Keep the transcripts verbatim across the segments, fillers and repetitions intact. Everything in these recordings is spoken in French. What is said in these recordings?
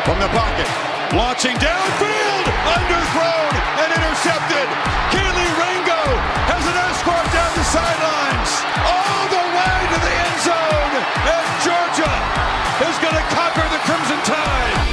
from the pocket, launching downfield, underthrown and intercepted. Keely Ringo has an escort down the sidelines, all the way to the end zone, and Georgia is going to conquer the Crimson Tide.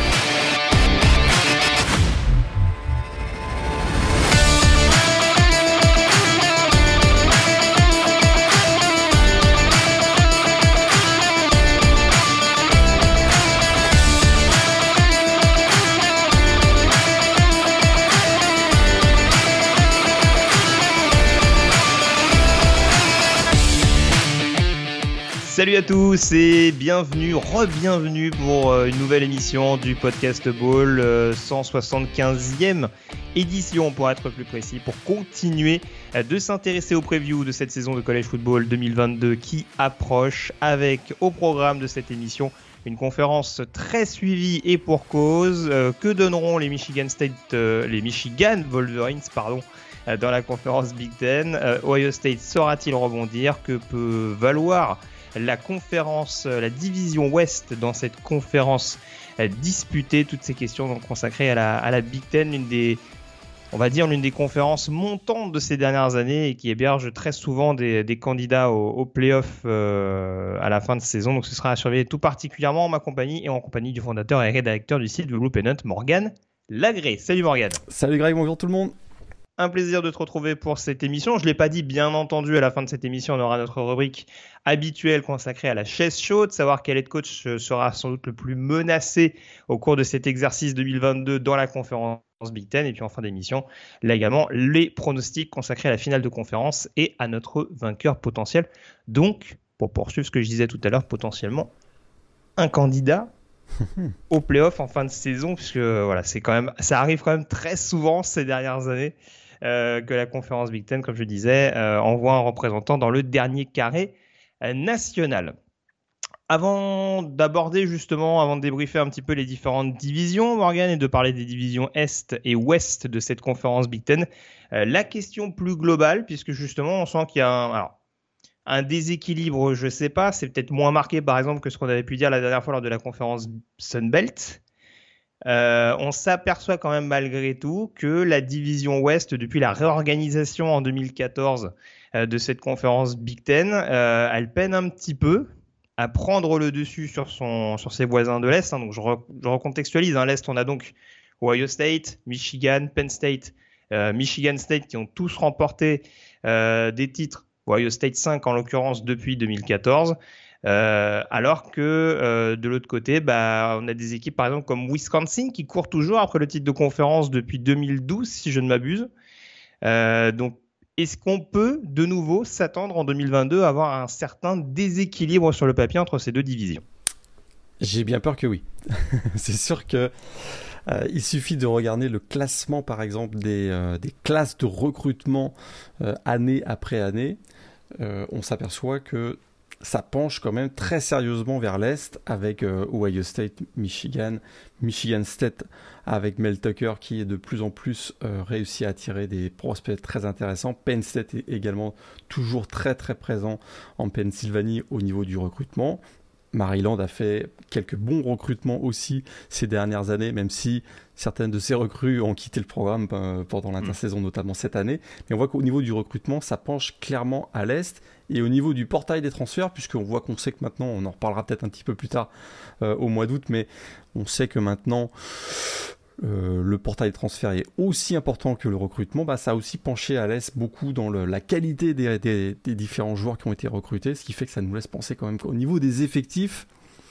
Salut à tous et bienvenue, re-bienvenue pour une nouvelle émission du Podcast Ball, cent soixante-quinzième édition pour être plus précis, pour continuer de s'intéresser aux previews de cette saison de College Football deux mille vingt-deux qui approche, avec au programme de cette émission une conférence très suivie et pour cause. Euh, que donneront les Michigan State, euh, les Michigan Wolverines, pardon, euh, dans la conférence Big Ten? euh, Ohio State saura-t-il rebondir? Que peut valoir la conférence, la division Ouest dans cette conférence disputée? Toutes ces questions donc consacrées à la, à la Big Ten, l'une des, on va dire l'une des conférences montantes de ces dernières années et qui héberge très souvent des, des candidats au, au play-off euh, à la fin de saison. Donc ce sera à surveiller tout particulièrement en ma compagnie et en compagnie du fondateur et rédacteur du site The Blue Pennant, Morgan Lagré. Salut Morgan. Salut Greg, bonjour tout le monde. Un plaisir de te retrouver pour cette émission. Je ne l'ai pas dit, bien entendu, à la fin de cette émission, on aura notre rubrique habituelle consacrée à la chaise chaude, savoir quel head coach sera sans doute le plus menacé au cours de cet exercice deux mille vingt-deux dans la conférence Big Ten. Et puis en fin d'émission, là également, les pronostics consacrés à la finale de conférence et à notre vainqueur potentiel. Donc, pour poursuivre ce que je disais tout à l'heure, potentiellement un candidat au play-off en fin de saison, puisque voilà, c'est quand même, ça arrive quand même très souvent ces dernières années. Euh, que la conférence Big Ten, comme je disais, euh, envoie un représentant dans le dernier carré euh, national. Avant d'aborder justement, avant de débriefer un petit peu les différentes divisions, Morgan, et de parler des divisions Est et Ouest de cette conférence Big Ten, euh, la question plus globale, puisque justement on sent qu'il y a un, alors, un déséquilibre, je ne sais pas, c'est peut-être moins marqué par exemple que ce qu'on avait pu dire la dernière fois lors de la conférence Sun Belt. Euh, on s'aperçoit quand même malgré tout que la division Ouest, depuis la réorganisation en deux mille quatorze euh, de cette conférence Big Ten, euh, elle peine un petit peu à prendre le dessus sur, son, sur ses voisins de l'Est. Hein. Donc je, re, je recontextualise. Hein. L'Est, on a donc Ohio State, Michigan, Penn State, euh, Michigan State qui ont tous remporté euh, des titres. Ohio State cinq en l'occurrence depuis deux mille quatorze. Euh, alors que euh, de l'autre côté, bah, on a des équipes par exemple comme Wisconsin qui court toujours après le titre de conférence depuis deux mille douze, si je ne m'abuse. Euh, donc, est-ce qu'on peut de nouveau s'attendre en deux mille vingt-deux à avoir un certain déséquilibre sur le papier entre ces deux divisions? J'ai bien peur que oui. C'est sûr que euh, il suffit de regarder le classement, par exemple, des, euh, des classes de recrutement euh, année après année. Euh, on s'aperçoit que ça penche quand même très sérieusement vers l'Est avec euh, Ohio State, Michigan, Michigan State avec Mel Tucker qui est de plus en plus euh, réussi à attirer des prospects très intéressants. Penn State est également toujours très très présent en Pennsylvanie au niveau du recrutement. Maryland a fait quelques bons recrutements aussi ces dernières années, même si certaines de ces recrues ont quitté le programme pendant l'intersaison, notamment cette année. Mais on voit qu'au niveau du recrutement, ça penche clairement à l'Est. Et au niveau du portail des transferts, puisqu'on voit qu'on sait que maintenant, on en reparlera peut-être un petit peu plus tard euh, au mois d'août, mais on sait que maintenant, euh, le portail des transferts est aussi important que le recrutement. Bah, ça a aussi penché à l'Est beaucoup dans le, la qualité des, des, des différents joueurs qui ont été recrutés, ce qui fait que ça nous laisse penser quand même qu'au niveau des effectifs,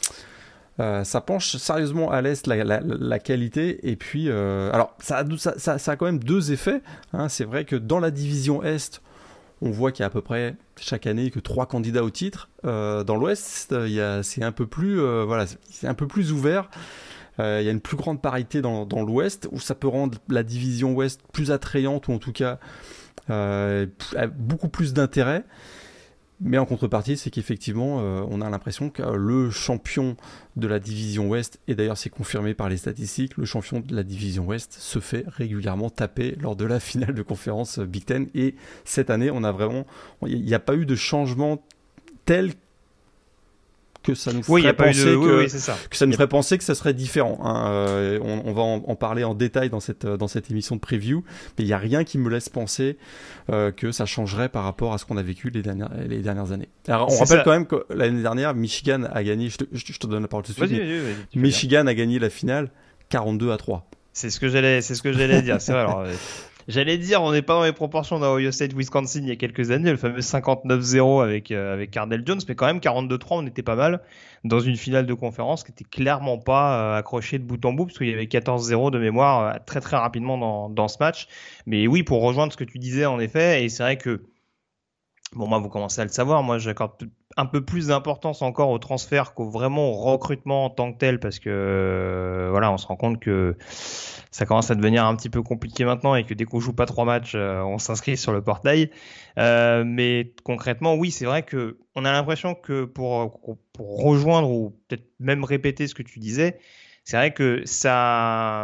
Euh, ça penche sérieusement à l'Est la, la, la qualité. Et puis euh, alors ça a, ça, ça, ça a quand même deux effets, hein. C'est vrai que dans la division Est, on voit qu'il y a à peu près chaque année que trois candidats au titre. Euh, dans l'Ouest, il y a, c'est un peu plus euh, voilà, c'est un peu plus ouvert. Euh, il y a une plus grande parité dans, dans l'Ouest, où ça peut rendre la division Ouest plus attrayante, ou en tout cas euh, beaucoup plus d'intérêt. Mais en contrepartie, c'est qu'effectivement, euh, on a l'impression que le champion de la division Ouest, et d'ailleurs c'est confirmé par les statistiques, le champion de la division Ouest se fait régulièrement taper lors de la finale de conférence Big Ten. Et cette année, on a vraiment, il n'y a pas eu de changement tel que ça nous ferait oui, penser de... que, oui, oui, c'est ça. que ça nous ferait penser que ça serait différent. Hein. Euh, on, on va en, en parler en détail dans cette dans cette émission de preview, mais il y a rien qui me laisse penser euh, que ça changerait par rapport à ce qu'on a vécu les dernières les dernières années. Alors on c'est rappelle ça. quand même que l'année dernière, Michigan a gagné. Je te, je te donne la parole tout de suite. Vas-y, vas-y, vas-y, Michigan a gagné la finale quarante-deux à trois. C'est ce que j'allais c'est ce que j'allais dire. C'est vrai. Alors, euh... J'allais dire, on n'est pas dans les proportions d'Ohio State Wisconsin il y a quelques années, le fameux cinquante-neuf zéro avec, euh, avec Cardale Jones, mais quand même quarante-deux trois, on était pas mal dans une finale de conférence qui était clairement pas euh, accrochée de bout en bout, parce qu'il y avait quatorze zéro de mémoire euh, très très rapidement dans, dans ce match. Mais oui, pour rejoindre ce que tu disais en effet, et c'est vrai que, bon, moi vous commencez à le savoir, moi j'accorde un peu plus d'importance encore au transfert qu'au vraiment au recrutement en tant que tel, parce que euh, voilà, on se rend compte que ça commence à devenir un petit peu compliqué maintenant et que dès qu'on joue pas trois matchs, euh, on s'inscrit sur le portail. Euh, mais concrètement, oui, c'est vrai que on a l'impression que pour, pour rejoindre ou peut-être même répéter ce que tu disais, c'est vrai que ça,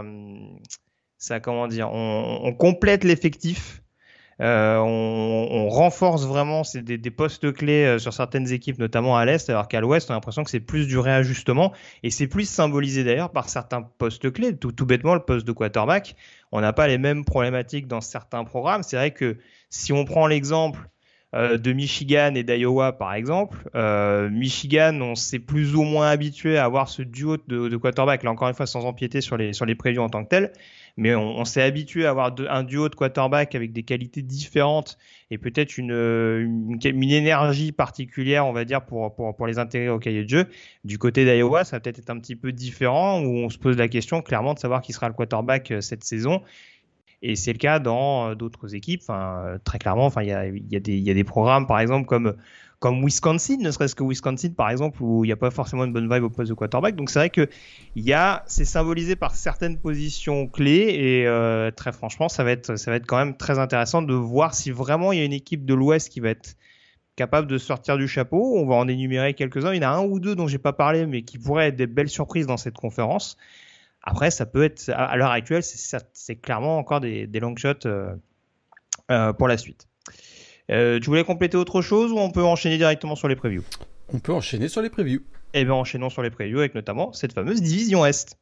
ça comment dire, on, on complète l'effectif. Euh, on, on renforce vraiment c'est des, des postes clés euh, sur certaines équipes, notamment à l'Est, alors qu'à l'Ouest, on a l'impression que c'est plus du réajustement, et c'est plus symbolisé d'ailleurs par certains postes clés. Tout, tout bêtement, le poste de quarterback, on n'a pas les mêmes problématiques dans certains programmes. C'est vrai que si on prend l'exemple euh, de Michigan et d'Iowa, par exemple, euh, Michigan, on s'est plus ou moins habitué à avoir ce duo de, de quarterback, là encore une fois sans empiéter sur les, sur les previews en tant que tel. Mais on, on s'est habitué à avoir de, un duo de quarterback avec des qualités différentes et peut-être une, une, une énergie particulière, on va dire, pour, pour, pour les intégrer au cahier de jeu. Du côté d'Iowa, ça va peut-être être un petit peu différent, où on se pose la question clairement de savoir qui sera le quarterback cette saison. Et c'est le cas dans d'autres équipes. Enfin, très clairement, enfin, il y a, il y a des, il y a des programmes, par exemple, comme comme Wisconsin, ne serait-ce que Wisconsin par exemple, où il n'y a pas forcément une bonne vibe au poste de quarterback. Donc c'est vrai que il y a, c'est symbolisé par certaines positions clés et euh, très franchement, ça va être, ça va être quand même très intéressant de voir si vraiment il y a une équipe de l'Ouest qui va être capable de sortir du chapeau. On va en énumérer quelques-uns. Il y en a un ou deux dont j'ai pas parlé, mais qui pourraient être des belles surprises dans cette conférence. Après, ça peut être, à l'heure actuelle, c'est, c'est clairement encore des, des long shots euh, euh, pour la suite. Euh, tu voulais compléter autre chose ou on peut enchaîner directement sur les previews ? On peut enchaîner sur les previews. Eh bien, enchaînons sur les previews avec notamment cette fameuse division Est.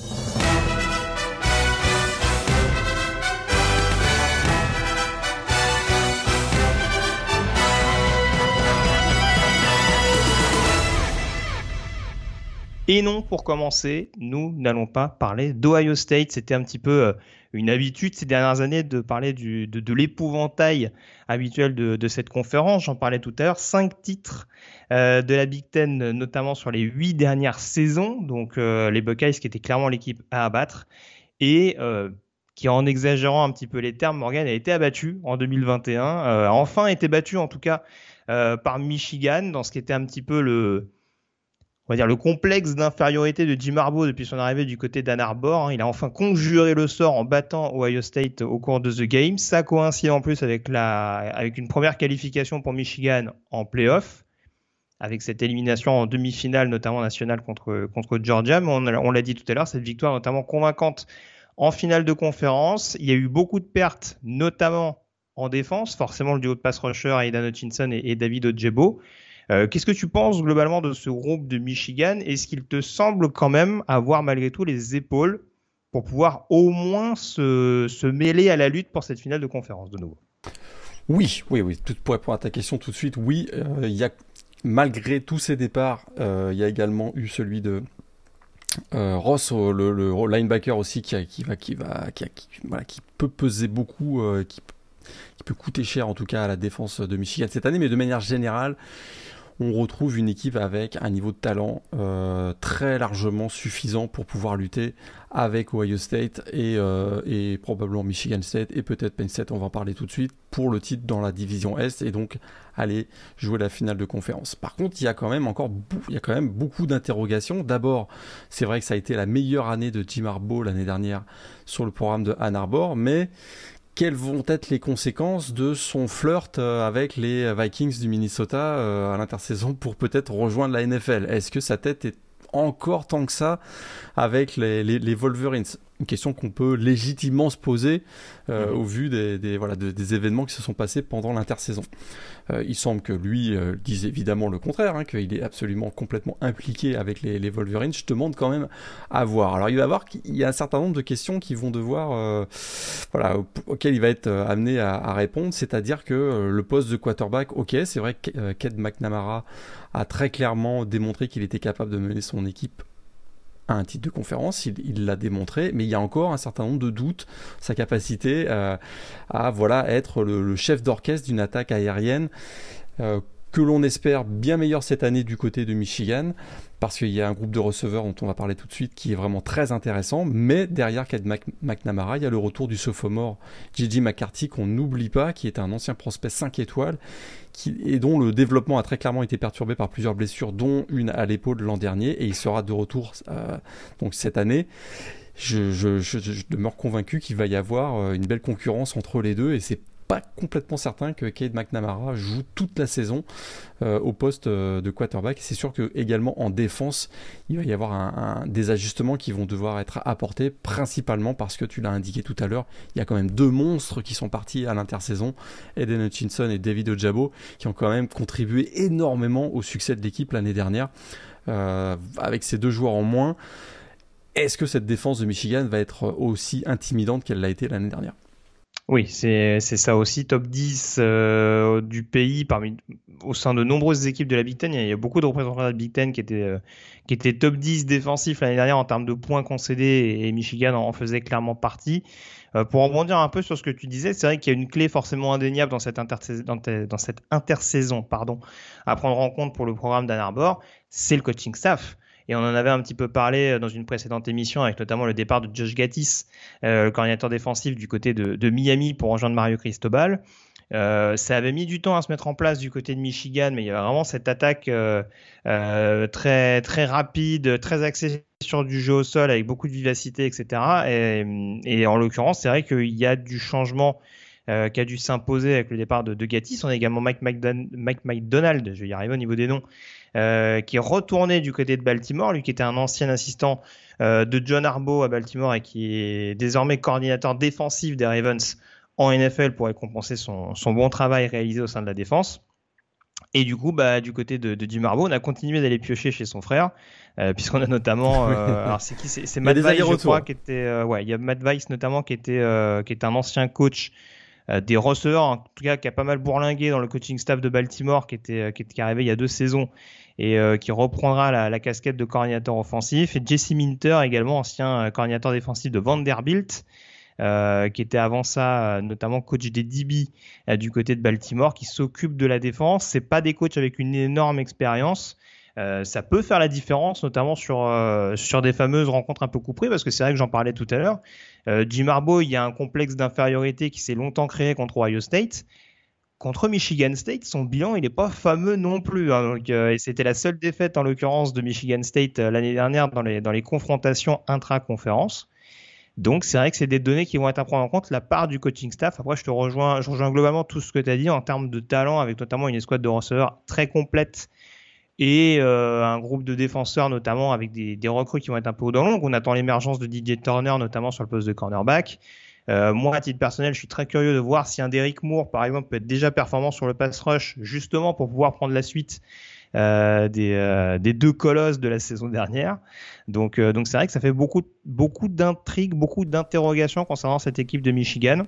Et non, pour commencer, nous n'allons pas parler d'Ohio State. C'était un petit peu euh, une habitude ces dernières années de parler du, de, de l'épouvantail habituel de, de cette conférence. J'en parlais tout à l'heure. Cinq titres euh, de la Big Ten, notamment sur les huit dernières saisons. Donc euh, les Buckeyes qui étaient clairement l'équipe à abattre. Et euh, qui, en exagérant un petit peu les termes, Morgan a été abattu en deux mille vingt et un. Euh, a enfin été battu en tout cas euh, par Michigan dans ce qui était un petit peu le... on va dire le complexe d'infériorité de Jim Harbaugh depuis son arrivée du côté d'Ann Arbor. Il a enfin conjuré le sort en battant Ohio State au cours de The Game. Ça coïncide en plus avec, la, avec une première qualification pour Michigan en play-off, avec cette élimination en demi-finale, notamment nationale contre, contre Georgia. Mais on, on l'a dit tout à l'heure, cette victoire notamment convaincante en finale de conférence. Il y a eu beaucoup de pertes, notamment en défense. Forcément, le duo de pass rusher, Aidan Hutchinson et, et David Ojabo. Euh, qu'est-ce que tu penses globalement de ce groupe de Michigan ? Est-ce qu'il te semble quand même avoir malgré tout les épaules pour pouvoir au moins se, se mêler à la lutte pour cette finale de conférence de nouveau ? Oui, oui, oui. Tout, pour répondre à ta question tout de suite, oui. Euh, il y a, malgré tous ces départs, euh, il y a également eu celui de euh, Ross, le, le linebacker aussi, qui, a, qui, va, qui, va, qui, a, qui, voilà, qui peut peser beaucoup, euh, qui, qui peut coûter cher en tout cas à la défense de Michigan cette année, mais de manière générale, on retrouve une équipe avec un niveau de talent euh, très largement suffisant pour pouvoir lutter avec Ohio State et, euh, et probablement Michigan State et peut-être Penn State, on va en parler tout de suite, pour le titre dans la division Est et donc aller jouer la finale de conférence. Par contre, il y a quand même encore il y a quand même beaucoup d'interrogations. D'abord, c'est vrai que ça a été la meilleure année de Jim Harbaugh l'année dernière sur le programme de Ann Arbor, mais quelles vont être les conséquences de son flirt avec les Vikings du Minnesota à l'intersaison pour peut-être rejoindre la N F L ? Est-ce que sa tête est encore tant que ça avec les, les, les Wolverines. Une question qu'on peut légitimement se poser euh, mmh. au vu des, des, voilà, de, des événements qui se sont passés pendant l'intersaison. Euh, il semble que lui euh, dise évidemment le contraire, hein, qu'il est absolument complètement impliqué avec les, les Wolverines. Je te demande quand même à voir. Alors il va y avoir il y a un certain nombre de questions qui vont devoir, euh, voilà, auxquelles il va être amené à, à répondre. C'est-à-dire que euh, le poste de quarterback, ok, c'est vrai que euh, Cade McNamara a très clairement démontré qu'il était capable de mener son équipe à un titre de conférence, il, il l'a démontré, mais il y a encore un certain nombre de doutes, sa capacité euh, à voilà, être le, le chef d'orchestre d'une attaque aérienne euh, que l'on espère bien meilleure cette année du côté de Michigan, parce qu'il y a un groupe de receveurs dont on va parler tout de suite qui est vraiment très intéressant, mais derrière Cade Mac- McNamara, il y a le retour du sophomore J J McCarthy qu'on n'oublie pas, qui est un ancien prospect cinq étoiles, qui, et dont le développement a très clairement été perturbé par plusieurs blessures, dont une à l'épaule l'an dernier, et il sera de retour euh, donc cette année. Je, je, je, je demeure convaincu qu'il va y avoir une belle concurrence entre les deux, et c'est pas complètement certain que Cade McNamara joue toute la saison euh, au poste euh, de quarterback. C'est sûr que également en défense, il va y avoir un, un, des ajustements qui vont devoir être apportés, principalement parce que tu l'as indiqué tout à l'heure, il y a quand même deux monstres qui sont partis à l'intersaison, Aiden Hutchinson et David Ojabo, qui ont quand même contribué énormément au succès de l'équipe l'année dernière. Euh, avec ces deux joueurs en moins, est-ce que cette défense de Michigan va être aussi intimidante qu'elle l'a été l'année dernière ? Oui, c'est, c'est ça aussi, top dix euh, du pays parmi, au sein de nombreuses équipes de la Big Ten. Il y a, il y a beaucoup de représentants de la Big Ten qui étaient, euh, qui étaient top dix défensifs l'année dernière en termes de points concédés, et, et Michigan en, en faisait clairement partie. Euh, pour rebondir un peu sur ce que tu disais, c'est vrai qu'il y a une clé forcément indéniable dans cette, intersa- dans, te, dans cette intersaison pardon, à prendre en compte pour le programme d'Ann Arbor, c'est le coaching staff. Et on en avait un petit peu parlé dans une précédente émission avec notamment le départ de Josh Gattis, euh, le coordinateur défensif du côté de, de Miami pour rejoindre Mario Cristobal. Euh, ça avait mis du temps à se mettre en place du côté de Michigan, mais il y avait vraiment cette attaque euh, euh, très, très rapide, très axée sur du jeu au sol avec beaucoup de vivacité, et cetera. Et, et en l'occurrence, c'est vrai qu'il y a du changement euh, qui a dû s'imposer avec le départ de, de Gattis. On a également Mike, McDon- Mike McDonald, je vais y arriver au niveau des noms, Euh, qui est retourné du côté de Baltimore, lui qui était un ancien assistant euh, de John Harbaugh à Baltimore et qui est désormais coordinateur défensif des Ravens en N F L pour récompenser son, son bon travail réalisé au sein de la défense. Et du coup, bah, du côté de, de Jim Harbaugh, on a continué d'aller piocher chez son frère, euh, puisqu'on a notamment, euh, alors c'est qui, c'est, c'est Matt Weiss, je crois, qui était, euh, ouais, il y a Matt Weiss notamment qui était, euh, qui était un ancien coach euh, des receveurs, en tout cas qui a pas mal bourlingué dans le coaching staff de Baltimore, qui était, qui était qui est arrivé il y a deux saisons et euh, qui reprendra la, la casquette de coordinateur offensif. Et Jesse Minter, également ancien coordinateur défensif de Vanderbilt, euh, qui était avant ça euh, notamment coach des D B euh, du côté de Baltimore, qui s'occupe de la défense. C'est pas des coachs avec une énorme expérience. Euh, ça peut faire la différence, notamment sur, euh, sur des fameuses rencontres un peu couperées, parce que c'est vrai que j'en parlais tout à l'heure. Euh, Jim Harbaugh, il y a un complexe d'infériorité qui s'est longtemps créé contre Ohio State. Contre Michigan State, son bilan, il n'est pas fameux non plus. Hein, donc, euh, et c'était la seule défaite, en l'occurrence, de Michigan State euh, l'année dernière dans les, dans les confrontations intra-conférences. Donc, c'est vrai que c'est des données qui vont être à prendre en compte, la part du coaching staff. Après, je te rejoins, je rejoins globalement tout ce que tu as dit en termes de talent, avec notamment une escouade de receveurs très complète et euh, un groupe de défenseurs, notamment avec des, des recrues qui vont être un peu au dans l'ombre. On attend l'émergence de D J Turner, notamment sur le poste de cornerback. Euh, moi, à titre personnel, je suis très curieux de voir si un Derrick Moore, par exemple, peut être déjà performant sur le pass rush, justement pour pouvoir prendre la suite euh, des, euh, des deux colosses de la saison dernière. Donc, euh, donc c'est vrai que ça fait beaucoup, beaucoup d'intrigues, beaucoup d'interrogations concernant cette équipe de Michigan.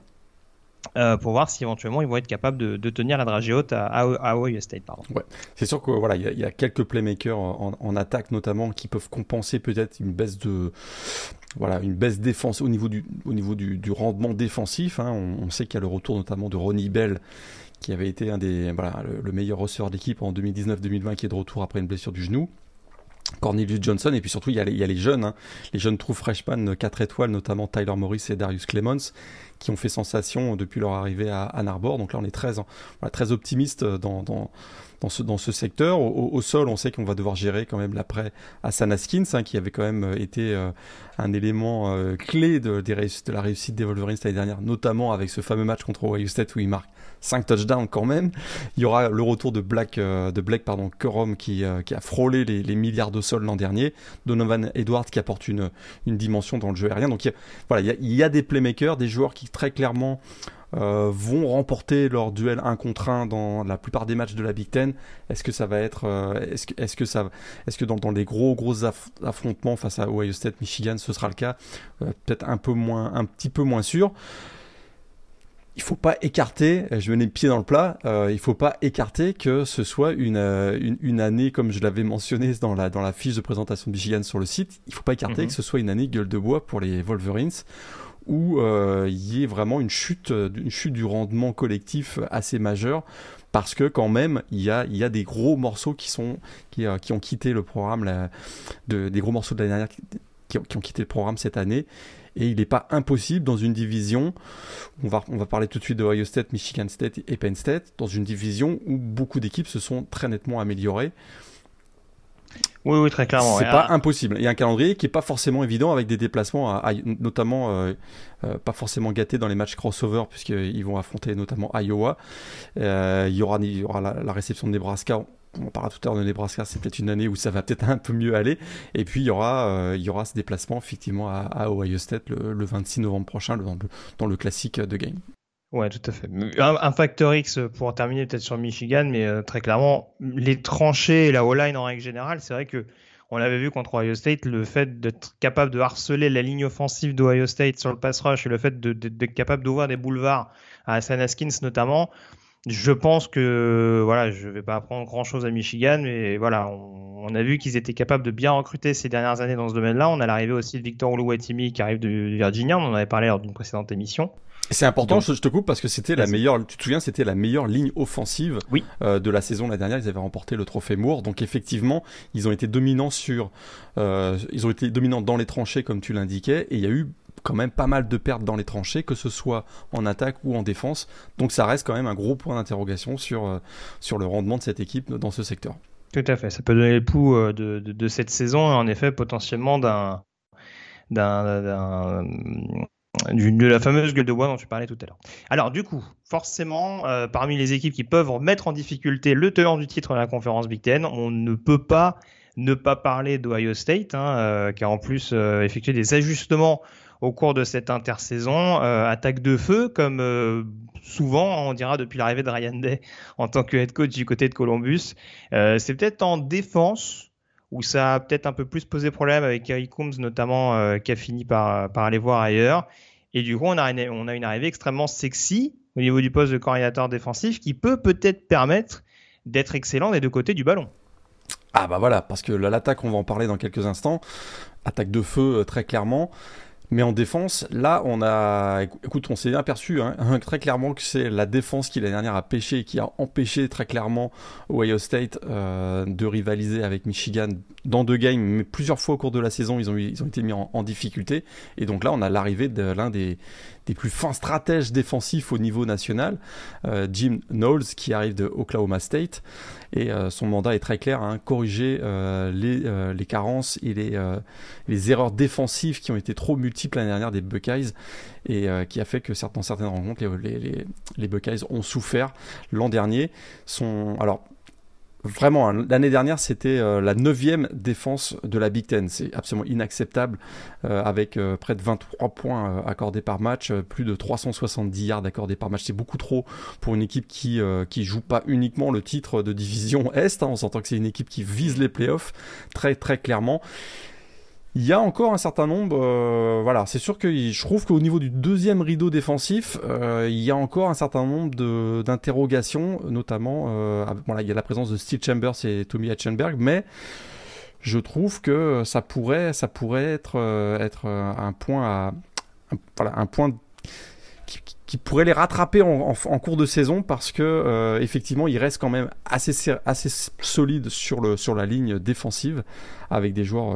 Euh, pour voir si éventuellement ils vont être capables de, de tenir la dragée haute à, à, à Ohio State. Pardon. Ouais. C'est sûr qu'il voilà, y, y a quelques playmakers en, en attaque notamment qui peuvent compenser peut-être une baisse de voilà une baisse défense au niveau du au niveau du, du rendement défensif. Hein. On, on sait qu'il y a le retour notamment de Ronnie Bell, qui avait été un des voilà le, le meilleur receveur d'équipe en deux mille dix-neuf deux mille vingt, qui est de retour après une blessure du genou. Cornelius Johnson, et puis surtout il y a les, il y a les jeunes, hein, les jeunes true freshmen quatre étoiles, notamment Tyler Morris et Darius Clemons, qui ont fait sensation depuis leur arrivée à Ann Arbor. Donc là on est très, voilà, très optimiste dans, dans, dans ce dans ce secteur. Au, au sol, on sait qu'on va devoir gérer quand même l'après Hassan Haskins, hein, qui avait quand même été euh, un élément euh, clé de, des réuss- de la réussite des Wolverines l'année dernière, notamment avec ce fameux match contre Ohio State où il marque cinq touchdowns quand même. Il y aura le retour de Black, euh, de Blake pardon, Corum qui, euh, qui a frôlé les, les milliards de sols l'an dernier. Donovan Edwards qui apporte une, une dimension dans le jeu aérien. Donc il y a, voilà, il y a, il y a des playmakers, des joueurs qui très clairement euh, vont remporter leur duel un contre un dans la plupart des matchs de la Big Ten. Est-ce que ça va être, euh, est-ce que, est-ce que ça, est-ce que dans, dans les gros gros aff- affrontements face à Ohio State, Michigan, ce sera le cas? euh, Peut-être un peu moins, un petit peu moins sûr. Il faut pas écarter, je mets les pieds dans le plat, euh, il faut pas écarter que ce soit une, une, une année, comme je l'avais mentionné dans la, dans la fiche de présentation de Michigan sur le site, il faut pas écarter mm-hmm. que ce soit une année gueule de bois pour les Wolverines, où euh, il y ait vraiment une chute, une chute du rendement collectif assez majeure, parce que quand même, il y a, il y a des gros morceaux qui, sont, qui, euh, qui ont quitté le programme, là, de, des gros morceaux de l'année dernière qui, qui, ont, qui ont quitté le programme cette année. Et il n'est pas impossible dans une division, on va, on va parler tout de suite de Ohio State, Michigan State et Penn State, dans une division où beaucoup d'équipes se sont très nettement améliorées. Oui, oui, très clairement. C'est ouais. pas ah. impossible. Il y a un calendrier qui n'est pas forcément évident avec des déplacements, à, à, notamment euh, euh, pas forcément gâtés dans les matchs crossover, puisqu'ils vont affronter notamment Iowa. Euh, il y aura, il y aura la, la réception de Nebraska. On parlera tout à l'heure de Nebraska, c'est peut-être une année où ça va peut-être un peu mieux aller. Et puis il y aura, euh, il y aura ce déplacement effectivement à, à Ohio State le, le vingt-six novembre prochain dans le, dans le classique de game. Ouais, tout à fait. Un, un facteur X pour terminer peut-être sur Michigan, mais euh, très clairement, les tranchées et la O-line en règle générale, c'est vrai que on l'avait vu contre Ohio State, le fait d'être capable de harceler la ligne offensive d'Ohio State sur le pass rush et le fait de, de, d'être capable d'ouvrir des boulevards à Hassan Haskins notamment. Je pense que voilà, je vais pas apprendre grand chose à Michigan, mais voilà, on, on a vu qu'ils étaient capables de bien recruter ces dernières années dans ce domaine-là. On a l'arrivée aussi de Victor Oluwatimi qui arrive de, de Virginia, on en avait parlé lors d'une précédente émission. C'est important, Donc, je te coupe parce que c'était la meilleure, tu te souviens, c'était la meilleure ligne offensive oui. euh, de la saison l'année dernière. Ils avaient remporté le trophée Moore, donc effectivement, ils ont été dominants sur, euh, ils ont été dominants dans les tranchées comme tu l'indiquais, et il y a eu quand même pas mal de pertes dans les tranchées, que ce soit en attaque ou en défense. Donc ça reste quand même un gros point d'interrogation sur, euh, sur le rendement de cette équipe dans ce secteur. Tout à fait, ça peut donner le pouls de, de, de cette saison et en effet potentiellement d'un, d'un, d'un, d'une, de la fameuse gueule de bois dont tu parlais tout à l'heure. Alors du coup, forcément, euh, parmi les équipes qui peuvent mettre en difficulté le tenant du titre de la conférence Big Ten, on ne peut pas ne pas parler d'Ohio State, hein, euh, qui a en plus euh, effectué des ajustements au cours de cette intersaison, euh, attaque de feu, comme euh, souvent on dira depuis l'arrivée de Ryan Day en tant que head coach du côté de Columbus. Euh, c'est peut-être en défense où ça a peut-être un peu plus posé problème avec Eric Coombs notamment, euh, qui a fini par, par aller voir ailleurs. Et du coup, on a, une, on a une arrivée extrêmement sexy au niveau du poste de coordinateur défensif qui peut peut-être permettre d'être excellent des deux côtés du ballon. Ah bah voilà, parce que l'attaque, on va en parler dans quelques instants. Attaque de feu, très clairement. Mais en défense, là, on a, écoute, on s'est aperçu hein, très clairement que c'est la défense qui l'année dernière a pêché et qui a empêché très clairement Ohio State euh, de rivaliser avec Michigan dans deux games, mais plusieurs fois au cours de la saison, ils ont, ils ont été mis en, en difficulté. Et donc là, on a l'arrivée de l'un des, des plus fins stratèges défensifs au niveau national, euh, Jim Knowles, qui arrive de Oklahoma State. Et euh, son mandat est très clair, hein, corriger euh, les, euh, les carences et les, euh, les erreurs défensives qui ont été trop multiples l'année dernière des Buckeyes et euh, qui a fait que dans certaines rencontres, les, les, les Buckeyes ont souffert l'an dernier. Son, alors, vraiment, hein, l'année dernière, c'était euh, la neuvième défense de la Big Ten. C'est absolument inacceptable, euh, avec euh, près de vingt-trois points euh, accordés par match, euh, plus de trois cent soixante-dix yards accordés par match. C'est beaucoup trop pour une équipe qui euh, qui joue pas uniquement le titre de division Est. Hein. On s'entend que c'est une équipe qui vise les playoffs très très clairement. Il y a encore un certain nombre, euh, voilà, c'est sûr que je trouve qu'au niveau du deuxième rideau défensif, euh, il y a encore un certain nombre de, d'interrogations, notamment, euh, voilà, il y a la présence de Steve Chambers et Tommy Hatchenberg, mais je trouve que ça pourrait, ça pourrait être, euh, être un point à, un, voilà, un point qui, qui pourrait les rattraper en, en, en cours de saison parce que euh, effectivement, ils restent quand même assez, assez solides sur le, sur la ligne défensive avec des joueurs. Euh,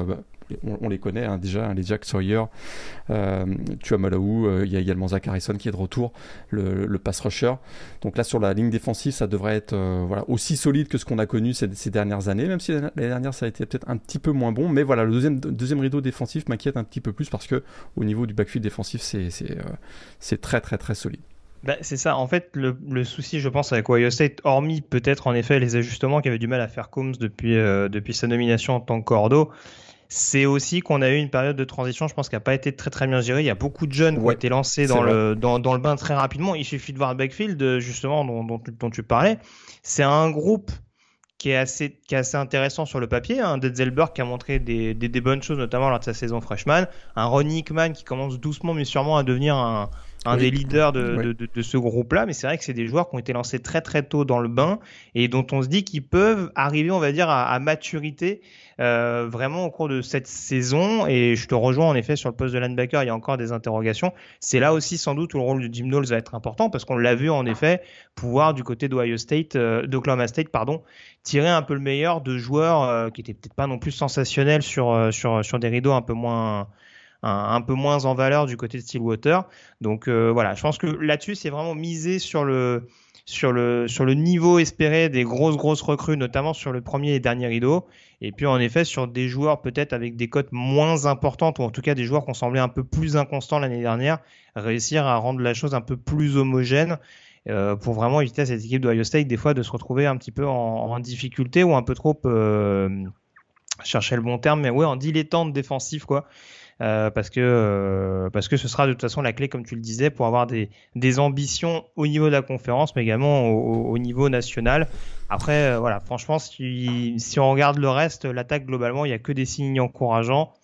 on, on les connaît hein, déjà, hein, les Jack Sawyer, euh, tu as Malaou, il euh, y a également Zach Harrison qui est de retour, le, le pass rusher. Donc là sur la ligne défensive, ça devrait être euh, voilà, aussi solide que ce qu'on a connu ces, ces dernières années, même si l'année dernière ça a été peut-être un petit peu moins bon, mais voilà, le deuxième, deuxième rideau défensif m'inquiète un petit peu plus parce que au niveau du backfield défensif, c'est, c'est, euh, c'est très très très solide. Bah, c'est ça. En fait, le, le souci, je pense, avec Ohio State, hormis peut-être en effet les ajustements qu'avait du mal à faire Coombs depuis, euh, depuis sa nomination en tant que cordeau, c'est aussi qu'on a eu une période de transition, je pense, qui n'a pas été très très bien gérée. Il y a beaucoup de jeunes ouais, qui ont été lancés dans le, dans, dans le bain très rapidement. Il suffit de voir le backfield, justement, dont, dont, dont tu parlais. C'est un groupe qui est assez, qui est assez intéressant sur le papier. Hein. Detzelberg qui a montré des, des, des bonnes choses, notamment lors de sa saison freshman. Un Ronnie Hickman qui commence doucement mais sûrement à devenir un, un oui. des leaders de, oui. de, de, de ce groupe-là. Mais c'est vrai que c'est des joueurs qui ont été lancés très très tôt dans le bain et dont on se dit qu'ils peuvent arriver, on va dire, à, à maturité euh, vraiment au cours de cette saison. Et je te rejoins en effet sur le poste de linebacker, il y a encore des interrogations. C'est là aussi sans doute où le rôle de Jim Knowles va être important parce qu'on l'a vu en effet pouvoir du côté d'Ohio State, euh, d'Oklahoma State, pardon, tirer un peu le meilleur de joueurs euh, qui étaient peut-être pas non plus sensationnels sur euh, sur sur des rideaux un peu moins un, un peu moins en valeur du côté de Stillwater. Donc euh, voilà, je pense que là-dessus c'est vraiment misé sur le sur le sur le niveau espéré des grosses grosses recrues, notamment sur le premier et dernier rideau. Et puis en effet sur des joueurs peut-être avec des cotes moins importantes ou en tout cas des joueurs qui ont semblé un peu plus inconstants l'année dernière, réussir à rendre la chose un peu plus homogène. Euh, pour vraiment éviter à cette équipe d'Ohio State des fois de se retrouver un petit peu en, en difficulté ou un peu trop euh, chercher le bon terme mais ouais en dilettante défensif quoi euh, parce que euh, parce que ce sera de toute façon la clé comme tu le disais pour avoir des des ambitions au niveau de la conférence mais également au, au niveau national. Après euh, voilà franchement si si on regarde le reste l'attaque globalement il y a que des signes encourageants.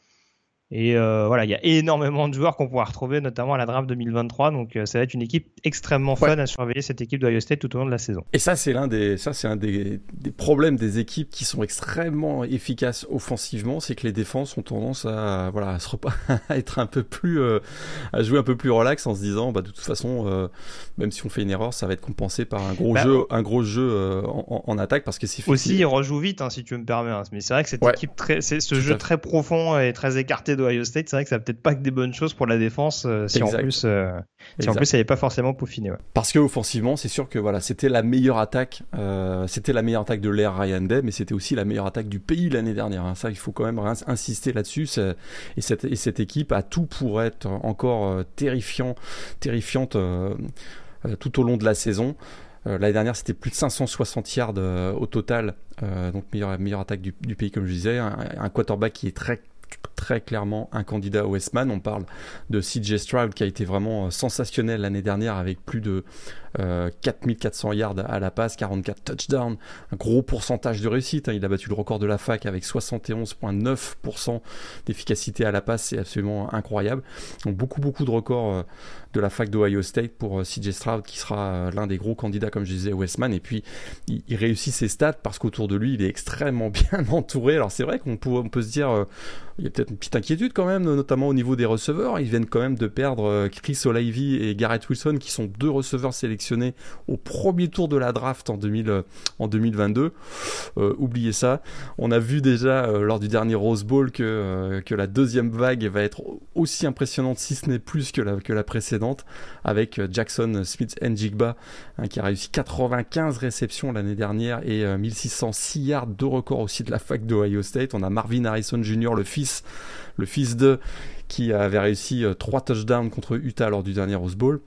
Et euh, voilà, il y a énormément de joueurs qu'on pourra retrouver, notamment à la draft deux mille vingt-trois. Donc, euh, ça va être une équipe extrêmement fun ouais. à surveiller, cette équipe d'Ohio State tout au long de la saison. Et ça, c'est l'un des, ça, c'est un des, des problèmes des équipes qui sont extrêmement efficaces offensivement, c'est que les défenses ont tendance à, voilà, à, se repa- à être un peu plus, euh, à jouer un peu plus relax en se disant, bah, de toute façon, euh, même si on fait une erreur, ça va être compensé par un gros bah, jeu, un gros jeu euh, en, en attaque, parce que c'est aussi, il rejoue vite, hein, si tu me permets. Hein. Mais c'est vrai que cette ouais. équipe très, c'est ce tout jeu très profond et très écarté d'Ohio State, c'est vrai que ça n'a peut-être pas que des bonnes choses pour la défense euh, si, en plus, euh, si en plus elle n'est pas forcément peaufinée. Ouais. Parce que offensivement, c'est sûr que voilà, c'était la meilleure attaque, euh, c'était la meilleure attaque de l'ère Ryan Day, mais c'était aussi la meilleure attaque du pays l'année dernière. Hein. Ça, il faut quand même insister là-dessus. C'est, et, cette, et cette équipe a tout pour être encore euh, terrifiant, terrifiante euh, euh, tout au long de la saison. Euh, l'année dernière, c'était plus de cinq cent soixante yards euh, au total, euh, donc meilleure, meilleure attaque du, du pays, comme je disais. Un, un quarterback qui est très très clairement un candidat au Heisman. On parle de C J Stroud qui a été vraiment sensationnel l'année dernière avec plus de euh, quatre mille quatre cents yards à la passe, quarante-quatre touchdowns, un gros pourcentage de réussite. Hein. Il a battu le record de la fac avec soixante et onze virgule neuf pour cent d'efficacité à la passe, c'est absolument incroyable. Donc beaucoup beaucoup de records euh, de la fac d'Ohio State pour euh, C J Stroud qui sera euh, l'un des gros candidats comme je disais au Heisman. Et puis il, il réussit ses stats parce qu'autour de lui il est extrêmement bien entouré. Alors c'est vrai qu'on peut, on peut se dire euh, il y a peut-être une petite inquiétude quand même, notamment au niveau des receveurs. Ils viennent quand même de perdre Chris Olave et Garrett Wilson, qui sont deux receveurs sélectionnés au premier tour de la draft en, deux mille, en deux mille vingt-deux. Euh, oubliez ça. On a vu déjà euh, lors du dernier Rose Bowl que, euh, que la deuxième vague va être aussi impressionnante, si ce n'est plus que la, que la précédente, avec Jackson Smith-Njigba, hein, qui a réussi quatre-vingt-quinze réceptions l'année dernière et euh, mille six cent six yards, de record aussi de la fac d'Ohio State. On a Marvin Harrison junior, le fils le fils de, qui avait réussi euh, trois touchdowns contre Utah lors du dernier Rose Bowl.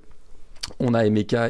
On a Emeka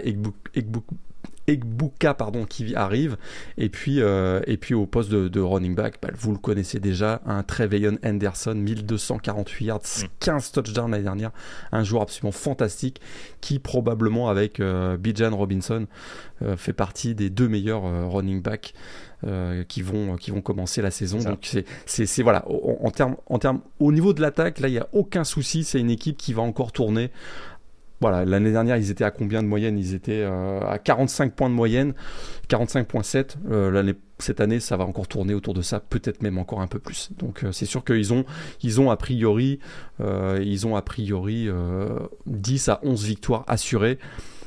Egbuka pardon, qui arrive, et puis, euh, et puis au poste de, de running back, bah, vous le connaissez déjà, un Treveyon Henderson, mille deux cent quarante-huit yards, quinze touchdowns l'année dernière, un joueur absolument fantastique, qui probablement avec euh, Bijan Robinson euh, fait partie des deux meilleurs euh, running backs Euh, qui vont qui vont commencer la saison. C'est donc c'est c'est c'est voilà, en, en termes en termes au niveau de l'attaque, là il y a aucun souci, c'est une équipe qui va encore tourner. Voilà, l'année dernière, ils étaient à combien de moyenne ? Ils étaient euh, à quarante-cinq points de moyenne, quarante-cinq virgule sept. Euh, l'année, cette année, ça va encore tourner autour de ça, peut-être même encore un peu plus. Donc, euh, c'est sûr qu'ils ont, ils ont a priori, euh, ils ont a priori euh, dix à onze victoires assurées.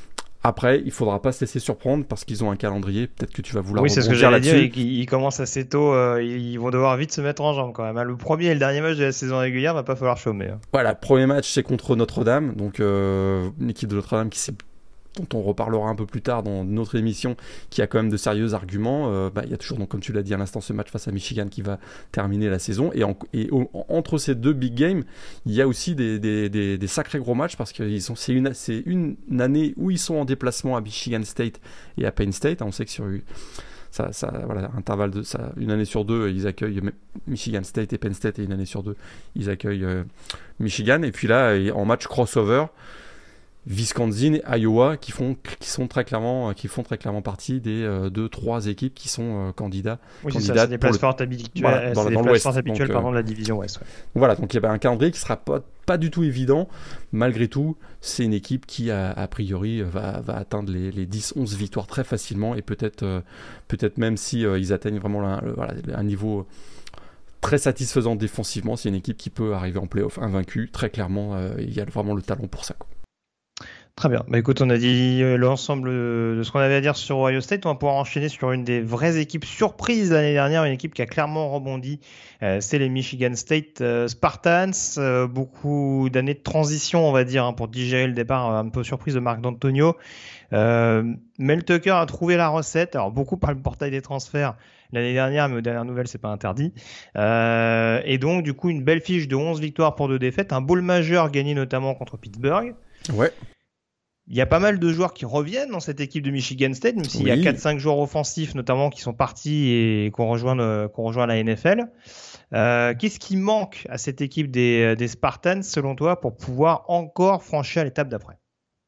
Après, il faudra pas se laisser surprendre parce qu'ils ont un calendrier. Peut-être que tu vas vouloir oui, c'est ce que rebondir j'allais dire. là-dessus. Ils, ils commencent assez tôt. euh, ils vont devoir vite se mettre en jambe quand même, hein. Le premier et le dernier match de la saison régulière, va pas falloir chômer, hein. Voilà, le premier match, c'est contre Notre-Dame. Donc, euh, une équipe de Notre-Dame qui s'est dont on reparlera un peu plus tard dans notre émission, qui a quand même de sérieux arguments. Euh, bah, il y a toujours, donc, comme tu l'as dit à l'instant, ce match face à Michigan qui va terminer la saison. Et, en, et au, entre ces deux big games, il y a aussi des, des, des, des sacrés gros matchs parce que sont, c'est, une, c'est une année où ils sont en déplacement à Michigan State et à Penn State. On sait que sur ça, ça, voilà, intervalle de ça, une année sur deux, ils accueillent Michigan State et Penn State, et une année sur deux, ils accueillent euh, Michigan. Et puis là, en match crossover, Wisconsin et Iowa qui font qui sont très clairement qui font très clairement partie des euh, deux trois équipes qui sont euh, candidats oui, candidates c'est ça, c'est des places le... fortes habituelles, voilà, dans, c'est dans des l'Ouest, places fortes habituelles donc, pardon, euh... de la division Ouest, ouais. Voilà, donc il y a un calendrier qui sera pas pas du tout évident. Malgré tout, c'est une équipe qui a, a priori va, va atteindre les, les dix onze victoires très facilement, et peut-être euh, peut-être même si euh, ils atteignent vraiment la, le, voilà, un niveau très satisfaisant défensivement, c'est une équipe qui peut arriver en play-off invaincue. Très clairement, euh, il y a vraiment le talent pour ça, quoi. Très bien. Bah écoute, on a dit l'ensemble de ce qu'on avait à dire sur Ohio State. On va pouvoir enchaîner sur une des vraies équipes surprises l'année dernière, une équipe qui a clairement rebondi. Euh, c'est les Michigan State euh, Spartans. Euh, beaucoup d'années de transition, on va dire, hein, pour digérer le départ un peu surprise de Marc D'Antonio. Euh, Mel Tucker a trouvé la recette. Alors beaucoup par le portail des transferts l'année dernière, mais aux dernières nouvelles, c'est pas interdit. Euh, et donc, du coup, une belle fiche de onze victoires pour deux défaites. Un bowl majeur gagné notamment contre Pittsburgh. Ouais. Il y a pas mal de joueurs qui reviennent dans cette équipe de Michigan State, même s'il oui. y a quatre cinq joueurs offensifs notamment qui sont partis et qui ont rejoint, le, qui ont rejoint la N F L. Euh, qu'est-ce qui manque à cette équipe des, des Spartans, selon toi, pour pouvoir encore franchir l'étape d'après ?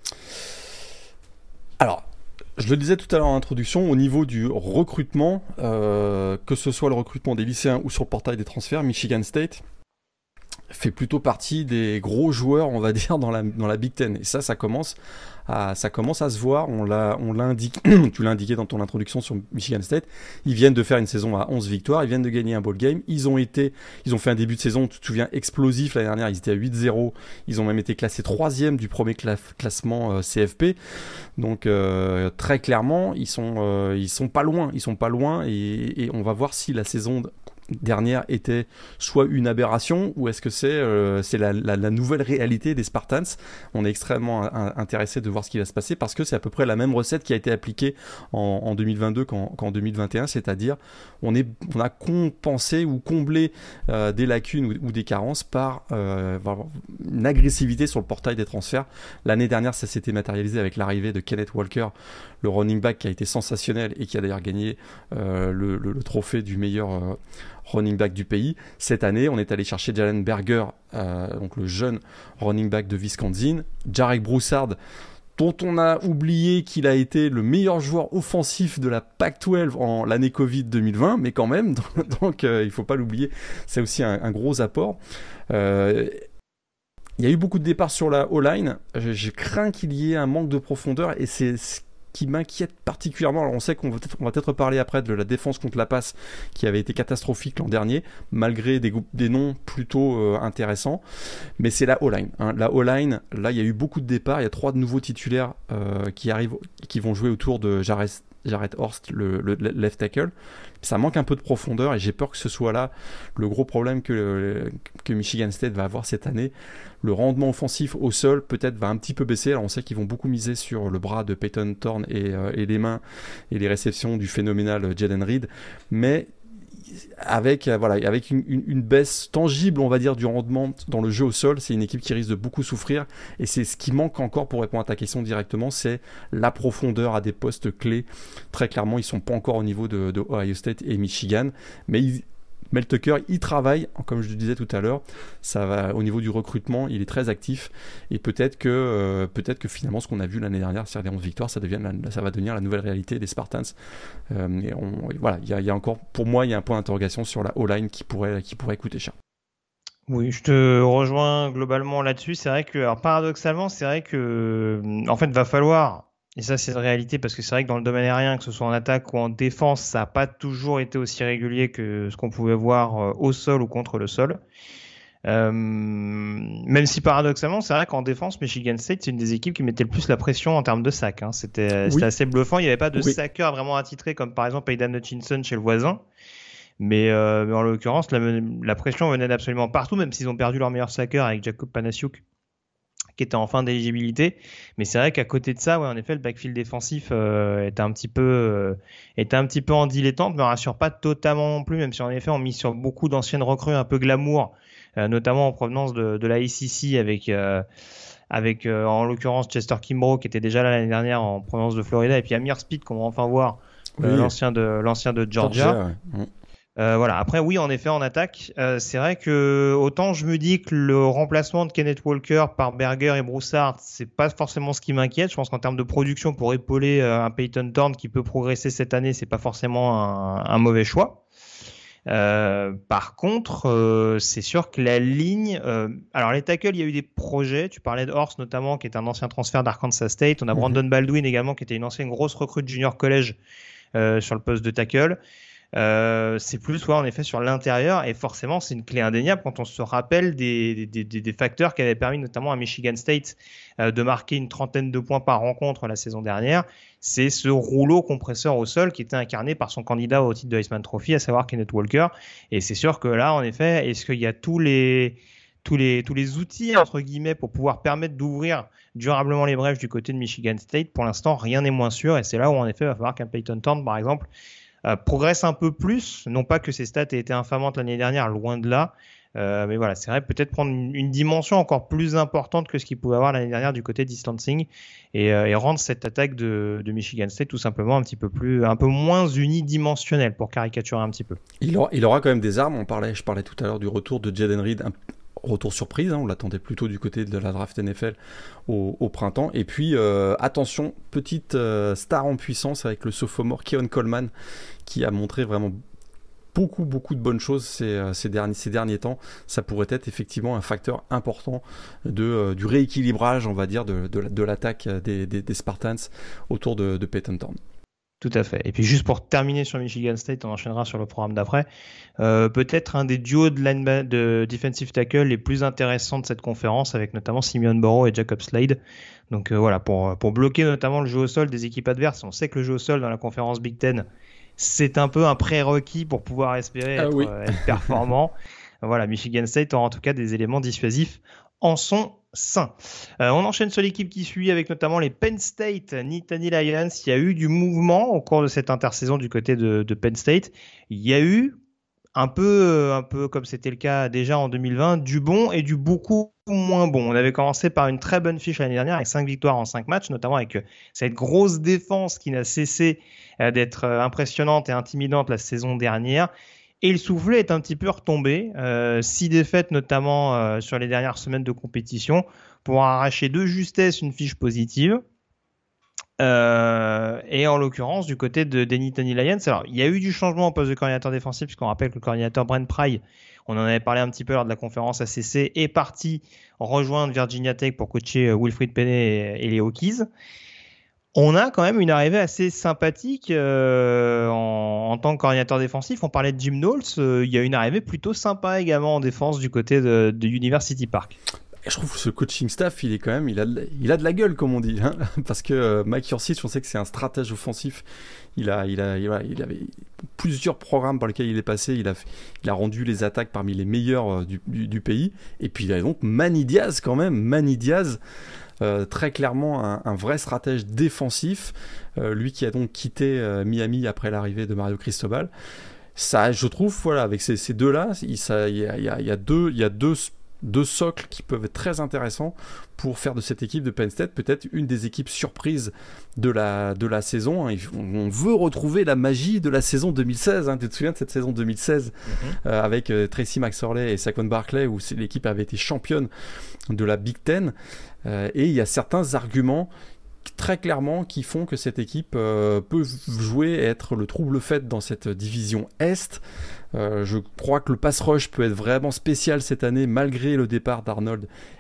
Alors, je le disais tout à l'heure en introduction, au niveau du recrutement, euh, que ce soit le recrutement des lycéens ou sur le portail des transferts, Michigan State fait plutôt partie des gros joueurs, on va dire, dans la, dans la Big Ten. Et ça, ça commence à, ça commence à se voir. On l'a, on l'a indiqué, tu l'as indiqué dans ton introduction sur Michigan State. Ils viennent de faire une saison à onze victoires. Ils viennent de gagner un bowl game. Ils ont été, ils ont fait un début de saison, tu te souviens, explosif l'année dernière. Ils étaient à huit zéro. Ils ont même été classés troisième du premier cla- classement euh, C F P. Donc, euh, très clairement, ils sont, euh, ils sont pas loin. Ils sont pas loin et, et on va voir si la saison dernière était soit une aberration ou est-ce que c'est, euh, c'est la, la, la nouvelle réalité des Spartans. On est extrêmement a, intéressé de voir ce qui va se passer parce que c'est à peu près la même recette qui a été appliquée en, en deux mille vingt-deux qu'en, qu'en deux mille vingt et un, c'est-à-dire on, est, on a compensé ou comblé euh, des lacunes ou, ou des carences par euh, une agressivité sur le portail des transferts. L'année dernière, ça s'était matérialisé avec l'arrivée de Kenneth Walker, le running back qui a été sensationnel et qui a d'ailleurs gagné euh, le, le, le trophée du meilleur euh, running back du pays. Cette année, on est allé chercher Jalen Berger, euh, donc le jeune running back de Wisconsin, Jarek Broussard, dont on a oublié qu'il a été le meilleur joueur offensif de la Pac douze en l'année Covid deux mille vingt, mais quand même, donc, donc euh, il ne faut pas l'oublier, c'est aussi un, un gros apport. Euh, il y a eu beaucoup de départs sur la O-line, je, je crains qu'il y ait un manque de profondeur et c'est ce qui m'inquiète particulièrement. Alors on sait qu'on va peut-être, on va peut-être parler après de la défense contre la passe qui avait été catastrophique l'an dernier, malgré des, des noms plutôt euh, intéressants, mais c'est la O-line, hein. La O-line, là il y a eu beaucoup de départs, il y a trois nouveaux titulaires euh, qui arrivent, qui vont jouer autour de Jared, Jared Horst, le, le left tackle. Ça manque un peu de profondeur et j'ai peur que ce soit là le gros problème que, que Michigan State va avoir cette année. Le rendement offensif au sol peut-être va un petit peu baisser. Alors on sait qu'ils vont beaucoup miser sur le bras de Peyton Thorne et, euh, et les mains et les réceptions du phénoménal Jaden Reed, mais avec, euh, voilà, avec une, une, une baisse tangible, on va dire, du rendement dans le jeu au sol, c'est une équipe qui risque de beaucoup souffrir et c'est ce qui manque encore pour répondre à ta question directement, c'est la profondeur à des postes clés. Très clairement, ils sont pas encore au niveau de, de Ohio State et Michigan, mais ils Mel Tucker, il travaille, comme je le disais tout à l'heure, ça va au niveau du recrutement, il est très actif et peut-être que, euh, peut-être que finalement ce qu'on a vu l'année dernière, c'est-à-dire les onze victoires, ça, devient la, ça va devenir la nouvelle réalité des Spartans. Euh, et on, voilà, il y, y a encore, pour moi, il y a un point d'interrogation sur la O-line qui pourrait, qui pourrait coûter cher. Oui, je te rejoins globalement là-dessus. C'est vrai que, alors paradoxalement, c'est vrai que, en fait, va falloir. Et ça, c'est une réalité parce que c'est vrai que dans le domaine aérien, que ce soit en attaque ou en défense, ça n'a pas toujours été aussi régulier que ce qu'on pouvait voir au sol ou contre le sol. Euh, même si paradoxalement, c'est vrai qu'en défense, Michigan State, c'est une des équipes qui mettait le plus la pression en termes de sacs. Hein. C'était, oui. c'était assez bluffant. Il n'y avait pas de oui. saqueur vraiment attitré comme par exemple Aidan Hutchinson chez le voisin. Mais, euh, mais en l'occurrence, la, la pression venait d'absolument partout, même s'ils ont perdu leur meilleur saqueur avec Jacob Panasiuk, qui était en fin d'éligibilité. Mais c'est vrai qu'à côté de ça, ouais, en effet, le backfield défensif euh, était un petit peu, euh, était un petit peu en dilettante, mais ne rassure pas totalement non plus, même si en effet, on mise sur beaucoup d'anciennes recrues un peu glamour, euh, notamment en provenance de, de la A C C avec, euh, avec euh, en l'occurrence Chester Kimbrough, qui était déjà là l'année dernière en provenance de Florida, et puis Amir Speed, qu'on va enfin voir, euh, oui. l'ancien de, l'ancien de Georgia. Georgia ouais. Euh, voilà. Après, oui, en effet, en attaque, euh, c'est vrai que autant je me dis que le remplacement de Kenneth Walker par Berger et Broussard, c'est pas forcément ce qui m'inquiète. Je pense qu'en termes de production, pour épauler euh, un Peyton Thorne qui peut progresser cette année, c'est pas forcément un, un mauvais choix. Euh, par contre, euh, c'est sûr que la ligne, euh, alors les tackles, il y a eu des projets. Tu parlais de Horst notamment, qui est un ancien transfert d'Arkansas State. On a mm-hmm. Brandon Baldwin également, qui était une ancienne grosse recrue de junior college euh, sur le poste de tackle. Euh, c'est plus ouais, en effet sur l'intérieur et forcément c'est une clé indéniable quand on se rappelle des, des, des, des facteurs qui avaient permis notamment à Michigan State euh, de marquer une trentaine de points par rencontre la saison dernière. C'est ce rouleau compresseur au sol qui était incarné par son candidat au titre de Heisman Trophy, à savoir Kenneth Walker. Et c'est sûr que là en effet, est-ce qu'il y a tous les tous les tous les outils entre guillemets pour pouvoir permettre d'ouvrir durablement les brèches du côté de Michigan State? Pour l'instant, rien n'est moins sûr et c'est là où en effet il va falloir qu'un Peyton Thorne par exemple Euh, progresse un peu plus, non pas que ses stats aient été infamantes l'année dernière, loin de là, euh, mais voilà, c'est vrai peut-être prendre une, une dimension encore plus importante que ce qu'il pouvait avoir l'année dernière du côté distancing et, euh, et rendre cette attaque de, de Michigan State tout simplement un petit peu plus, un peu moins unidimensionnelle pour caricaturer un petit peu. Il aura, il aura quand même des armes. On parlait, je parlais tout à l'heure du retour de Jaden Reed. Un... Retour surprise, hein, on l'attendait plutôt du côté de la draft N F L au, au printemps. Et puis, euh, attention, petite euh, star en puissance avec le sophomore Keon Coleman qui a montré vraiment beaucoup, beaucoup de bonnes choses ces, ces, derniers, ces derniers temps. Ça pourrait être effectivement un facteur important de, euh, du rééquilibrage, on va dire, de, de, de l'attaque des, des, des Spartans autour de, de Peyton Thorne. Tout à fait. Et puis juste pour terminer sur Michigan State, on enchaînera sur le programme d'après. Euh, peut-être un des duos de, line de defensive tackle les plus intéressants de cette conférence, avec notamment Simeon Burrow et Jacob Slade. Donc euh, voilà, pour, pour bloquer notamment le jeu au sol des équipes adverses. On sait que le jeu au sol dans la conférence Big Ten, c'est un peu un prérequis pour pouvoir espérer ah, être, oui. euh, être performant. Voilà, Michigan State aura en tout cas des éléments dissuasifs en son sein. Euh, on enchaîne sur l'équipe qui suit avec notamment les Penn State Nittany Lions. Il y a eu du mouvement au cours de cette intersaison du côté de, de Penn State. Il y a eu un peu, un peu comme c'était le cas déjà en deux mille vingt, du bon et du beaucoup moins bon. On avait commencé par une très bonne fiche l'année dernière avec cinq victoires en cinq matchs, notamment avec cette grosse défense qui n'a cessé d'être impressionnante et intimidante la saison dernière. Et le soufflet est un petit peu retombé. Euh, six défaites notamment euh, sur les dernières semaines de compétition pour arracher de justesse une fiche positive. Euh, et en l'occurrence, du côté de, des Nittany Lions, alors il y a eu du changement au poste de coordinateur défensif, puisqu'on rappelle que le coordinateur Brent Pry, on en avait parlé un petit peu lors de la conférence A C C, est parti rejoindre Virginia Tech pour coacher Wilfried Penney et, et les Hokies. On a quand même une arrivée assez sympathique euh, en, en tant que coordinateur défensif. On parlait de Jim Knowles, euh, il y a une arrivée plutôt sympa également en défense du côté de, de University Park. Je trouve que ce coaching staff, il est quand même, il a de, il a de la gueule comme on dit, hein, parce que euh, Mike Yurcich, on sait que c'est un stratège offensif. Il a, il a, il a, il avait plusieurs programmes par lesquels il est passé. Il a, il a rendu les attaques parmi les meilleurs euh, du, du, du pays. Et puis il a donc Manny Diaz quand même, Manny Diaz. Euh, très clairement un, un vrai stratège défensif, euh, lui qui a donc quitté euh, Miami après l'arrivée de Mario Cristobal. Ça, je trouve, voilà, avec ces, ces deux-là, il, ça, il, y a, il, y a, il y a deux, il y a deux, deux socles qui peuvent être très intéressants pour faire de cette équipe de Penn State peut-être une des équipes surprises de la, de la saison. On veut retrouver la magie de la saison deux mille seize. Hein. Tu te souviens de cette saison deux mille seize mm-hmm. euh, avec euh, Tracy McSorley et Saquon Barkley où l'équipe avait été championne de la Big Ten. Euh, et il y a certains arguments très clairement qui font que cette équipe euh, peut jouer et être le trouble-fête dans cette division Est. Euh, je crois que le pass rush peut être vraiment spécial cette année malgré le départ d'Arnold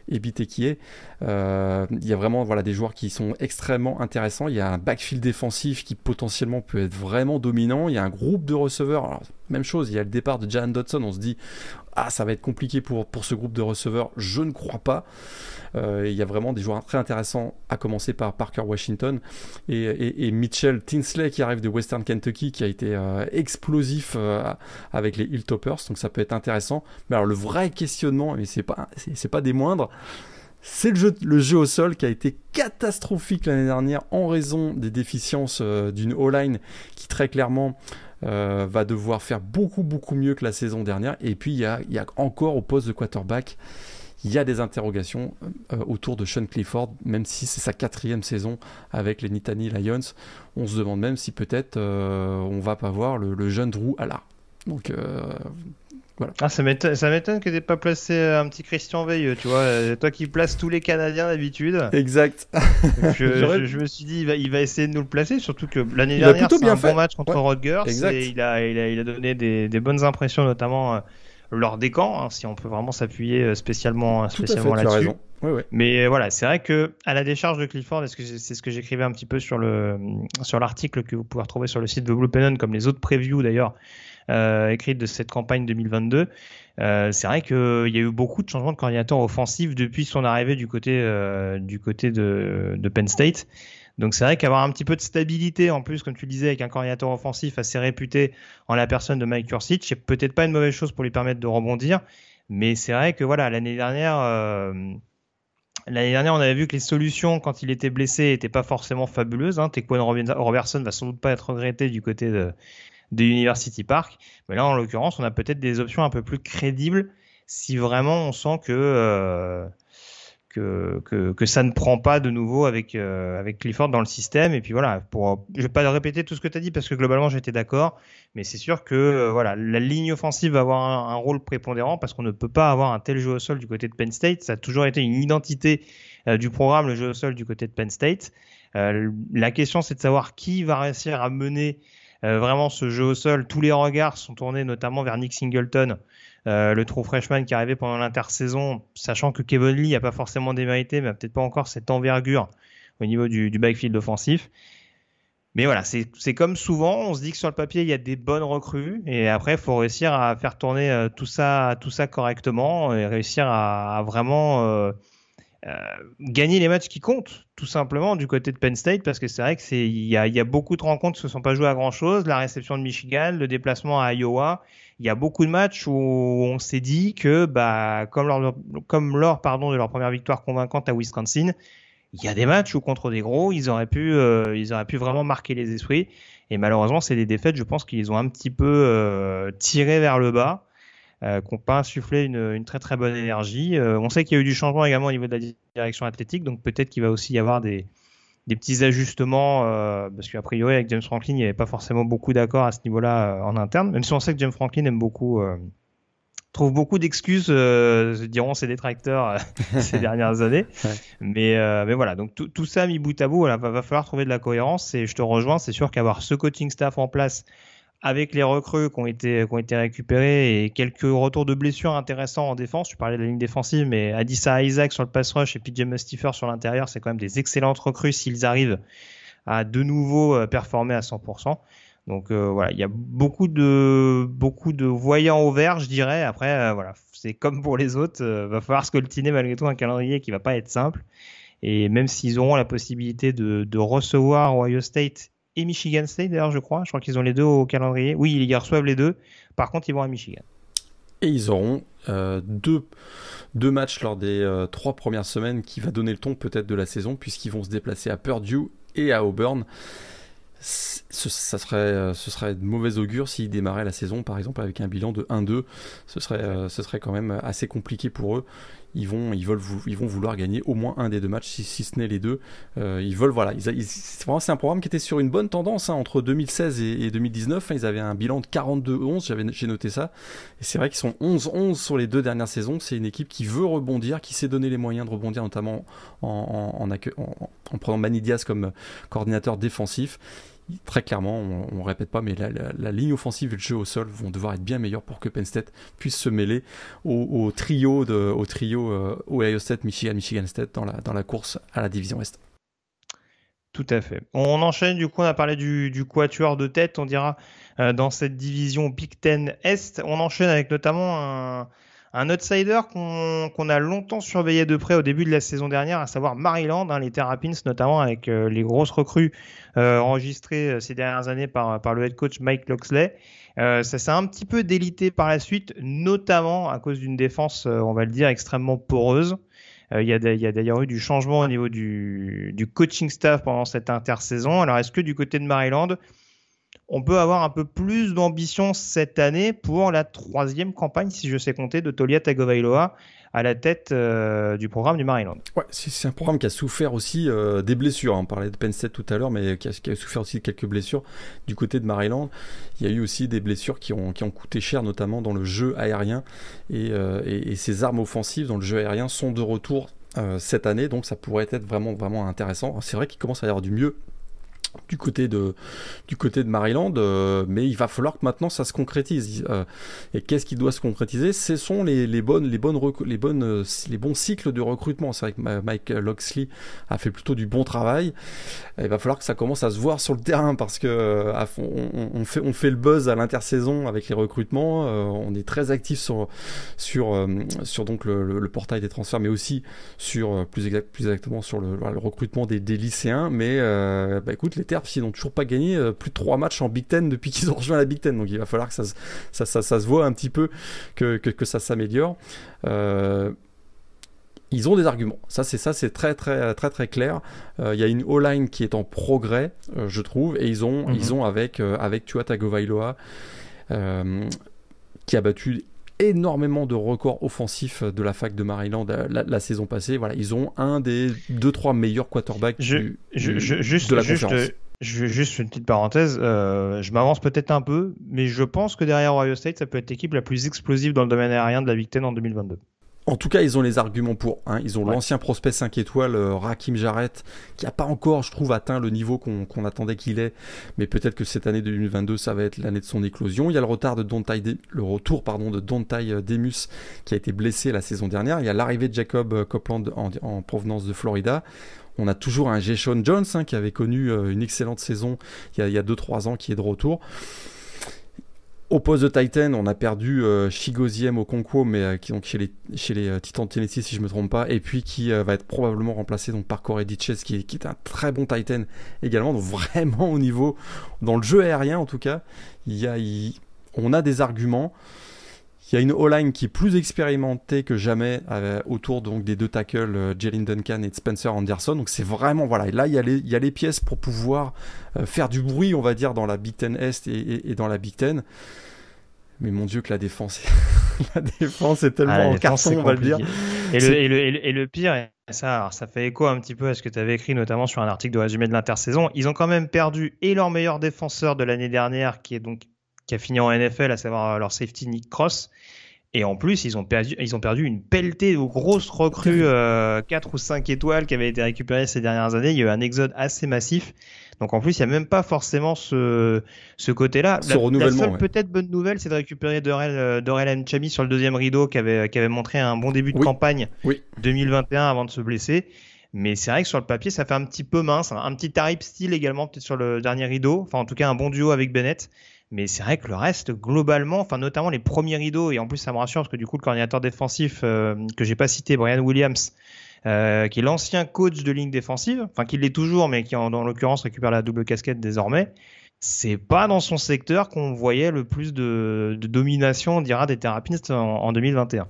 et Bitekié. Euh, il y a vraiment voilà, des joueurs qui sont extrêmement intéressants. Il y a un backfield défensif qui potentiellement peut être vraiment dominant. Il y a un groupe de receveurs. Alors, même chose, il y a le départ de Jahan Dotson. On se dit, ah, ça va être compliqué pour, pour ce groupe de receveurs. Je ne crois pas. Euh, il y a vraiment des joueurs très intéressants, à commencer par Parker Washington et, et, et Mitchell Tinsley qui arrive de Western Kentucky, qui a été euh, explosif euh, avec les Hilltoppers, donc ça peut être intéressant. Mais alors le vrai questionnement, et c'est pas, c'est, c'est pas des moindres, c'est le jeu, le jeu au sol qui a été catastrophique l'année dernière en raison des déficiences euh, d'une O-line qui très clairement euh, va devoir faire beaucoup beaucoup mieux que la saison dernière. Et puis il y a, il y a encore au poste de quarterback, il y a des interrogations euh, autour de Sean Clifford, même si c'est sa quatrième saison avec les Nittany Lions. On se demande même si peut-être euh, on va pas voir le, le jeune Drew Allard. Donc euh, voilà. Ah, ça m'étonne, ça m'étonne que tu n'aies pas placé un petit Christian Veilleux, tu vois, toi qui places tous les Canadiens d'habitude. Exact. Je, je, je me suis dit, il va, il va essayer de nous le placer, surtout que l'année il dernière, c'est bien un fait. bon match contre ouais. Rutgers, exact. et il a, il a, il a donné des, des bonnes impressions, notamment euh, lors des camps, hein, si on peut vraiment s'appuyer spécialement, spécialement fait, là-dessus. Oui, oui. Mais euh, voilà, c'est vrai que à la décharge de Clifford, est-ce que c'est ce que j'écrivais un petit peu sur le sur l'article que vous pouvez retrouver sur le site de Blue Pennon, comme les autres previews d'ailleurs euh, écrites de cette campagne deux mille vingt-deux. Euh, c'est vrai qu'il y a eu beaucoup de changements de coordinateur offensif depuis son arrivée du côté euh, du côté de, de Penn State. Donc c'est vrai qu'avoir un petit peu de stabilité en plus, comme tu le disais, avec un coordinateur offensif assez réputé en la personne de Mike Yurcich, c'est peut-être pas une mauvaise chose pour lui permettre de rebondir. Mais c'est vrai que voilà, l'année dernière, euh, l'année dernière, on avait vu que les solutions quand il était blessé n'étaient pas forcément fabuleuses. Hein. Tequan Robertson va sans doute pas être regretté du côté de, de University Park, mais là en l'occurrence, on a peut-être des options un peu plus crédibles si vraiment on sent que euh, Que, que, que ça ne prend pas de nouveau avec, euh, avec Clifford dans le système. Et puis voilà, pour, je ne vais pas répéter tout ce que tu as dit parce que globalement j'étais d'accord, mais c'est sûr que euh, voilà, la ligne offensive va avoir un, un rôle prépondérant parce qu'on ne peut pas avoir un tel jeu au sol du côté de Penn State. Ça a toujours été une identité euh, du programme, le jeu au sol du côté de Penn State. Euh, la question, c'est de savoir qui va réussir à mener euh, vraiment ce jeu au sol. Tous les regards sont tournés notamment vers Nick Singleton, Euh, le true freshman qui est arrivé pendant l'intersaison, sachant que Kevin Lee n'a pas forcément démérité, mais n'a peut-être pas encore cette envergure au niveau du, du backfield offensif. Mais voilà, c'est, c'est comme souvent, on se dit que sur le papier, il y a des bonnes recrues, et après, il faut réussir à faire tourner euh, tout ça, tout ça correctement, et réussir à, à vraiment euh, euh, gagner les matchs qui comptent, tout simplement, du côté de Penn State, parce que c'est vrai qu'il y a, y a beaucoup de rencontres qui ne se sont pas jouées à grand-chose, la réception de Michigan, le déplacement à Iowa. Il y a beaucoup de matchs où on s'est dit que, bah, comme lors, comme lors pardon, de leur première victoire convaincante à Wisconsin, il y a des matchs où contre des gros, ils auraient pu, euh, ils auraient pu vraiment marquer les esprits. Et malheureusement, c'est des défaites, je pense qu'ils ont un petit peu euh, tiré vers le bas, euh, qui n'ont pas insufflé une, une très très bonne énergie. Euh, on sait qu'il y a eu du changement également au niveau de la direction athlétique, donc peut-être qu'il va aussi y avoir des des petits ajustements, euh, parce qu'a priori avec James Franklin, il n'y avait pas forcément beaucoup d'accords à ce niveau-là euh, en interne, même si on sait que James Franklin aime beaucoup, euh, trouve beaucoup d'excuses, euh, diront ses détracteurs euh, ces dernières années. Ouais. Mais, euh, mais voilà, donc tout, tout ça mis bout à bout, voilà, va, va falloir trouver de la cohérence, et je te rejoins, c'est sûr qu'avoir ce coaching staff en place, avec les recrues qui ont été, qui ont été récupérés et quelques retours de blessures intéressants en défense. Tu parlais de la ligne défensive, mais Adissa Isaac sur le pass rush et puis James Stiffer sur l'intérieur, c'est quand même des excellentes recrues s'ils arrivent à de nouveau performer à cent pour cent. Donc euh, voilà, il y a beaucoup de, beaucoup de voyants au vert, je dirais. Après, euh, voilà, c'est comme pour les autres, euh, va falloir scoltiner malgré tout un calendrier qui va pas être simple. Et même s'ils auront la possibilité de, de recevoir Ohio State et Michigan State d'ailleurs, je crois. Je crois qu'ils ont les deux au calendrier. Oui, ils reçoivent les deux. Par contre, ils vont à Michigan. Et ils auront euh, deux, deux matchs lors des euh, trois premières semaines qui va donner le ton peut-être de la saison, puisqu'ils vont se déplacer à Purdue et à Auburn. Ce, ça serait, ce serait de mauvais augure s'ils démarraient la saison, par exemple, avec un bilan de un deux. Ce serait, euh, ce serait quand même assez compliqué pour eux. Ils vont, ils, veulent, ils vont vouloir gagner au moins un des deux matchs, si, si ce n'est les deux. Euh, ils veulent, voilà. Ils, ils, c'est, vraiment, c'est un programme qui était sur une bonne tendance hein, entre deux mille seize et, et deux mille dix-neuf. Hein, ils avaient un bilan de quarante-deux onze, j'avais, j'ai noté ça. Et c'est vrai qu'ils sont onze onze sur les deux dernières saisons. C'est une équipe qui veut rebondir, qui s'est donné les moyens de rebondir, notamment en, en, en, en, en prenant Manny Diaz comme coordinateur défensif. très clairement, on ne répète pas, mais la, la, la ligne offensive et le jeu au sol vont devoir être bien meilleurs pour que Penn State puisse se mêler au, au trio, de, au trio euh, Ohio State, Michigan, Michigan State dans la, dans la course à la division Est. Tout à fait. On enchaîne, du coup, on a parlé du, du quatuor de tête, on dira, euh, dans cette division Big Ten Est. On enchaîne avec notamment un, un outsider qu'on, qu'on a longtemps surveillé de près au début de la saison dernière, à savoir Maryland, hein, les Terrapins, notamment avec euh, les grosses recrues euh, enregistrées euh, ces dernières années par, par le head coach Mike Locksley. Euh, ça s'est un petit peu délité par la suite, notamment à cause d'une défense, euh, on va le dire, extrêmement poreuse. Il euh, y, y a d'ailleurs eu du changement au niveau du, du coaching staff pendant cette intersaison. Alors, est-ce que du côté de Maryland, on peut avoir un peu plus d'ambition cette année pour la troisième campagne, si je sais compter, de Taulia Tagovailoa à la tête euh, du programme du Maryland? Ouais, c'est, c'est un programme qui a souffert aussi euh, des blessures. On parlait de Penn State tout à l'heure, mais qui a, qui a souffert aussi de quelques blessures du côté de Maryland. Il y a eu aussi des blessures qui ont, qui ont coûté cher, notamment dans le jeu aérien. Et, euh, et, et ces armes offensives dans le jeu aérien sont de retour euh, cette année, donc ça pourrait être vraiment, vraiment intéressant. C'est vrai qu'il commence à y avoir du mieux du côté de du côté de Maryland, euh, mais il va falloir que maintenant ça se concrétise. Euh, et qu'est-ce qui doit se concrétiser? Ce sont les, les bonnes les bonnes rec- les bonnes euh, les bons cycles de recrutement. C'est vrai que Mike Locksley a fait plutôt du bon travail. Et il va falloir que ça commence à se voir sur le terrain parce que euh, on, on fait on fait le buzz à l'intersaison avec les recrutements. Euh, on est très actif sur sur euh, sur donc le, le, le portail des transferts, mais aussi sur euh, plus exact plus exactement sur le, le recrutement des, des lycéens. Mais euh, bah écoute, les Terps, ils n'ont toujours pas gagné euh, plus de trois matchs en Big Ten depuis qu'ils ont rejoint la Big Ten. Donc il va falloir que ça, ça, ça, ça se voit un petit peu, que, que, que ça s'améliore. Euh, ils ont des arguments. Ça, c'est, ça, c'est très, très, très, très clair. Il euh, y a une O-line qui est en progrès, euh, je trouve. Et ils ont, mm-hmm. ils ont avec, euh, avec Tua Tagovailoa, euh, qui a battu énormément de records offensifs de la fac de Maryland la, la saison passée. Voilà, ils ont un des deux trois meilleurs quarterbacks je, du, je, du, je, juste, de la juste, conférence. Je vais juste une petite parenthèse. Euh, je m'avance peut-être un peu, mais je pense que derrière Ohio State, ça peut être l'équipe la plus explosive dans le domaine aérien de la Big Ten en deux mille vingt-deux. En tout cas, ils ont les arguments pour. Hein. Ils ont ouais. l'ancien prospect cinq étoiles, euh, Rakim Jarrett, qui n'a pas encore, je trouve, atteint le niveau qu'on, qu'on attendait qu'il ait. Mais peut-être que cette année deux mille vingt-deux, ça va être l'année de son éclosion. Il y a le, retard de Dontai De... le retour pardon, de Dontai Demus, qui a été blessé la saison dernière. Il y a l'arrivée de Jacob Copeland en, en provenance de Florida. On a toujours un Jayshon Jones hein, qui avait connu euh, une excellente saison il y a, il y a deux trois ans, qui est de retour. Au poste de Titan, on a perdu euh, Chigoziem Okonkwo, mais euh, qui donc chez les chez les euh, Titans de Tennessee, si je me trompe pas, et puis qui euh, va être probablement remplacé donc par Corey Ditches, qui est, qui est un très bon Titan également. Donc vraiment au niveau dans le jeu aérien en tout cas, il y a il, on a des arguments. Il y a une O-line qui est plus expérimentée que jamais euh, autour donc des deux tackles euh, Jalen Duncan et de Spencer Anderson. Donc c'est vraiment voilà. Et là il y a les il y a les pièces pour pouvoir euh, faire du bruit, on va dire, dans la Big Ten Est et, et, et dans la Big Ten. Mais mon Dieu que la défense, la défense est tellement ah, en carton, on va le dire. Et le, et, le, et, le, et le pire, et ça, alors ça fait écho un petit peu à ce que tu avais écrit notamment sur un article de résumé de l'intersaison. Ils ont quand même perdu et leur meilleur défenseur de l'année dernière, qui est donc qui a fini en N F L, à savoir leur safety Nick Cross. Et en plus, ils ont perdu, ils ont perdu une pelletée de grosses recrues euh, quatre ou cinq étoiles qui avaient été récupérées ces dernières années. Il y a eu un exode assez massif. Donc en plus, il n'y a même pas forcément ce, ce côté-là. Ce la, renouvellement, la seule ouais. peut-être bonne nouvelle, c'est de récupérer Dorel, Dorel Nchami sur le deuxième rideau qui avait, qui avait montré un bon début de oui. campagne oui. deux mille vingt et un avant de se blesser. Mais c'est vrai que sur le papier, ça fait un petit peu mince. Un petit Tarip Steele également, peut-être sur le dernier rideau. Enfin, en tout cas, un bon duo avec Bennett. Mais c'est vrai que le reste, globalement, enfin notamment les premiers rideaux, et en plus ça me rassure parce que du coup le coordinateur défensif euh, que j'ai pas cité, Brian Williams, euh, qui est l'ancien coach de ligne défensive, enfin qui l'est toujours, mais qui en, en l'occurrence récupère la double casquette désormais, c'est pas dans son secteur qu'on voyait le plus de, de domination, on dira, des Terrapins en, en deux mille vingt et un.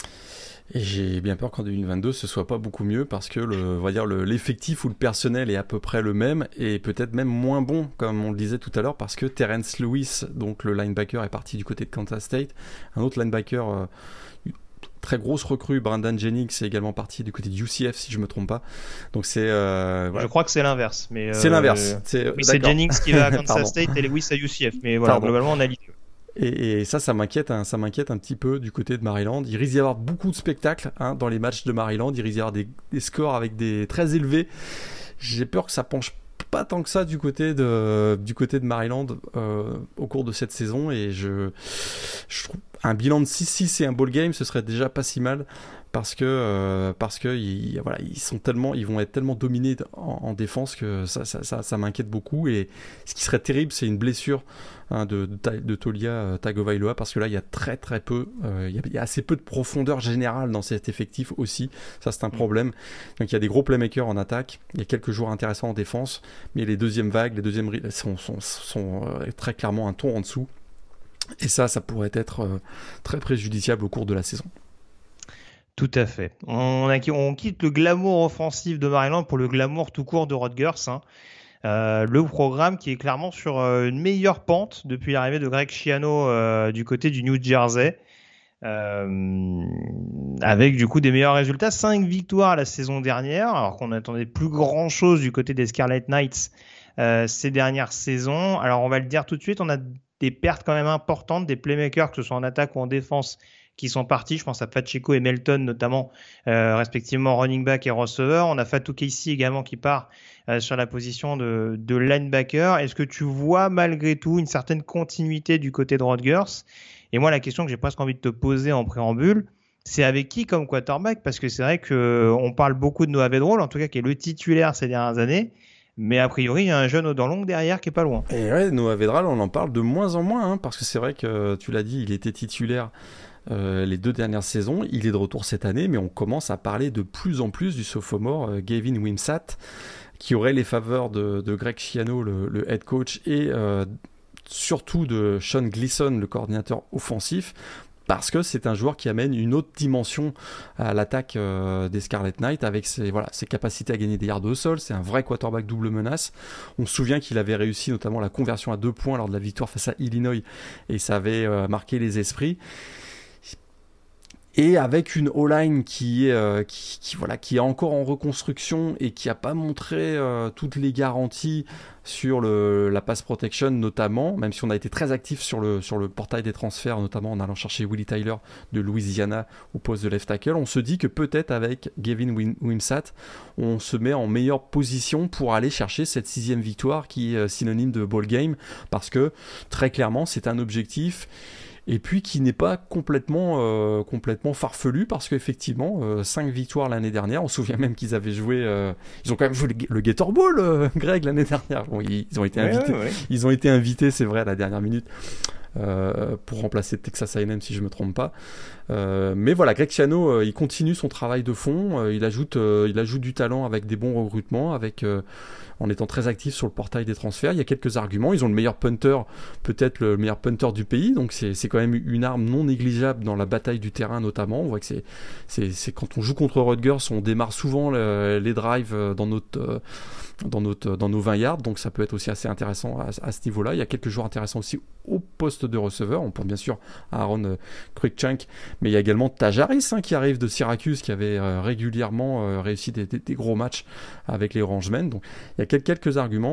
Et j'ai bien peur qu'en deux mille vingt-deux, ce soit pas beaucoup mieux parce que le, on va dire le, l'effectif ou le personnel est à peu près le même et peut-être même moins bon, comme on le disait tout à l'heure, parce que Terrence Lewis, donc le linebacker, est parti du côté de Kansas State. Un autre linebacker, euh, très grosse recrue, Brandon Jennings, est également parti du côté de U C F, si je me trompe pas. Donc c'est. Euh, voilà. Je crois que c'est l'inverse. Mais, euh, c'est l'inverse. C'est, oui, c'est Jennings qui va à Kansas State et Lewis à U C F. Mais voilà, Pardon. globalement, on a l'idée. Et, et ça, ça m'inquiète, hein, ça m'inquiète un petit peu du côté de Maryland. Il risque d'y avoir beaucoup de spectacles hein, dans les matchs de Maryland. Il risque d'y avoir des, des scores avec des très élevés. J'ai peur que ça penche pas tant que ça du côté de, du côté de Maryland euh, au cours de cette saison, et je, je trouve un bilan de six six et un ball game, ce serait déjà pas si mal. Parce que euh, parce que ils, voilà, ils sont tellement, ils vont être tellement dominés en, en défense que ça ça, ça ça m'inquiète beaucoup. Et ce qui serait terrible, c'est une blessure hein, de, de de Tolia Tagovailoa, parce que là il y a très très peu, euh, il, y a, il y a assez peu de profondeur générale dans cet effectif aussi. Ça c'est un problème. Donc il y a des gros playmakers en attaque, il y a quelques joueurs intéressants en défense, mais les deuxièmes vagues, les deuxièmes sont sont sont euh, très clairement un ton en dessous. Et ça ça pourrait être euh, très préjudiciable au cours de la saison. Tout à fait. On, a, on quitte le glamour offensif de Maryland pour le glamour tout court de Rutgers. Hein. Euh, le programme qui est clairement sur euh, une meilleure pente depuis l'arrivée de Greg Schiano euh, du côté du New Jersey. Euh, avec du coup des meilleurs résultats. cinq victoires la saison dernière, alors qu'on n'attendait plus grand chose du côté des Scarlet Knights euh, ces dernières saisons. Alors on va le dire tout de suite, on a des pertes quand même importantes, des playmakers, que ce soit en attaque ou en défense, qui sont partis. Je pense à Pacheco et Melton notamment, euh, respectivement running back et receveur. On a Fatou Keissi également qui part euh, sur la position de, de linebacker. Est-ce que tu vois malgré tout une certaine continuité du côté de Rutgers? Et moi, la question que j'ai presque envie de te poser en préambule, c'est avec qui comme quarterback? Parce que c'est vrai qu'on parle beaucoup de Noah Vedral, en tout cas qui est le titulaire ces dernières années. Mais a priori, il y a un jeune aux dents longues derrière qui est pas loin. Et ouais, Noah Vedral, on en parle de moins en moins, hein, parce que c'est vrai que tu l'as dit, il était titulaire Euh, les deux dernières saisons, il est de retour cette année, mais on commence à parler de plus en plus du sophomore euh, Gavin Wimsatt, qui aurait les faveurs de, de Greg Schiano, le, le head coach, et euh, surtout de Sean Gleason, le coordinateur offensif, parce que c'est un joueur qui amène une autre dimension à l'attaque euh, des Scarlet Knights, avec ses, voilà, ses capacités à gagner des yards au sol. C'est un vrai quarterback double menace. On se souvient qu'il avait réussi notamment la conversion à deux points lors de la victoire face à Illinois, et ça avait euh, marqué les esprits. Et avec une O-line qui est, euh, qui, qui, voilà, qui est encore en reconstruction et qui n'a pas montré euh, toutes les garanties sur le, la pass protection notamment, même si on a été très actif sur le, sur le portail des transferts, notamment en allant chercher Willie Tyler de Louisiana au poste de left tackle, on se dit que peut-être avec Gavin Wimsatt, on se met en meilleure position pour aller chercher cette sixième victoire qui est synonyme de ball game, parce que très clairement c'est un objectif, et puis qui n'est pas complètement, euh, complètement farfelu, parce qu'effectivement, euh, cinq victoires l'année dernière, on se souvient même qu'ils avaient joué, euh, ils ont quand même joué le, le Gator Bowl, euh, Greg, l'année dernière. Bon, ils, ils ont été invités, ouais, ouais, ouais. Ils ont été invités, c'est vrai, à la dernière minute, euh, pour remplacer Texas A and M, si je ne me trompe pas. Euh, mais voilà, Greg Schiano, euh, il continue son travail de fond, euh, il, ajoute, euh, il ajoute du talent avec des bons recrutements, avec... Euh, en étant très actif sur le portail des transferts. Il y a quelques arguments. Ils ont le meilleur punter, peut-être le meilleur punter du pays, donc c'est, c'est quand même une arme non négligeable dans la bataille du terrain notamment. On voit que c'est, c'est, c'est quand on joue contre Rutgers, on démarre souvent le, les drives dans notre, dans, notre, dans nos vingt yards, donc ça peut être aussi assez intéressant à, à ce niveau-là. Il y a quelques joueurs intéressants aussi au poste de receveur. On pense bien sûr à Aaron euh, Cruikshank, mais il y a également Tajaris hein, qui arrive de Syracuse, qui avait euh, régulièrement euh, réussi des, des, des gros matchs avec les Orangemen. Donc il y a quelques arguments.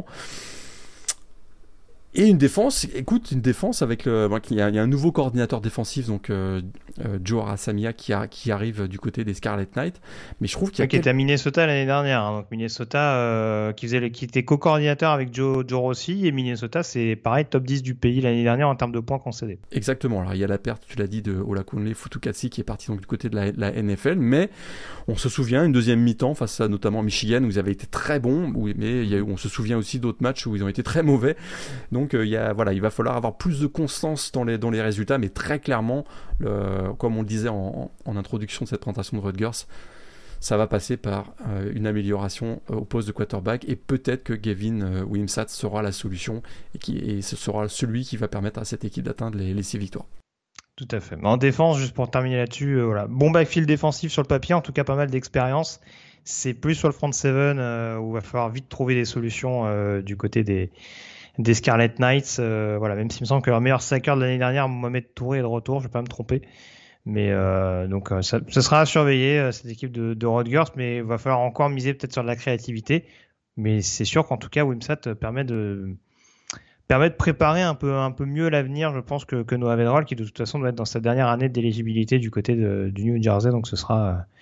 Et une défense, écoute, une défense avec le, bon, il y a, il y a un nouveau coordinateur défensif, donc euh, euh, Joe Arasamia qui, a, qui arrive du côté des Scarlet Knights, mais je trouve qu'il y a qui quel... était à Minnesota l'année dernière, hein, donc Minnesota euh, qui faisait, qui était co-coordinateur avec Joe, Joe Rossi, et Minnesota c'est pareil top dix du pays l'année dernière en termes de points concédés. Exactement. Alors il y a la perte, tu l'as dit, de Olakunle Futukatsi qui est parti donc du côté de la, la N F L, mais on se souvient une deuxième mi-temps face à notamment Michigan où ils avaient été très bons, où, mais il y a, on se souvient aussi d'autres matchs où ils ont été très mauvais. Donc euh, il y a, voilà, il va falloir avoir plus de constance dans les, dans les résultats, mais très clairement, le, comme on le disait en, en introduction de cette présentation de Rutgers, ça va passer par euh, une amélioration euh, au poste de quarterback, et peut-être que Gavin euh, Wimsatt sera la solution et, qui, et ce sera celui qui va permettre à cette équipe d'atteindre les, les six victoires. Tout à fait. En défense, juste pour terminer là-dessus, euh, voilà. Bon backfield défensif sur le papier, en tout cas pas mal d'expérience. C'est plus sur le front seven euh, où il va falloir vite trouver des solutions euh, du côté des des Scarlet Knights, euh, voilà, même s'il me semble que leur meilleur sacker de l'année dernière, Mohamed Touré, est de retour, je vais pas me tromper. Mais euh, donc euh, ça, ça sera à surveiller euh, cette équipe de, de Rutgers, mais il va falloir encore miser peut-être sur de la créativité. Mais c'est sûr qu'en tout cas, Wimsatt permet de permet de préparer un peu un peu mieux l'avenir, je pense, que, que Noah Vedral, qui de toute façon doit être dans sa dernière année d'éligibilité du côté de, du New Jersey, donc ce sera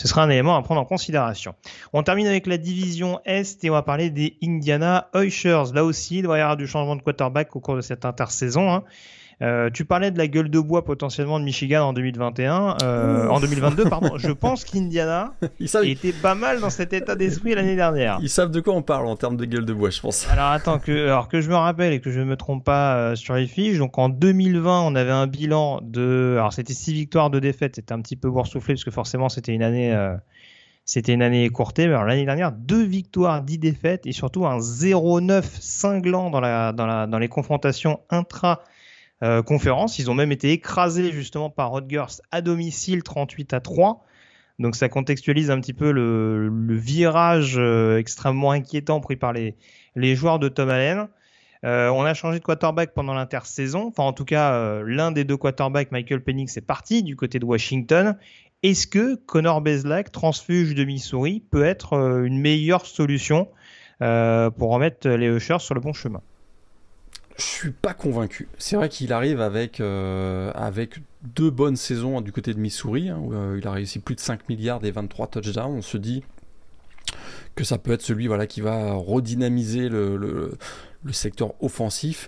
ce sera un élément à prendre en considération. On termine avec la division Est et on va parler des Indiana Hoosiers. Là aussi, il va y avoir du changement de quarterback au cours de cette intersaison. Hein. Euh, tu parlais de la gueule de bois potentiellement de Michigan en deux mille vingt et un, euh, en deux mille vingt-deux, pardon. Je pense qu'Indiana savent... était pas mal dans cet état d'esprit l'année dernière. Ils savent de quoi on parle en termes de gueule de bois, je pense. Alors attends, que, alors que je me rappelle et que je ne me trompe pas euh, sur les fiches. Donc en deux mille vingt, on avait un bilan de, alors c'était six victoires, deux défaites. C'était un petit peu boursouflé parce que forcément c'était une année, euh, c'était une année écourtée. Mais alors l'année dernière, deux victoires, dix défaites et surtout un zéro neuf cinglant dans la, dans la, dans les confrontations intra. Euh, conférence. Ils ont même été écrasés justement par Rutgers à domicile trente-huit à trois. Donc ça contextualise un petit peu le, le virage euh, extrêmement inquiétant pris par les, les joueurs de Tom Allen. Euh, on a changé de quarterback pendant l'intersaison. Enfin en tout cas, euh, l'un des deux quarterbacks, Michael Penix, est parti du côté de Washington. Est-ce que Connor Bazelak, transfuge de Missouri, peut être euh, une meilleure solution euh, pour remettre les Hoosiers sur le bon chemin ? Je suis pas convaincu. C'est vrai qu'il arrive avec, euh, avec deux bonnes saisons hein, du côté de Missouri, hein, où euh, il a réussi plus de cinq milliards et vingt-trois touchdowns. On se dit que ça peut être celui voilà, qui va redynamiser le, le, le secteur offensif.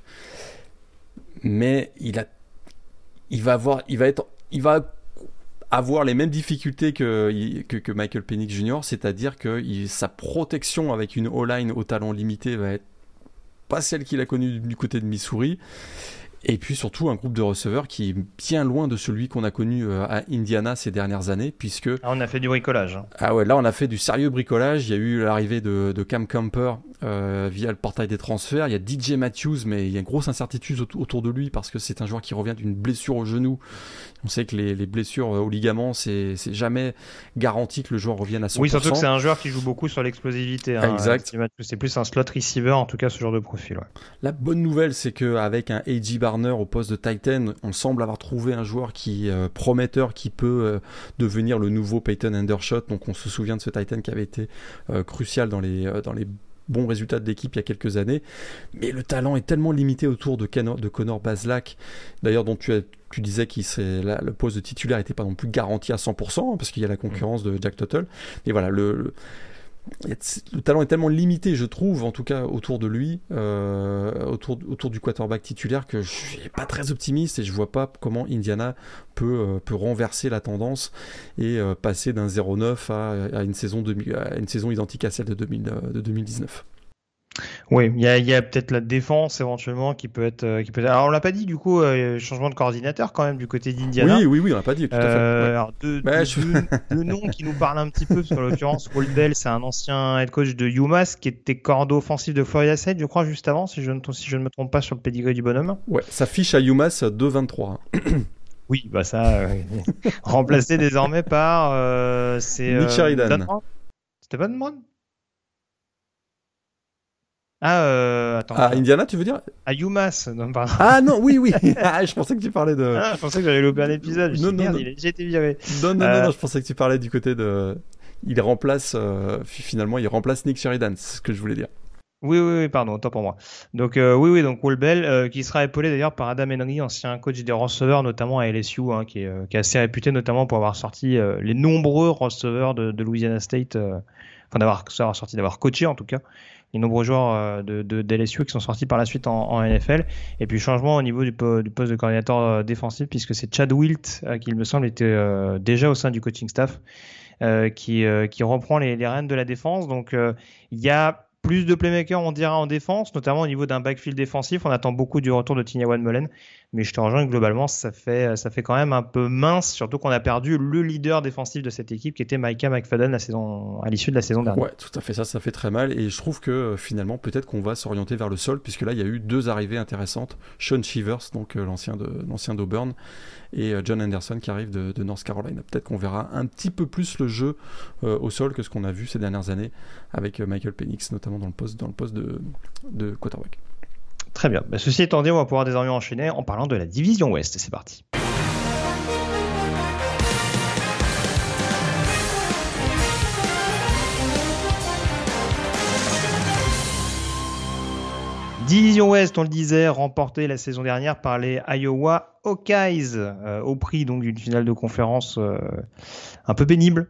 Mais il, a, il, va avoir, il, va être, il va avoir les mêmes difficultés que, que, que Michael Penix junior, c'est-à-dire que il, sa protection avec une O-line au talent limité va être pas celle qu'il a connue du côté de Missouri, et puis surtout un groupe de receveurs qui est bien loin de celui qu'on a connu à Indiana ces dernières années, puisque... Ah, on a fait du bricolage. Hein. Ah ouais, là on a fait du sérieux bricolage. Il y a eu l'arrivée de, de Cam Camper euh, via le portail des transferts. Il y a D J Matthews, mais il y a une grosse incertitude autour de lui parce que c'est un joueur qui revient d'une blessure au genou. On sait que les, les blessures au ligament, c'est, c'est jamais garanti que le joueur revienne à cent pour cent. Oui, surtout que c'est un joueur qui joue beaucoup sur l'explosivité. Hein, exact. C'est plus un slot receiver, en tout cas ce genre de profil. Ouais. La bonne nouvelle, c'est qu'avec un A J Barner au poste de tight end, on semble avoir trouvé un joueur qui euh, prometteur, qui peut euh, devenir le nouveau Peyton Hendershot. Donc on se souvient de ce tight end qui avait été euh, crucial dans les, euh, dans les bons résultats de l'équipe il y a quelques années. Mais le talent est tellement limité autour de, Connor, de Connor Bazelak, d'ailleurs dont tu, as, tu disais que le poste de titulaire n'était pas non plus garanti à cent pour cent, parce qu'il y a la concurrence de Jack Tuttle. Et voilà, le... le le talent est tellement limité, je trouve, en tout cas autour de lui, euh, autour, autour du quarterback titulaire, que je suis pas très optimiste et je vois pas comment Indiana peut, euh, peut renverser la tendance et euh, passer d'un zéro neuf à, à, une saison de, à une saison identique à celle de, deux mille, de deux mille dix-neuf. Oui, il y a, y a peut-être la défense éventuellement qui peut être, qui peut être... Alors on l'a pas dit du coup, euh, changement de coordinateur quand même du côté d'Indiana. Oui, oui, oui, on l'a pas dit. Tout à fait. Euh, ouais. Alors deux, bah, deux, je... deux, deux noms qui nous parlent un petit peu, parce qu'en l'occurrence, Walt Bell, c'est un ancien head coach de UMass qui était cordeau offensif de Florida State, je crois, juste avant, si je ne, si je ne me trompe pas sur le pedigree du bonhomme. Ouais, ça fiche à UMass deux vingt-trois. Oui, bah ça, euh, remplacé désormais par euh, c'est Nick Sheridan. Euh, C'était pas Brown. Ah, euh, attends. À Indiana, tu veux dire? À UMass. Non, pardon. Ah non, oui, oui. Ah, je pensais que tu parlais de. Ah, je pensais que j'avais loupé un épisode. Je non, dis, non, merde, non. il a déjà été viré. Non, non, euh... non, non, je pensais que tu parlais du côté de. Il remplace, euh, finalement, il remplace Nick Sheridan, c'est ce que je voulais dire. Oui, oui, oui, pardon, autant pour moi. Donc, euh, oui, oui, donc Walt Bell, euh, qui sera épaulé d'ailleurs par Adam Henry, ancien coach des receveurs, notamment à L S U, hein, qui, est, euh, qui est assez réputé, notamment pour avoir sorti euh, les nombreux receveurs de, de Louisiana State, euh, enfin, d'avoir, d'avoir sorti, d'avoir coaché en tout cas, les nombreux joueurs euh, de, de, de L S U qui sont sortis par la suite en, en N F L. Et puis, changement au niveau du, du poste de coordinateur euh, défensif, puisque c'est Chad Wilt, euh, qui, il me semble, était euh, déjà au sein du coaching staff, euh, qui, euh, qui reprend les, les rênes de la défense. Donc, il euh, y a plus de playmakers, on dira, en défense, notamment au niveau d'un backfield défensif. On attend beaucoup du retour de Tinyawan Mullen, mais je te rejoins que globalement, ça fait, ça fait quand même un peu mince, surtout qu'on a perdu le leader défensif de cette équipe, qui était Micah McFadden la saison, à l'issue de la saison dernière. Ouais, tout à fait, ça, ça fait très mal. Et je trouve que finalement, peut-être qu'on va s'orienter vers le sol, puisque là, il y a eu deux arrivées intéressantes. Sean Shivers, donc euh, l'ancien, de, l'ancien d'Auburn, et euh, John Anderson qui arrive de, de North Carolina. Peut-être qu'on verra un petit peu plus le jeu euh, au sol que ce qu'on a vu ces dernières années avec euh, Michael Penix, notamment dans le poste, dans le poste de, de quarterback. Très bien. Bah, ceci étant dit, on va pouvoir désormais enchaîner en parlant de la division Ouest. C'est parti. Division Ouest, on le disait, remportée la saison dernière par les Iowa Hawkeyes, euh, au prix donc d'une finale de conférence euh, un peu pénible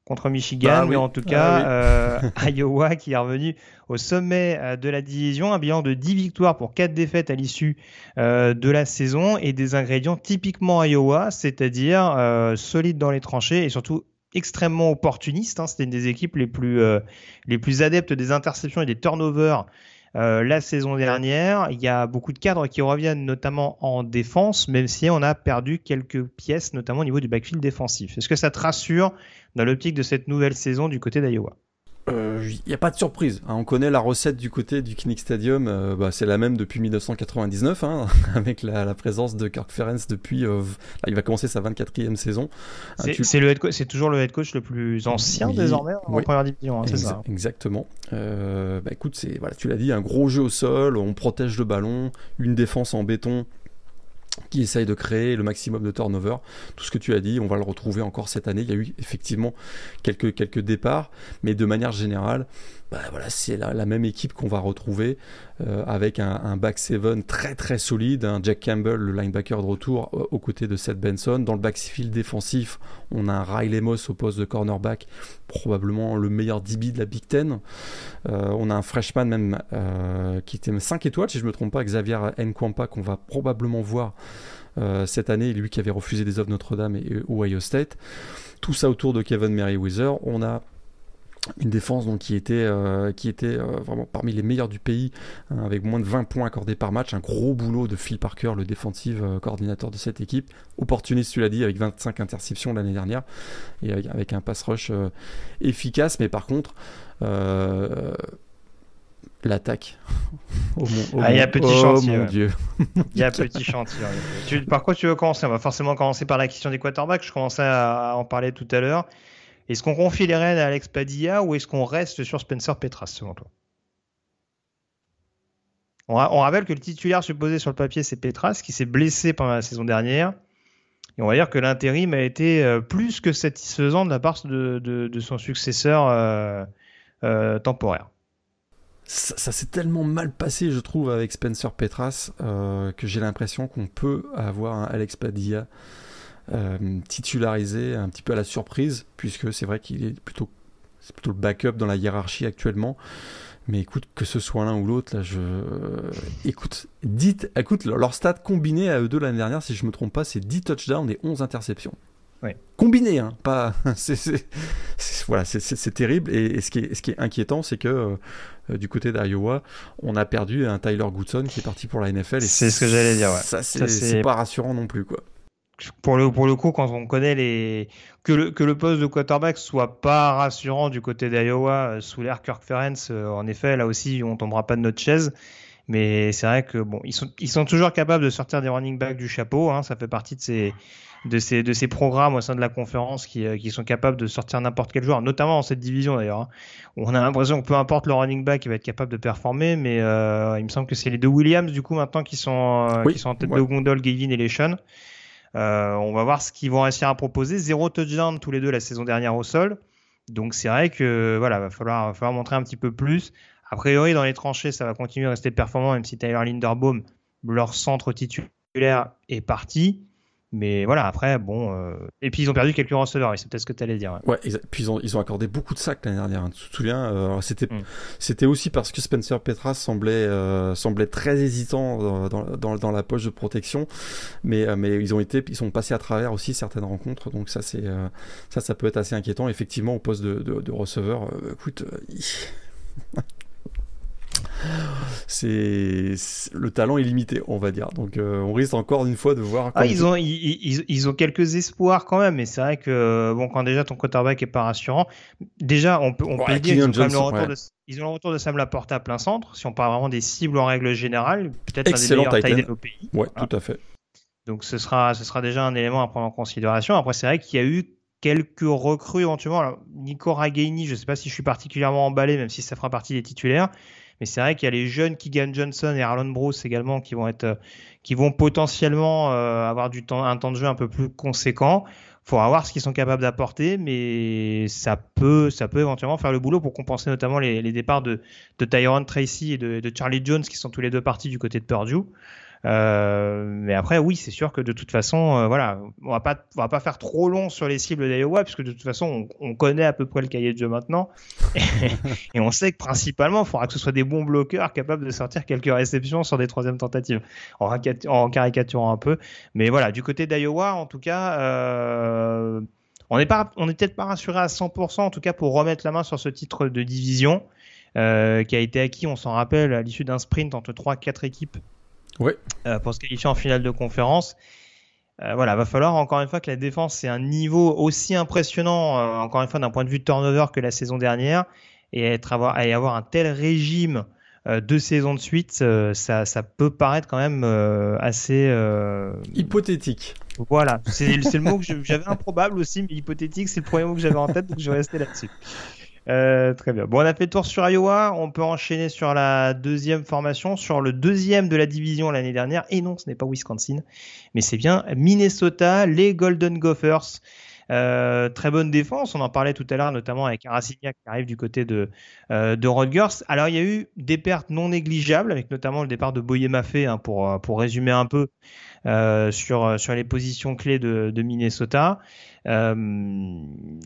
contre Michigan, ah, mais oui. en tout cas, ah, oui. euh, Iowa qui est revenu au sommet euh, de la division, un bilan de dix victoires pour quatre défaites à l'issue euh, de la saison et des ingrédients typiquement Iowa, c'est-à-dire euh, solide dans les tranchées et surtout extrêmement opportuniste. Hein. C'était une des équipes les plus, euh, les plus adeptes des interceptions et des turnovers Euh, la saison dernière. Il y a beaucoup de cadres qui reviennent, notamment en défense, même si on a perdu quelques pièces, notamment au niveau du backfield défensif. Est-ce que ça te rassure dans l'optique de cette nouvelle saison du côté d'Iowa ? Il euh, n'y a pas de surprise. Hein. On connaît la recette du côté du Kinnick Stadium. Euh, bah, c'est la même depuis dix-neuf cent quatre-vingt-dix-neuf, hein, avec la, la présence de Kirk Ferentz depuis. Euh, là, il va commencer sa vingt-quatrième saison. C'est, hein, tu... c'est, le head co- c'est toujours le head coach le plus ancien oui, désormais en oui, première division. Hein, c'est exa- ça. Exactement. Euh, bah, écoute, c'est, voilà, tu l'as dit, un gros jeu au sol. On protège le ballon, une défense en béton qui essaye de créer le maximum de turnover. Tout ce que tu as dit, on va le retrouver encore cette année. Il y a eu effectivement quelques, quelques départs, mais de manière générale, bah voilà, c'est la, la même équipe qu'on va retrouver euh, avec un, un back seven très très solide, un Jack Campbell, le linebacker de retour, euh, aux côtés de Seth Benson. Dans le backfield défensif, on a un Riley Moss au poste de cornerback, probablement le meilleur D B de la Big Ten. Euh, on a un freshman même euh, qui était cinq étoiles, si je ne me trompe pas, Xavier Nkwampa, qu'on va probablement voir euh, cette année, lui qui avait refusé des offres Notre-Dame et Ohio State. Tout ça autour de Kevin Merriweather. On a une défense donc, qui était, euh, qui était euh, vraiment parmi les meilleurs du pays, hein, avec moins de vingt points accordés par match. Un gros boulot de Phil Parker, le défensif euh, coordinateur de cette équipe. Opportuniste, tu l'as dit, avec vingt-cinq interceptions l'année dernière, et avec, avec un pass rush euh, efficace. Mais par contre, euh, l'attaque. Oh mon, oh ah, il y a petit oh chantier. Mon ouais. Dieu. Il y a petit chantier. Tu, par quoi tu veux commencer ? On va forcément commencer par la question des quarterbacks. Je commençais à, à en parler tout à l'heure. Est-ce qu'on confie les rênes à Alex Padilla ou est-ce qu'on reste sur Spencer Petras, selon toi ? on, ra- on rappelle que le titulaire supposé sur le papier, c'est Petras, qui s'est blessé pendant la saison dernière. Et on va dire que l'intérim a été euh, plus que satisfaisant de la part de, de, de son successeur euh, euh, temporaire. Ça, ça s'est tellement mal passé, je trouve, avec Spencer Petras, euh, que j'ai l'impression qu'on peut avoir un Alex Padilla Euh, titularisé un petit peu à la surprise, puisque c'est vrai qu'il est plutôt, c'est plutôt le backup dans la hiérarchie actuellement. Mais écoute, que ce soit l'un ou l'autre, là, je euh, écoute, dites, écoute, leur stat combiné à eux deux l'année dernière, si je me trompe pas, c'est dix touchdowns et onze interceptions. Oui. Combiné, hein, pas. c'est, c'est, c'est, voilà, c'est, c'est, c'est terrible. Et, et ce qui est, ce qui est inquiétant, c'est que euh, du côté d'Iowa, on a perdu un Tyler Goodson qui est parti pour la N F L. Et c'est ce que j'allais dire. Ouais. Ça, c'est, ça, c'est... c'est pas rassurant non plus, quoi. Pour le, pour le coup, quand on connaît les... que, le, que le poste de quarterback soit pas rassurant du côté d'Iowa euh, sous l'ère Kirk Ferentz, euh, en effet, là aussi, on tombera pas de notre chaise. Mais c'est vrai que bon, ils sont, ils sont toujours capables de sortir des running backs du chapeau. Hein, ça fait partie de ces, de ces, de ces programmes au sein de la conférence qui, euh, qui sont capables de sortir n'importe quel joueur, notamment dans cette division d'ailleurs. Hein, où on a l'impression que peu importe le running back, il va être capable de performer. Mais euh, il me semble que c'est les deux Williams du coup maintenant qui sont, euh, oui, qui sont en tête ouais. de gondole, Gavin et Leshan. Euh, on va voir ce qu'ils vont réussir à proposer. Zéro touchdown tous les deux la saison dernière au sol. Donc c'est vrai que voilà, va falloir, va falloir montrer un petit peu plus. A priori, dans les tranchées, ça va continuer à rester performant, même si Tyler Linderbaum, leur centre titulaire, est parti. Mais voilà, après, bon... Euh... Et puis, ils ont perdu quelques receveurs, et c'est peut-être ce que tu allais dire. Ouais, ouais exact. Puis ils ont, ils ont accordé beaucoup de sacs l'année dernière. Hein. Tu te souviens euh, c'était, mm. c'était aussi parce que Spencer Petras semblait, euh, semblait très hésitant dans, dans, dans la poche de protection. Mais, euh, mais ils, ont été, ils sont passés à travers aussi certaines rencontres. Donc ça, c'est, euh, ça, ça peut être assez inquiétant. Effectivement, au poste de, de, de receveur, euh, écoute... Euh, C'est... c'est le talent est limité, on va dire. Donc euh, on risque encore une fois de voir. Ah, ils ont ils, ils, ils ont quelques espoirs quand même, mais c'est vrai que bon, quand déjà ton quarterback est pas rassurant, déjà on peut on ouais, peut dire qu'ils ont, Johnson, quand même le retour ouais. de, ils ont le retour de Sam Laporta à plein centre. Si on parle vraiment des cibles en règle générale, peut-être excellent un des meilleurs tight ends au pays. Ouais, voilà. Tout à fait. Donc ce sera ce sera déjà un élément à prendre en considération. Après c'est vrai qu'il y a eu quelques recrues éventuellement. Alors, Nico Ragaini, je ne sais pas si je suis particulièrement emballé, même si ça fera partie des titulaires. Mais c'est vrai qu'il y a les jeunes Keegan Johnson et Arlon Bruce également qui vont être, qui vont potentiellement euh, avoir du temps, un temps de jeu un peu plus conséquent. Il faudra voir ce qu'ils sont capables d'apporter, mais ça peut, ça peut éventuellement faire le boulot pour compenser notamment les, les départs de, de Tyrone Tracy et de, de Charlie Jones qui sont tous les deux partis du côté de Purdue. Euh, mais après, oui, c'est sûr que de toute façon, euh, voilà, on va pas, on va pas faire trop long sur les cibles d'Iowa, puisque de toute façon, on, on connaît à peu près le cahier de jeu maintenant, et, et on sait que principalement, il faudra que ce soit des bons bloqueurs capables de sortir quelques réceptions sur des troisièmes tentatives, en, en caricaturant un peu. Mais voilà, du côté d'Iowa, en tout cas, euh, on n'est pas, on n'est peut-être pas rassuré à cent pour cent, en tout cas, pour remettre la main sur ce titre de division, euh, qui a été acquis, on s'en rappelle, à l'issue d'un sprint entre trois quatre équipes. Ouais. Euh, pour se qualifier en finale de conférence. Euh, voilà, va falloir encore une fois que la défense ait un niveau aussi impressionnant, euh, encore une fois d'un point de vue de turnover que la saison dernière, et être avoir, et avoir un tel régime euh, deux saisons de suite, euh, ça, ça peut paraître quand même euh, assez euh... hypothétique. Voilà, c'est, c'est le mot que je, j'avais improbable aussi, mais hypothétique, c'est le premier mot que j'avais en tête, donc je vais rester là-dessus. Euh, très bien. Bon, on a fait le tour sur Iowa. On peut enchaîner sur la deuxième formation, sur le deuxième de la division l'année dernière. Et non, ce n'est pas Wisconsin, mais c'est bien Minnesota, les Golden Gophers. Euh, très bonne défense. On en parlait tout à l'heure, notamment avec Arasignac qui arrive du côté de, euh, de Rutgers. Alors, il y a eu des pertes non négligeables, avec notamment le départ de Boye Maffé, hein, pour, pour résumer un peu euh, sur, sur les positions clés de, de Minnesota. Euh,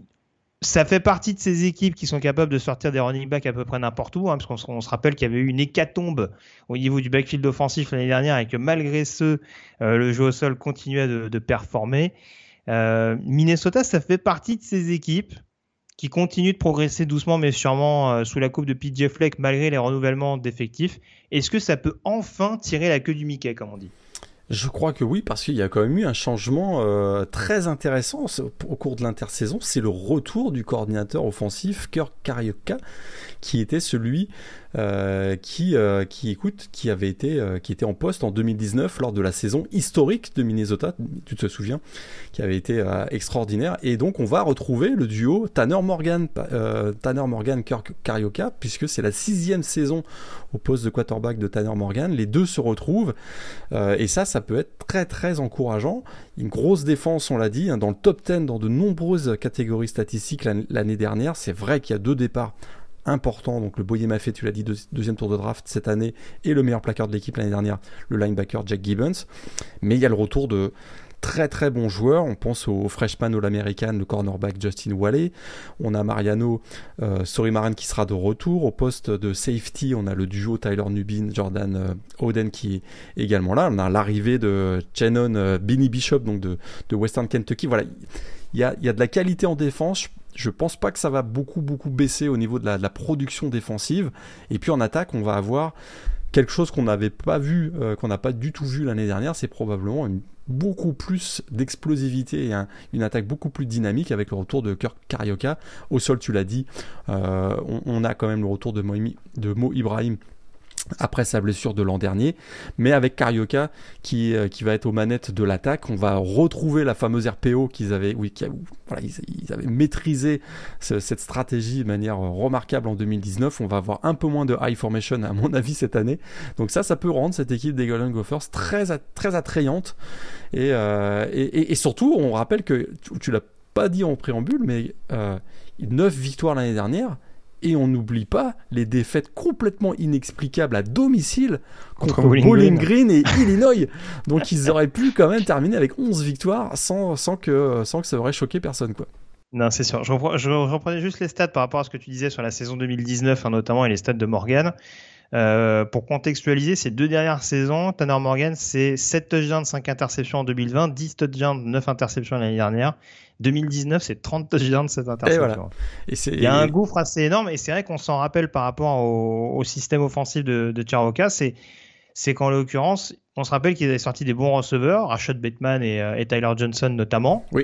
Ça fait partie de ces équipes qui sont capables de sortir des running backs à peu près n'importe où, hein, parce qu'on on se rappelle qu'il y avait eu une hécatombe au niveau du backfield offensif l'année dernière et que malgré ce, euh, le jeu au sol continuait de, de performer. Euh, Minnesota, ça fait partie de ces équipes qui continuent de progresser doucement mais sûrement euh, sous la coupe de P J Fleck malgré les renouvellements d'effectifs. Est-ce que ça peut enfin tirer la queue du Mickey, comme on dit ? Je crois que oui, parce qu'il y a quand même eu un changement euh, très intéressant au cours de l'intersaison. C'est le retour du coordinateur offensif Kirk Carioca, qui était celui euh, qui, euh, qui, écoute, qui avait été, euh, qui était en poste en deux mille dix-neuf lors de la saison historique de Minnesota. Tu te souviens, qui avait été euh, extraordinaire. Et donc on va retrouver le duo Tanner Morgan, euh, Tanner Morgan Kirk Carioca, puisque c'est la sixième saison au poste de quarterback de Tanner Morgan. Les deux se retrouvent euh, et ça, ça peut être très très encourageant. Une grosse défense, on l'a dit, hein, dans le top dix dans de nombreuses catégories statistiques l'année dernière. C'est vrai qu'il y a deux départs importants, donc le Boye Maffé, tu l'as dit, deux, deuxième tour de draft cette année, et le meilleur plaqueur de l'équipe l'année dernière, le linebacker Jack Gibbons. Mais il y a le retour de très très bons joueurs. On pense au freshman All-American, le cornerback Justin Whaley. On a Mariano euh, Sorimaran qui sera de retour. Au poste de safety, on a le duo Tyler Nubin, Jordan euh, Oden qui est également là. On a l'arrivée de Shannon euh, Benny Bishop, donc de, de Western Kentucky. Voilà, il y a, y a de la qualité en défense. Je pense pas que ça va beaucoup beaucoup baisser au niveau de la, de la production défensive. Et puis en attaque, on va avoir quelque chose qu'on n'avait pas vu, euh, qu'on n'a pas du tout vu l'année dernière. C'est probablement une beaucoup plus d'explosivité et un, une attaque beaucoup plus dynamique avec le retour de Kirk Carioca. Au sol, tu l'as dit, euh, on, on a quand même le retour de Mo, de Mo Ibrahim après sa blessure de l'an dernier, mais avec Carioca qui, euh, qui va être aux manettes de l'attaque, on va retrouver la fameuse R P O qu'ils avaient, oui, qui, voilà, ils, ils avaient maîtrisé ce, cette stratégie de manière remarquable en deux mille dix-neuf. On va avoir un peu moins de high formation à mon avis cette année, donc ça, ça peut rendre cette équipe des Golden Gophers très, très attrayante et, euh, et, et surtout, on rappelle que tu, tu l'as pas dit en préambule, mais euh, neuf victoires l'année dernière. Et on n'oublie pas les défaites complètement inexplicables à domicile contre, contre Bowling, Bowling Green. Green et Illinois. Donc ils auraient pu quand même terminer avec onze victoires sans, sans, que, sans que ça aurait choqué personne, quoi. Non, c'est sûr. Je, reprends, je reprenais juste les stats par rapport à ce que tu disais sur la saison deux mille dix-neuf, hein, notamment, et les stats de Morgan. Euh, pour contextualiser, ces deux dernières saisons, Tanner Morgan, c'est sept touchdowns, cinq interceptions en deux mille vingt, dix touchdowns, neuf interceptions l'année dernière. deux mille dix-neuf, c'est trente touchdowns, sept interceptions. Et voilà. Et c'est... Il y a un gouffre assez énorme, et c'est vrai qu'on s'en rappelle par rapport au, au système offensif de, de Carioca, c'est, c'est qu'en l'occurrence, on se rappelle qu'ils avaient sorti des bons receveurs, Rashad Bateman et, et Tyler Johnson notamment. Oui.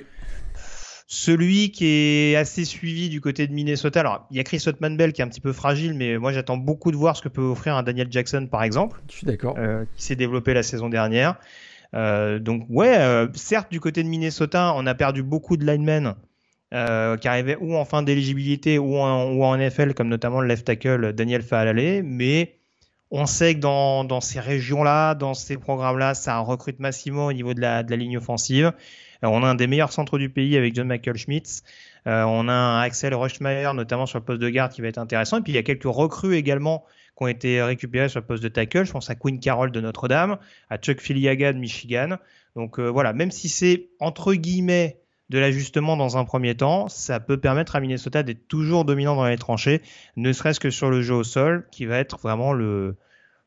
Celui qui est assez suivi du côté de Minnesota, alors il y a Chris Otman-Bell qui est un petit peu fragile, mais moi j'attends beaucoup de voir ce que peut offrir un Daniel Jackson par exemple. Je suis d'accord. Euh, qui s'est développé la saison dernière. Euh, donc ouais, euh, certes du côté de Minnesota, on a perdu beaucoup de linemen euh, qui arrivaient ou en fin d'éligibilité ou en, ou en N F L, comme notamment le left tackle Daniel Faalele, mais on sait que dans, dans ces régions-là, dans ces programmes-là, ça recrute massivement au niveau de la, de la ligne offensive. Alors, on a un des meilleurs centres du pays avec John Michael Schmitz. Euh, on a un Axel Rushmeyer, notamment sur le poste de garde, qui va être intéressant. Et puis, il y a quelques recrues également, qui ont été récupérés sur le poste de tackle. Je pense à Quinn Carroll de Notre-Dame, à Chuck Filiaga de Michigan. Donc euh, voilà, même si c'est entre guillemets de l'ajustement dans un premier temps, ça peut permettre à Minnesota d'être toujours dominant dans les tranchées, ne serait-ce que sur le jeu au sol, qui va être vraiment le,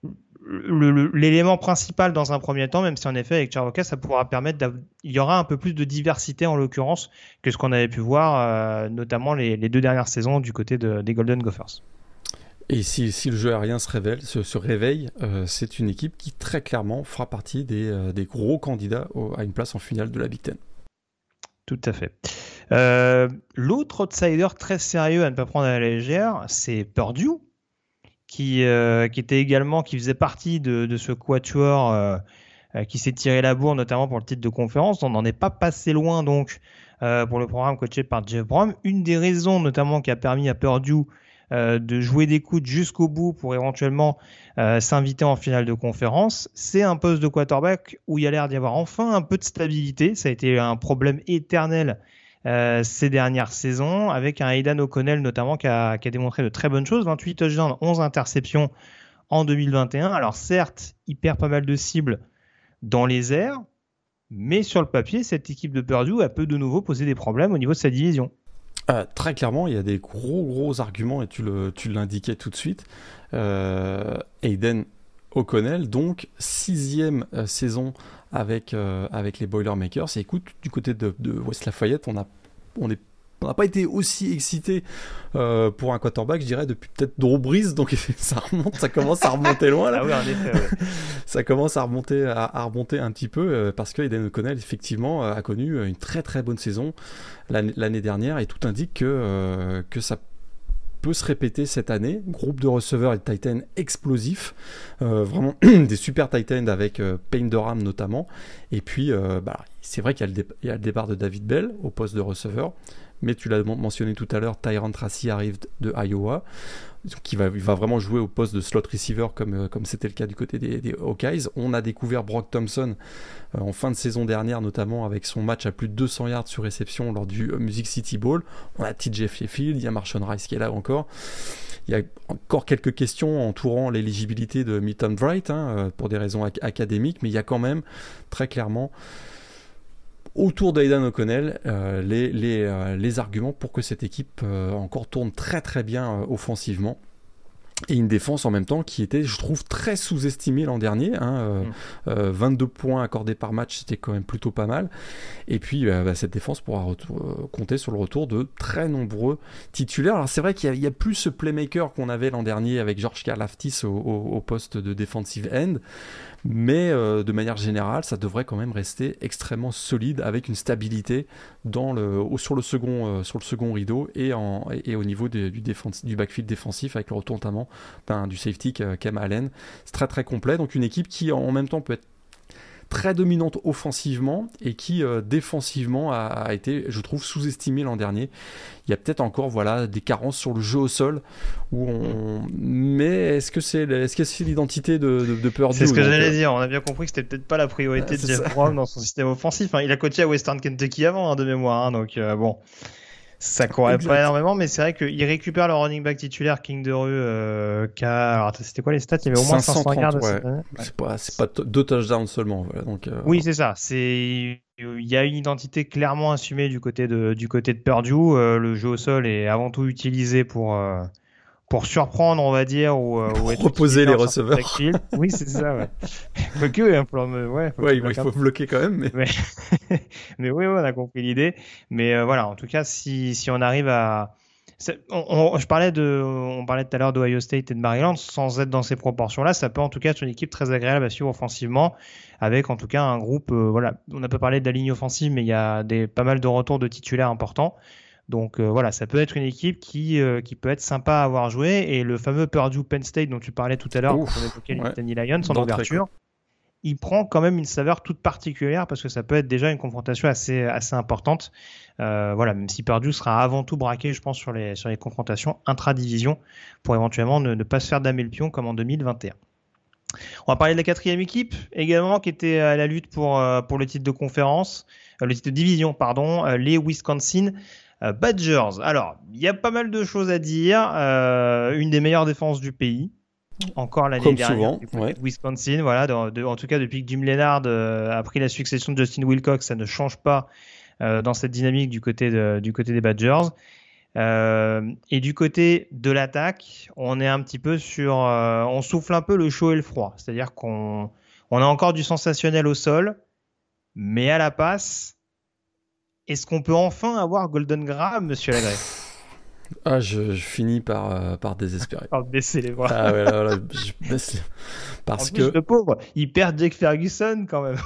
le, le, l'élément principal dans un premier temps, même si en effet avec Chervoka, ça pourra permettre d'avoir... il y aura un peu plus de diversité en l'occurrence que ce qu'on avait pu voir, euh, notamment les, les deux dernières saisons du côté de, des Golden Gophers. Et si, si le jeu aérien se, révèle, se, se réveille, euh, c'est une équipe qui très clairement fera partie des, euh, des gros candidats au, à une place en finale de la Big Ten. Tout à fait. Euh, l'autre outsider très sérieux à ne pas prendre à la légère, c'est Purdue, qui, euh, qui était également, qui faisait partie de, de ce quatuor euh, euh, qui s'est tiré la bourre, notamment pour le titre de conférence. On n'en est pas passé loin donc euh, pour le programme coaché par Jeff Brom. Une des raisons notamment qui a permis à Purdue euh, de jouer des coudes jusqu'au bout pour éventuellement euh, s'inviter en finale de conférence, c'est un poste de quarterback où il y a l'air d'y avoir enfin un peu de stabilité. Ça a été un problème éternel euh, ces dernières saisons, avec un Aidan O'Connell notamment qui a, qui a démontré de très bonnes choses, vingt-huit touchdowns, onze interceptions en deux mille vingt et un. Alors certes, il perd pas mal de cibles dans les airs, mais sur le papier, cette équipe de Purdue a peut de nouveau poser des problèmes au niveau de sa division. Euh, très clairement, il y a des gros gros arguments et tu, le, tu l'indiquais tout de suite. Euh, Aidan O'Connell, donc sixième euh, saison avec, euh, avec les Boilermakers. Et écoute, du côté de, de West Lafayette, on a, on est on n'a pas été aussi excité euh, pour un quarterback, je dirais, depuis peut-être Drew Brees, donc ça remonte, ça commence à remonter loin là. Ah oui, en effet, ouais. Ça commence à remonter, à, à remonter un petit peu euh, parce que Aidan O'Connell effectivement a connu une très très bonne saison l'année, l'année dernière et tout indique que euh, que ça peut se répéter cette année. Groupe de receveurs et de tight ends explosifs, euh, vraiment des super tight ends avec euh, Payne Durham notamment. Et puis, euh, bah, c'est vrai qu'il y a, le dé- il y a le départ de David Bell au poste de receveur. Mais tu l'as mentionné tout à l'heure, Tyrann Tracy arrive de Iowa, qui va, il va vraiment jouer au poste de slot receiver comme, comme c'était le cas du côté des, des Hawkeyes. On a découvert Brock Thompson euh, en fin de saison dernière, notamment avec son match à plus de deux cents yards sur réception lors du Music City Bowl. On a T J Sheffield, il y a Marshawn Rice qui est là encore. Il y a encore quelques questions entourant l'éligibilité de Milton Wright hein, pour des raisons ac- académiques, mais il y a quand même très clairement autour d'Aidan O'Connell, euh, les, les, euh, les arguments pour que cette équipe euh, encore tourne très très bien euh, offensivement. Et une défense en même temps qui était, je trouve, très sous-estimée l'an dernier. Hein, euh, mmh. euh, vingt-deux points accordés par match, c'était quand même plutôt pas mal. Et puis, euh, bah, cette défense pourra retour, euh, compter sur le retour de très nombreux titulaires. Alors, c'est vrai qu'il n'y a, a plus ce playmaker qu'on avait l'an dernier avec George Karlaftis au, au, au poste de defensive end. Mais euh, de manière générale, ça devrait quand même rester extrêmement solide avec une stabilité dans le, sur, le second, euh, sur le second rideau et, en, et, et au niveau de, du, défense, du backfield défensif avec le retour notamment d'un, du safety Cam Allen. C'est très très complet. Donc une équipe qui en même temps peut être très dominante offensivement et qui euh, défensivement a, a été, je trouve, sous-estimée l'an dernier. Il y a peut-être encore voilà, des carences sur le jeu au sol. Où on... Mais est-ce que c'est, est-ce que c'est l'identité de, de, de Purdue? C'est ce que donc, j'allais euh... dire. On a bien compris que c'était peut-être pas la priorité de Jeff Brom dans son système offensif. Hein. Il a coaché à Western Kentucky avant, hein, de mémoire. Hein, donc euh, bon, ça courait exact. Pas énormément, mais c'est vrai qu'ils récupèrent le running back titulaire King de Rue. Euh, qui a... Alors, c'était quoi les stats? Il y avait au moins cinq cents yards. Ouais. C'est pas, c'est pas t- deux touchdowns seulement. Voilà, donc, euh... Oui, c'est ça. C'est... Il y a une identité clairement assumée du côté de, du côté de Purdue. Euh, le jeu au sol est avant tout utilisé pour, euh, pour surprendre, on va dire, ou, euh, ou reposer les receveurs. Oui, c'est ça, ouais. Quoique, hein, pour le, ouais, faut ouais, il faut bloquer quand même. Mais, mais, mais oui, ouais, on a compris l'idée. Mais euh, voilà, en tout cas, si, si on arrive à... On, on, je parlais de, on parlait tout à l'heure d'Ohio State et de Maryland, sans être dans ces proportions-là, ça peut en tout cas être une équipe très agréable à suivre offensivement, avec en tout cas un groupe, euh, voilà, on n'a pas parlé de la ligne offensive, mais il y a des, pas mal de retours de titulaires importants. Donc euh, voilà, ça peut être une équipe qui, euh, qui peut être sympa à avoir joué. Et le fameux Purdue Penn State dont tu parlais tout à l'heure, Ouf, quand on évoquait les ouais. Nittany Lions en ouverture, il prend quand même une saveur toute particulière parce que ça peut être déjà une confrontation assez, assez importante. Euh, voilà, même si Purdue sera avant tout braqué, je pense, sur les, sur les confrontations intra-division pour éventuellement ne, ne pas se faire damer le pion comme en deux mille vingt et un. On va parler de la quatrième équipe également qui était à la lutte pour, pour le titre de conférence, euh, le titre de division, pardon, euh, les Wisconsin euh, Badgers. Alors, il y a pas mal de choses à dire. Euh, une des meilleures défenses du pays. encore l'année Comme dernière. souvent, ouais. Wisconsin, voilà, dans, de, en tout cas depuis que Jim Leonhard euh, a pris la succession de Justin Wilcox, ça ne change pas euh, dans cette dynamique du côté, de, du côté des Badgers. Euh, et du côté de l'attaque, on est un petit peu sur, euh, on souffle un peu le chaud et le froid, c'est-à-dire qu'on on a encore du sensationnel au sol, mais à la passe, est-ce qu'on peut enfin avoir Golden Graham, Monsieur Lagré? Ah, je, je finis par, euh, par désespérer. Par baisser les bras. Ah ouais, là, là, je baisse. Parce en plus, que le pauvre, il perd Jake Ferguson quand même.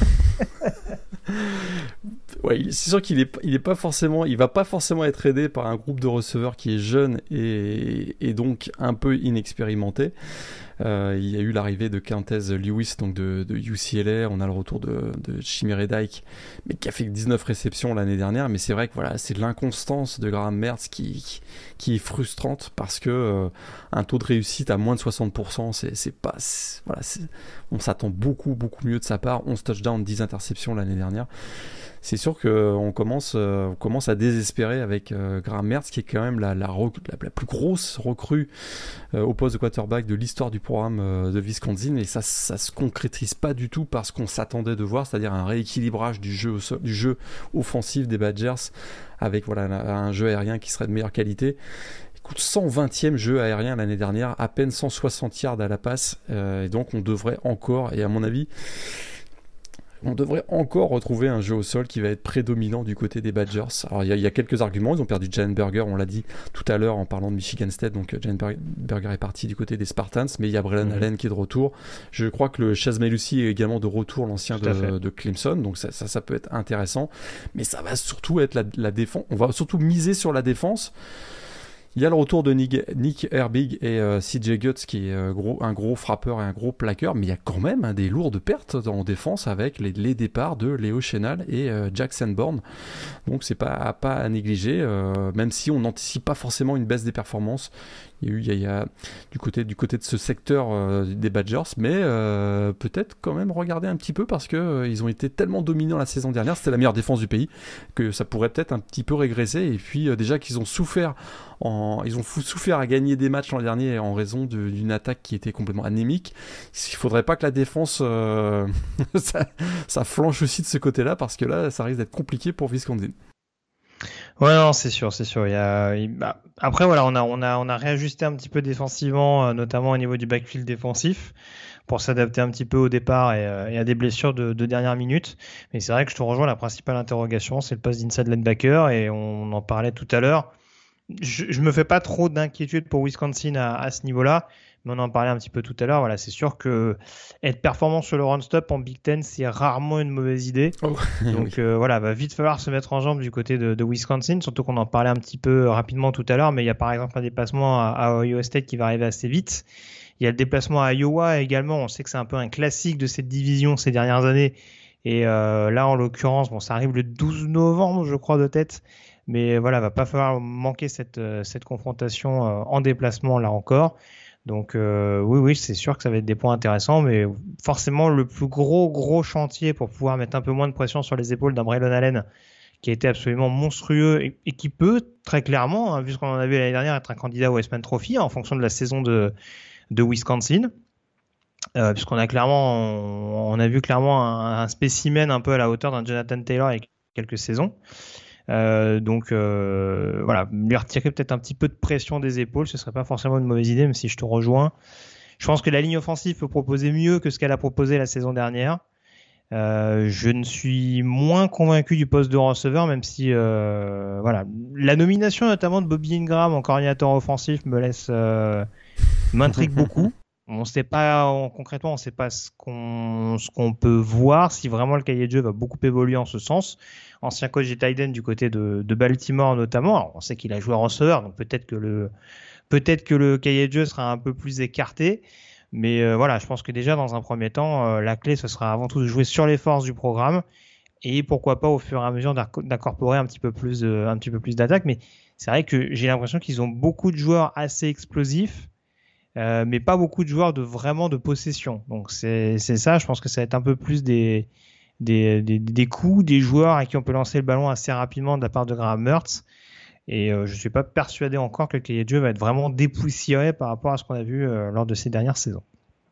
Ouais, c'est sûr qu'il est, il est pas forcément, il va pas forcément être aidé par un groupe de receveurs qui est jeune et, et donc un peu inexpérimenté. Euh, il y a eu l'arrivée de Quintez Lewis, donc de, de U C L A. On a le retour de, de Chimere Dike, mais qui a fait dix-neuf réceptions l'année dernière. Mais c'est vrai que voilà, c'est l'inconstance de Graham Mertz qui, qui, qui est frustrante parce que euh, un taux de réussite à moins de soixante pour cent, c'est, c'est pas, c'est, voilà, c'est, on s'attend beaucoup, beaucoup mieux de sa part. onze touchdowns, dix interceptions l'année dernière. C'est sûr qu'on commence, euh, on commence à désespérer avec euh, Graham Mertz, qui est quand même la, la, rec- la, la plus grosse recrue euh, au poste de quarterback de l'histoire du programme euh, de Wisconsin, et ça, ça se concrétise pas du tout par ce qu'on s'attendait de voir, c'est-à-dire un rééquilibrage du jeu, du jeu offensif des Badgers avec voilà, un jeu aérien qui serait de meilleure qualité. Écoute, cent vingtième jeu aérien l'année dernière, à peine cent soixante yards à la passe, euh, et donc on devrait encore, et à mon avis, on devrait encore retrouver un jeu au sol qui va être prédominant du côté des Badgers. Alors il y, y a quelques arguments, ils ont perdu Jalen Berger, on l'a dit tout à l'heure en parlant de Michigan State, donc Jalen Berger est parti du côté des Spartans, mais il y a Braylon mmh. Allen qui est de retour. Je crois que le Chaz Mellusi est également de retour, l'ancien de, de Clemson, donc ça, ça, ça peut être intéressant, mais ça va surtout être la, la défense, on va surtout miser sur la défense. Il y a le retour de Nick, Nick Herbig et euh, C J Guts qui est euh, gros, un gros frappeur et un gros plaqueur, mais il y a quand même hein, des lourdes pertes en défense avec les, les départs de Léo Chenal et euh, Jack Sanborn. Donc c'est pas à, pas à négliger, euh, même si on n'anticipe pas forcément une baisse des performances. Il y a eu, il y a, il y a, du côté du côté de ce secteur euh, des Badgers, mais euh, peut-être quand même regarder un petit peu parce que euh, ils ont été tellement dominants la saison dernière, c'était la meilleure défense du pays, que ça pourrait peut-être un petit peu régresser. Et puis euh, déjà qu'ils ont souffert, en, ils ont souffert à gagner des matchs l'an dernier en raison de, d'une attaque qui était complètement anémique. Il faudrait pas que la défense euh, ça, ça flanche aussi de ce côté-là parce que là, ça risque d'être compliqué pour Wisconsin. Ouais, non, c'est sûr, c'est sûr. Il y a, il, bah, après, voilà, on a, on a, on a réajusté un petit peu défensivement, euh, notamment au niveau du backfield défensif, pour s'adapter un petit peu au départ et, euh, et à des blessures de, de dernière minute. Mais c'est vrai que je te rejoins, la principale interrogation, c'est le poste d'inside linebacker, et on en parlait tout à l'heure. Je, je me fais pas trop d'inquiétude pour Wisconsin à, à ce niveau-là, mais on en parlait un petit peu tout à l'heure. Voilà, c'est sûr que être performant sur le run-stop en Big Ten, c'est rarement une mauvaise idée. Oh, Donc oui. euh, voilà, va vite falloir se mettre en jambe du côté de, de Wisconsin, surtout qu'on en parlait un petit peu rapidement tout à l'heure, mais il y a par exemple un déplacement à, à Ohio State qui va arriver assez vite. Il y a le déplacement à Iowa également. On sait que c'est un peu un classique de cette division ces dernières années. Et euh, là, en l'occurrence, bon, ça arrive le douze novembre, je crois, de tête. Mais voilà, va pas falloir manquer cette, cette confrontation euh, en déplacement là encore. Donc euh, oui, oui, c'est sûr que ça va être des points intéressants, mais forcément le plus gros, gros chantier pour pouvoir mettre un peu moins de pression sur les épaules d'un Braylon Allen qui a été absolument monstrueux et, et qui peut très clairement, hein, vu ce qu'on en a vu l'année dernière, être un candidat au Heisman Trophy hein, en fonction de la saison de, de Wisconsin. Euh, puisqu'on a clairement, on, on a vu clairement un, un spécimen un peu à la hauteur d'un Jonathan Taylor il y a quelques saisons. Euh, donc euh, voilà, lui retirer peut-être un petit peu de pression des épaules, ce serait pas forcément une mauvaise idée, même si je te rejoins. Je pense que la ligne offensive peut proposer mieux que ce qu'elle a proposé la saison dernière. Euh, je ne suis moins convaincu du poste de receveur, même si euh, voilà, la nomination notamment de Bobby Ingram en coordinateur offensif me laisse euh, m'intrigue beaucoup. On sait pas on, concrètement, on ne sait pas ce qu'on ce qu'on peut voir, si vraiment le cahier de jeu va beaucoup évoluer en ce sens. Ancien coach des Titans du côté de, de Baltimore notamment. Alors, on sait qu'il a joué en receveur, donc peut-être que le peut-être que le cahier de jeu sera un peu plus écarté. Mais euh, voilà, je pense que déjà dans un premier temps, euh, la clé ce sera avant tout de jouer sur les forces du programme et pourquoi pas au fur et à mesure d'incorporer un petit peu plus euh, un petit peu plus d'attaque. Mais c'est vrai que j'ai l'impression qu'ils ont beaucoup de joueurs assez explosifs. Euh, mais pas beaucoup de joueurs de vraiment de possession. Donc c'est c'est ça, je pense que ça va être un peu plus des des des des coups, des joueurs à qui on peut lancer le ballon assez rapidement de la part de Graham Mertz. Et euh, je ne suis pas persuadé encore que le cahier de jeu va être vraiment dépoussiéré par rapport à ce qu'on a vu euh, lors de ces dernières saisons.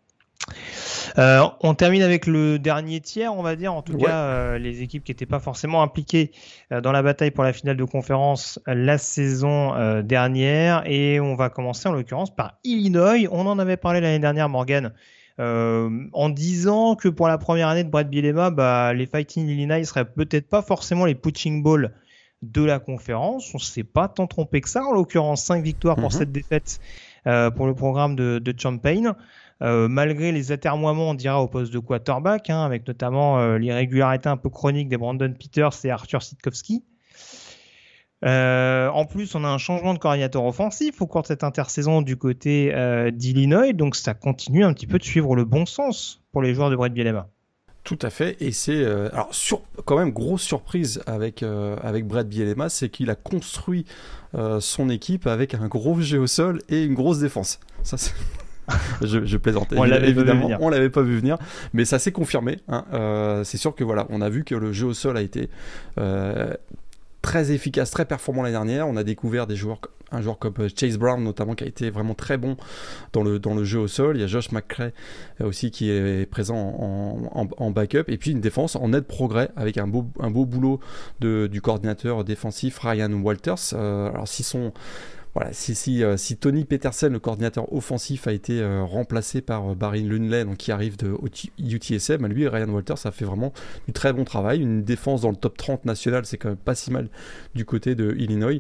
Euh, on termine avec le dernier tiers, on va dire, en tout ouais. cas euh, les équipes qui n'étaient pas forcément impliquées euh, dans la bataille pour la finale de conférence euh, la saison euh, dernière, et on va commencer en l'occurrence par Illinois. On en avait parlé l'année dernière, Morgan, euh, en disant que pour la première année de Brett Bielema, bah, les Fighting Illini seraient peut-être pas forcément les punching balls de la conférence. On ne s'est pas tant trompé que ça, en l'occurrence cinq victoires pour mm-hmm. cette défaite euh, pour le programme de, de Champaign. Euh, malgré les atermoiements, on dira, au poste de quarterback, hein, avec notamment euh, l'irrégularité un peu chronique des Brandon Peters et Arthur Sitkowski. Euh, en plus, on a un changement de coordinateur offensif au cours de cette intersaison du côté euh, d'Illinois, donc ça continue un petit peu de suivre le bon sens pour les joueurs de Brett Bielema. Tout à fait, et c'est euh, alors sur, quand même grosse surprise avec euh, avec Brett Bielema, c'est qu'il a construit euh, son équipe avec un gros jeu au sol et une grosse défense. Ça c'est je, je plaisante. On l'avait évidemment, pas vu on l'avait pas vu venir, mais ça s'est confirmé. Hein. Euh, c'est sûr que voilà, on a vu que le jeu au sol a été euh, très efficace, très performant l'année dernière. On a découvert des joueurs, un joueur comme Chase Brown notamment, qui a été vraiment très bon dans le dans le jeu au sol. Il y a Josh McCray aussi qui est présent en, en, en backup, et puis une défense en net progrès avec un beau un beau boulot de, du coordinateur défensif Ryan Walters. Euh, alors s'ils sont Voilà, si, si, euh, si Tony Petersen, le coordinateur offensif, a été euh, remplacé par euh, Barry Lunley, donc qui arrive de U T S M, lui, Ryan Walters, ça fait vraiment du très bon travail. Une défense dans le top trente national, c'est quand même pas si mal du côté de Illinois.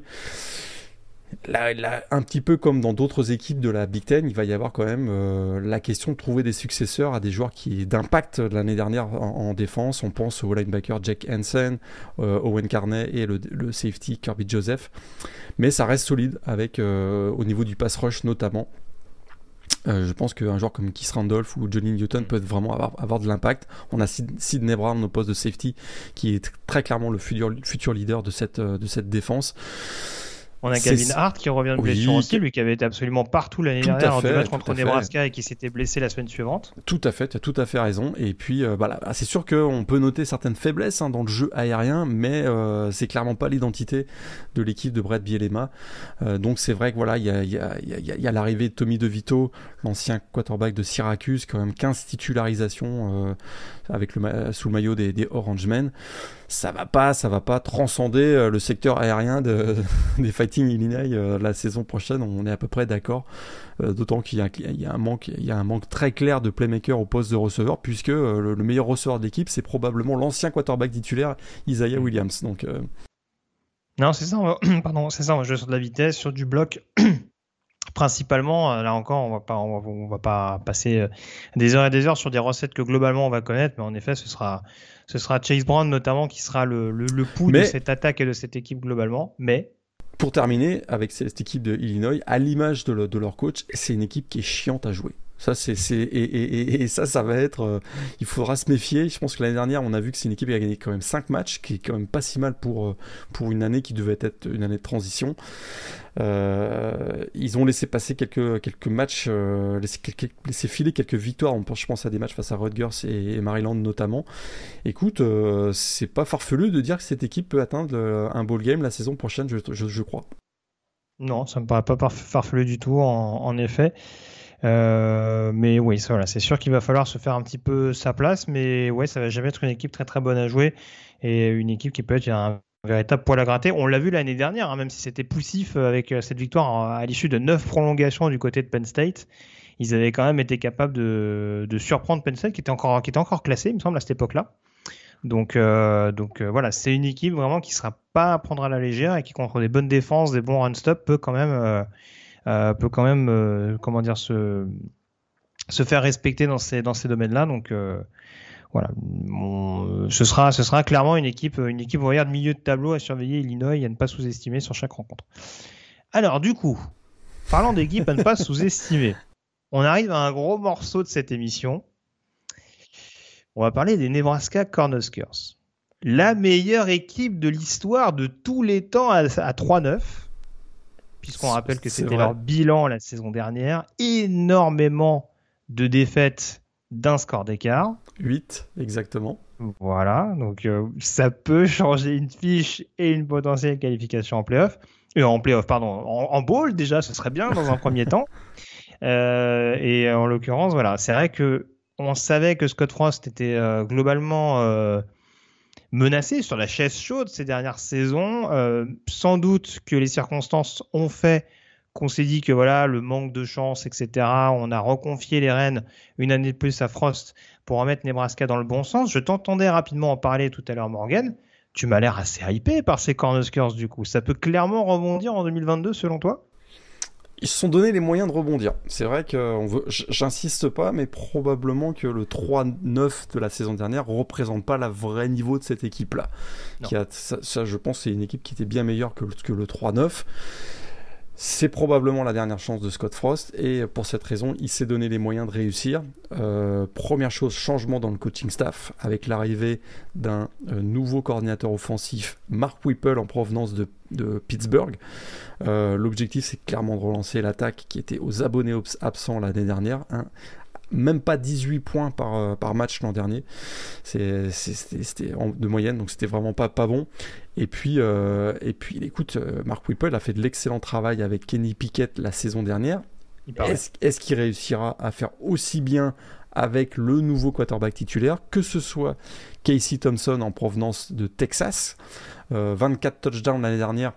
Là, là, un petit peu comme dans d'autres équipes de la Big Ten, il va y avoir quand même euh, la question de trouver des successeurs à des joueurs qui d'impact l'année dernière en, en défense. On pense au linebacker Jack Hansen, euh, Owen Carney et le, le safety Kirby Joseph. Mais ça reste solide avec euh, au niveau du pass rush notamment. Euh, je pense qu'un joueur comme Keith Randolph ou Johnny Newton peut vraiment avoir, avoir de l'impact. On a Sidney Brown au poste de safety qui est très clairement le futur, futur leader de cette, de cette défense. On a Gavin Hart qui revient de blessure oui. aussi, lui qui avait été absolument partout l'année tout dernière en match contre Nebraska fait. Et qui s'était blessé la semaine suivante. Tout à fait, tu as tout à fait raison. Et puis, euh, voilà, c'est sûr qu'on peut noter certaines faiblesses hein, dans le jeu aérien, mais euh, c'est clairement pas l'identité de l'équipe de Brett Bielema. Euh, donc c'est vrai que voilà, il y a, y, a, y, a, y a l'arrivée de Tommy DeVito, l'ancien quarterback de Syracuse, quand même quinze titularisations euh, avec le, sous le maillot des, des Orangemen. Ça va pas, ça va pas transcender le secteur aérien de, des Fighting Illini euh, la saison prochaine. On est à peu près d'accord. Euh, d'autant qu'il y a, il y a un manque, il y a un manque très clair de playmaker au poste de receveur, puisque euh, le, le meilleur receveur de l'équipe, c'est probablement l'ancien quarterback titulaire Isaiah Williams. Donc euh... non, c'est ça. On va... Pardon, c'est ça. On va jouer sur de la vitesse, sur du bloc. Principalement, là encore, on va pas, on va, on va pas passer des heures et des heures sur des recettes que globalement on va connaître, mais en effet, ce sera, ce sera Chase Brown notamment qui sera le, le, le pouls mais, de cette attaque et de cette équipe globalement. Mais pour terminer avec cette équipe de Illinois, à l'image de, le, de leur coach, c'est une équipe qui est chiante à jouer. Ça, c'est, c'est et, et, et, et ça, ça va être. Euh, il faudra se méfier. Je pense que l'année dernière, on a vu que c'est une équipe qui a gagné quand même cinq matchs, qui est quand même pas si mal pour euh, pour une année qui devait être une année de transition. Euh, ils ont laissé passer quelques quelques matchs, euh, laissé, quelques, laissé filer quelques victoires. On pense, je pense à des matchs face à Rutgers et, et Maryland notamment. Écoute, euh, c'est pas farfelu de dire que cette équipe peut atteindre un bowl game la saison prochaine, je, je, je crois. Non, ça me paraît pas farfelu du tout, en, en effet. Euh, mais oui, ça, voilà, c'est sûr qu'il va falloir se faire un petit peu sa place, mais ouais, ça va jamais être une équipe très très bonne à jouer et une équipe qui peut être un véritable poil à gratter. On l'a vu l'année dernière, hein, même si c'était poussif avec cette victoire à l'issue de neuf prolongations du côté de Penn State. Ils avaient quand même été capables de, de surprendre Penn State qui était encore, qui était encore classé, il me semble, à cette époque-là. Donc, euh, donc euh, voilà, c'est une équipe vraiment qui ne sera pas à prendre à la légère et qui, contre des bonnes défenses, des bons run-stop, peut quand même... Euh, Euh, peut quand même euh, comment dire se se faire respecter dans ces dans ces domaines-là. Donc euh, voilà, on, ce sera ce sera clairement une équipe une équipe on va dire de milieu de tableau à surveiller Illinois et à ne pas sous-estimer sur chaque rencontre. Alors du coup, parlant d'équipe à ne pas sous-estimer, on arrive à un gros morceau de cette émission. On va parler des Nebraska Cornhuskers, la meilleure équipe de l'histoire de tous les temps à, à trois neuf. Puisqu'on rappelle que c'était leur bilan la saison dernière, énormément de défaites d'un score d'écart. huit, exactement. Voilà, donc euh, ça peut changer une fiche et une potentielle qualification en play-off. Et en playoff, pardon. En, en bowl, déjà, ce serait bien dans un premier temps. Euh, et en l'occurrence, voilà, c'est vrai que on savait que Scott Frost était euh, globalement euh, menacé sur la chaise chaude ces dernières saisons. Euh, sans doute que les circonstances ont fait qu'on s'est dit que voilà, le manque de chance, et cetera. On a reconfié les rênes une année de plus à Frost pour remettre Nebraska dans le bon sens. Je t'entendais rapidement en parler tout à l'heure, Morgan. Tu m'as l'air assez hypé par ces Cornhuskers du coup. Ça peut clairement rebondir en deux mille vingt-deux selon toi ? Ils se sont donné les moyens de rebondir. C'est vrai que on veut, j'insiste pas, mais probablement que le trois neuf de la saison dernière représente pas le vrai niveau de cette équipe-là. Qui a, ça, ça, je pense, c'est une équipe qui était bien meilleure que, que le trois neuf. C'est probablement la dernière chance de Scott Frost et pour cette raison, il s'est donné les moyens de réussir. Euh, première chose, changement dans le coaching staff avec l'arrivée d'un euh, nouveau coordinateur offensif, Mark Whipple en provenance de, de Pittsburgh. Euh, l'objectif, c'est clairement de relancer l'attaque qui était aux abonnés absents l'année dernière. Hein. Même pas dix-huit points par, euh, par match l'an dernier. C'est, c'est, c'était, c'était en, de moyenne, donc c'était vraiment pas, pas bon. Et puis, euh, et puis écoute, Mark Whipple a fait de l'excellent travail avec Kenny Pickett la saison dernière. Est-ce, est-ce qu'il réussira à faire aussi bien avec le nouveau quarterback titulaire, que ce soit Casey Thompson en provenance de Texas, euh, vingt-quatre touchdowns l'année dernière.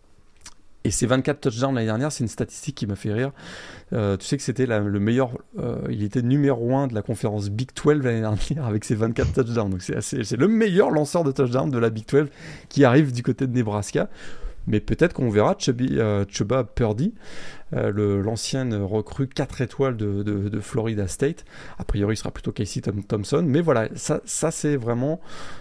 Et ces vingt-quatre touchdowns l'année dernière, c'est une statistique qui m'a fait rire. Euh, tu sais que c'était la, le meilleur, euh, il était numéro un de la conférence Big douze l'année dernière avec ses vingt-quatre touchdowns. Donc c'est, assez, c'est le meilleur lanceur de touchdowns de la Big douze qui arrive du côté de Nebraska. Mais peut-être qu'on verra Chubby, euh, Chuba Purdy, euh, le, l'ancienne recrue quatre étoiles de, de, de Florida State. A priori, il sera plutôt Casey Thompson. Mais voilà, ça, ça c'est vraiment...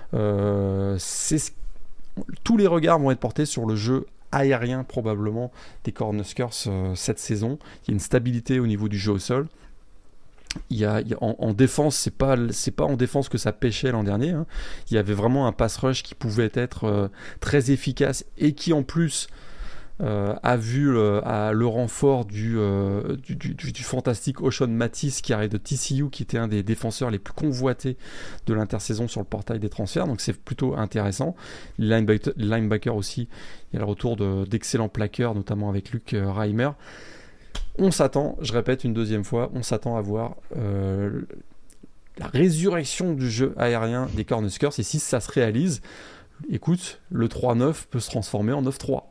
Euh, c'est, tous les regards vont être portés sur le jeu aérien probablement des Cornhuskers euh, cette saison. Il y a une stabilité au niveau du jeu au sol. Il y a, il y a en, en défense, c'est pas c'est pas en défense que ça pêchait l'an dernier. Hein. Il y avait vraiment un pass rush qui pouvait être euh, très efficace et qui en plus euh, a vu euh, à le renfort du, euh, du, du, du, du fantastique Oshon Matisse qui arrive de T C U, qui était un des défenseurs les plus convoités de l'intersaison sur le portail des transferts. Donc c'est plutôt intéressant. Les linebackers, les linebackers aussi, il y a le retour de, d'excellents plaqueurs, notamment avec Luke Reimer. On s'attend, je répète une deuxième fois, on s'attend à voir euh, la résurrection du jeu aérien des Cornhuskers. Et si ça se réalise, écoute, le trois neuf peut se transformer en neuf trois.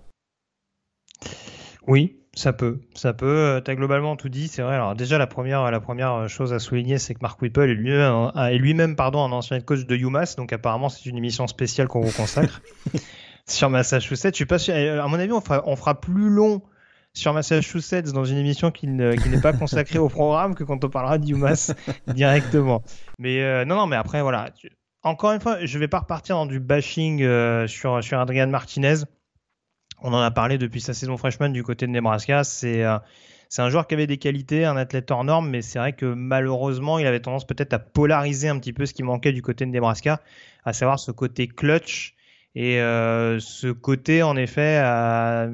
Oui, ça peut, ça peut. Tu as globalement tout dit, c'est vrai. Alors déjà, la première, la première chose à souligner, c'est que Mark Whipple est lui-même, est lui-même pardon, un ancien coach de UMass, donc apparemment c'est une émission spéciale qu'on vous consacre sur Massachusetts. Je suis pas sûr, à mon avis, on fera, on fera plus long sur Massachusetts dans une émission qui, ne, qui n'est pas consacrée au programme que quand on parlera d'UMass directement. Mais euh, non, non, mais après, voilà. Tu... Encore une fois, je vais pas repartir dans du bashing euh, sur, sur Adrian Martinez. On en a parlé depuis sa saison freshman du côté de Nebraska. C'est, euh, c'est un joueur qui avait des qualités, un athlète hors norme, mais c'est vrai que malheureusement, il avait tendance peut-être à polariser un petit peu ce qui manquait du côté de Nebraska, à savoir ce côté clutch et euh, ce côté, en effet, à,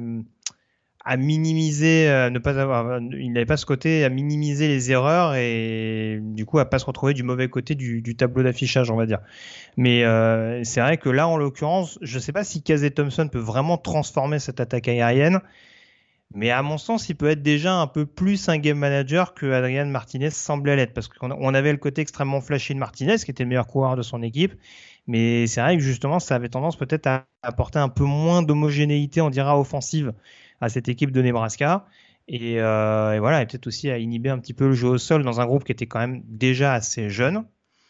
à minimiser, à ne pas avoir, il n'avait pas ce côté à minimiser les erreurs et du coup à pas se retrouver du mauvais côté du, du tableau d'affichage, on va dire. Mais euh, c'est vrai que là, en l'occurrence, je ne sais pas si Casey Thompson peut vraiment transformer cette attaque aérienne, mais à mon sens, il peut être déjà un peu plus un game manager que Adrian Martinez semblait l'être, parce qu'on on avait le côté extrêmement flashy de Martinez, qui était le meilleur coureur de son équipe, mais c'est vrai que justement, ça avait tendance peut-être à apporter un peu moins d'homogénéité, on dira, offensive à cette équipe de Nebraska. Et, euh, et voilà, et peut-être aussi à inhiber un petit peu le jeu au sol dans un groupe qui était quand même déjà assez jeune.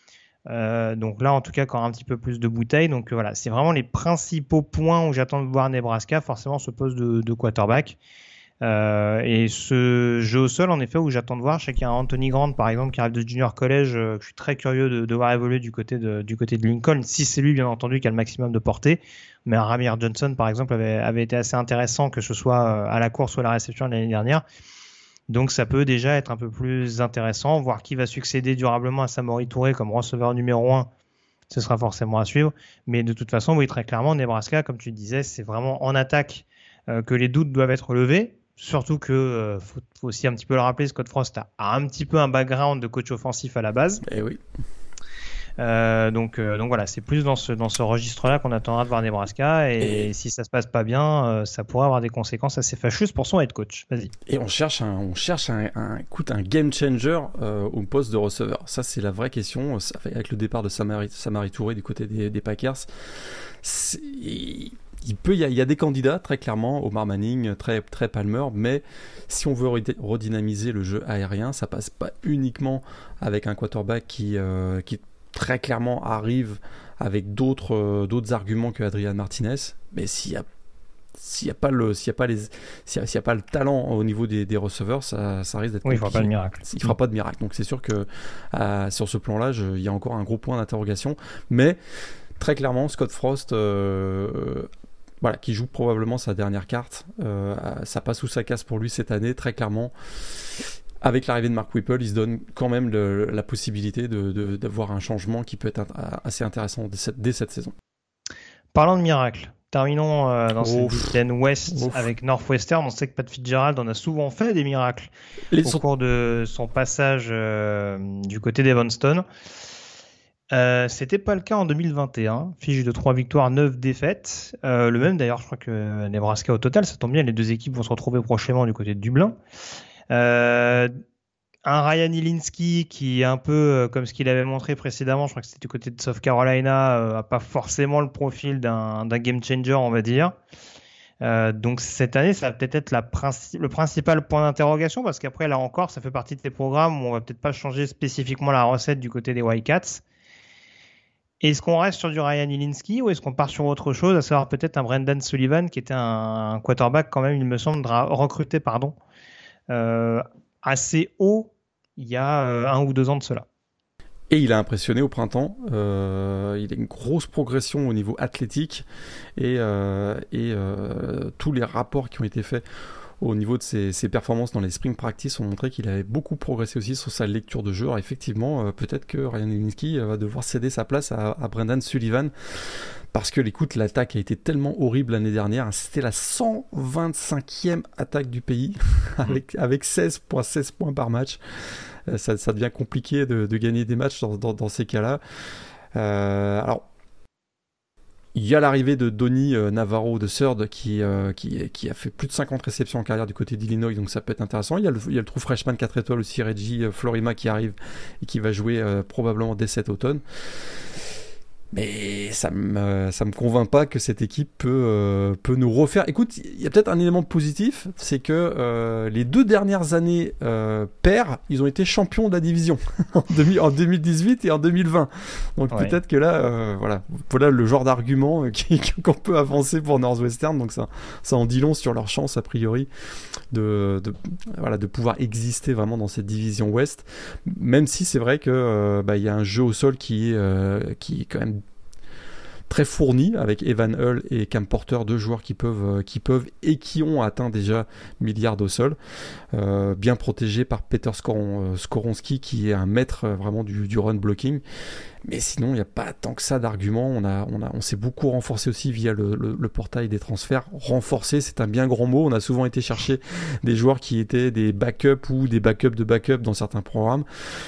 Euh, donc là, en tout cas, quand un petit peu plus de bouteilles. Donc euh, voilà, c'est vraiment les principaux points où j'attends de voir Nebraska, forcément ce poste de, de quarterback. Euh, et ce jeu au sol, en effet, où j'attends de voir, je sais qu'il y a un Anthony Grant, par exemple, qui arrive de junior college, euh, que je suis très curieux de, de voir évoluer du côté de, du côté de Lincoln, si c'est lui, bien entendu, qui a le maximum de portée. Mais un Ramir Johnson, par exemple, avait, avait été assez intéressant, que ce soit à la course ou à la réception l'année dernière. Donc ça peut déjà être un peu plus intéressant, voir qui va succéder durablement à Samori Touré comme receveur numéro un. Ce sera forcément à suivre. Mais de toute façon, oui, très clairement, Nebraska, comme tu disais, c'est vraiment en attaque euh, que les doutes doivent être levés. Surtout que, euh, faut, faut aussi un petit peu le rappeler, Scott Frost a, a un petit peu un background de coach offensif à la base. Eh oui. Euh, donc, euh, donc voilà, c'est plus dans ce, dans ce registre-là qu'on attendra de voir Nebraska. Et, et si ça se passe pas bien, euh, ça pourrait avoir des conséquences assez fâcheuses pour son head coach. Vas-y. Et on cherche un, on cherche un, un, écoute, un game changer euh, au poste de receveur. Ça, c'est la vraie question. Ça, avec le départ de Samari, Samari Touré du côté des, des Packers, il peut, il y, a, il y a des candidats très clairement, Omar Manning, très, très Palmer, mais si on veut redynamiser le jeu aérien, ça passe pas uniquement avec un quarterback qui, euh, qui très clairement arrive avec d'autres, euh, d'autres arguments que Adrian Martinez, mais s'il y a s'il n'y a pas le s'il y a pas les s'il y a, s'il y a pas le talent au niveau des, des receveurs, ça, ça risque d'être oui, compliqué. il fera pas de miracle. Il fera pas de miracle. Donc c'est sûr que euh, sur ce plan-là, je, il y a encore un gros point d'interrogation, mais très clairement Scott Frost euh, voilà, qui joue probablement sa dernière carte, euh, ça passe ou ça casse pour lui cette année, très clairement. Avec l'arrivée de Mark Whipple, il se donne quand même le, la possibilité de, de, d'avoir un changement qui peut être assez intéressant dès cette, dès cette saison. Parlant de miracle, terminons euh, dans Ouf. cette Big Ten West Ouf. avec Northwestern. On sait que Pat Fitzgerald en a souvent fait des miracles Les au sont... cours de son passage euh, du côté d'Evanston. Euh, c'était pas le cas en deux mille vingt et un, fiche de trois victoires, neuf défaites. Euh, le même d'ailleurs, je crois que Nebraska au total, ça tombe bien, les deux équipes vont se retrouver prochainement du côté de Dublin. Euh, un Ryan Ilinski qui est un peu euh, comme ce qu'il avait montré précédemment, je crois que c'était du côté de South Carolina, euh, a pas forcément le profil d'un, d'un game changer, on va dire. Euh, donc cette année, ça va peut-être être la princi- le principal point d'interrogation, parce qu'après, là encore, ça fait partie de tes programmes où on va peut-être pas changer spécifiquement la recette du côté des Wildcats. Est-ce qu'on reste sur du Ryan Ilinski ou est-ce qu'on part sur autre chose, à savoir peut-être un Brendan Sullivan qui était un, un quarterback quand même, il me semble, recruté pardon, euh, assez haut il y a euh, un ou deux ans de cela. Et il a impressionné au printemps. Euh, il a une grosse progression au niveau athlétique et, euh, et euh, tous les rapports qui ont été faits au niveau de ses, ses performances dans les spring practice ont montré qu'il avait beaucoup progressé aussi sur sa lecture de jeu. Alors effectivement, euh, peut-être que Ryan Ilinski va devoir céder sa place à, à Brendan Sullivan, parce que l'écoute, l'attaque a été tellement horrible l'année dernière. C'était la cent vingt-cinquième attaque du pays, avec, avec seize virgule seize points par match. Euh, ça, ça devient compliqué de, de gagner des matchs dans, dans, dans ces cas-là. Euh, alors, il y a l'arrivée de Donny euh, Navarro de Third qui, euh, qui, qui a fait plus de cinquante réceptions en carrière du côté d'Illinois, donc ça peut être intéressant. Il y a le, il y a le trou freshman quatre étoiles aussi, Reggie euh, Florima, qui arrive et qui va jouer euh, probablement dès cet automne. Mais ça me ça me convainc pas que cette équipe peut euh, peut nous refaire. Écoute, il y a peut-être un élément positif, c'est que euh, les deux dernières années euh, pairs, ils ont été champions de la division en, en deux mille dix-huit et en deux mille vingt. Donc ouais. Peut-être que là, euh, voilà, voilà le genre d'argument qui, qu'on peut avancer pour Northwestern. Donc ça ça en dit long sur leur chance a priori de, de voilà de pouvoir exister vraiment dans cette division Ouest. Même si c'est vrai que euh, bah il y a un jeu au sol qui est euh, qui est quand même très fourni, avec Evan Hull et Cam Porter, deux joueurs qui peuvent, euh, qui peuvent et qui ont atteint déjà milliards au sol, euh, bien protégés par Peter Skoron, euh, Skoronski, qui est un maître euh, vraiment du, du run blocking. Mais sinon, il n'y a pas tant que ça d'arguments. On, a, on, a, on s'est beaucoup renforcé aussi via le, le, le portail des transferts. Renforcé, c'est un bien grand mot. On a souvent été chercher des joueurs qui étaient des backups ou des backups de backup dans certains programmes.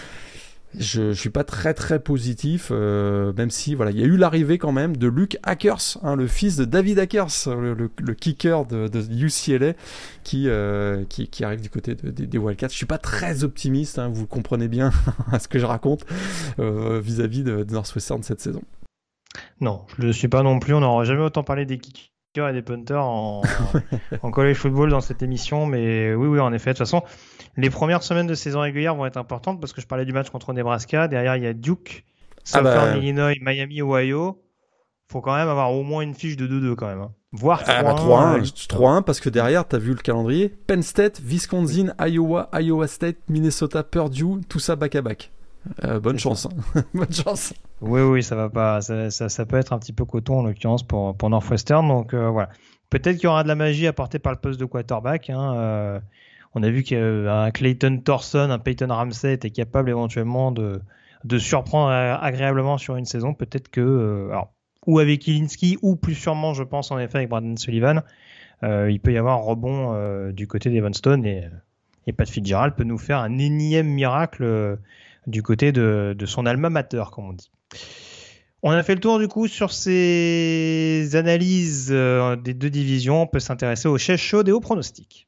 Je, je suis pas très très positif, euh, même si voilà, il y a eu l'arrivée quand même de Luke Akers, hein, le fils de David Akers, le, le, le kicker de, de U C L A, qui, euh, qui qui arrive du côté de, de, des Wildcats. Je suis pas très optimiste, hein, vous comprenez bien à ce que je raconte euh, vis-à-vis de, de Northwestern cette saison. Non, je ne suis pas non plus. On n'aura jamais autant parlé des kickers et des punters en, en college football dans cette émission, mais oui, oui, en effet. De toute façon, les premières semaines de saison régulière vont être importantes parce que je parlais du match contre Nebraska. Derrière, il y a Duke, Southern ah bah... Illinois, Miami, Ohio. Faut quand même avoir au moins une fiche de deux deux quand même, hein. Voire trois un. Ah bah trois un, euh, trois un parce que derrière, t'as vu le calendrier. Penn State, Wisconsin, Iowa, Iowa State, Minnesota, Purdue, tout ça back à back. Euh, bonne C'est chance, hein. Bonne chance. Oui, oui, ça va pas. Ça, ça, ça peut être un petit peu coton en l'occurrence pour pour Northwestern. Donc euh, voilà. Peut-être qu'il y aura de la magie apportée par le poste de quarterback. Hein. Euh, on a vu qu'un Clayton Thorson, un Peyton Ramsey était capable éventuellement de de surprendre agréablement sur une saison. Peut-être que euh, alors, ou avec Ilinski ou plus sûrement, je pense en effet avec Brandon Sullivan, euh, il peut y avoir un rebond euh, du côté d'Evanston et et Pat Fitzgerald peut nous faire un énième miracle. Euh, du côté de, de son alma mater, comme on dit. On a fait le tour du coup sur ces analyses euh, des deux divisions. On peut s'intéresser aux chaises chaudes et aux pronostics.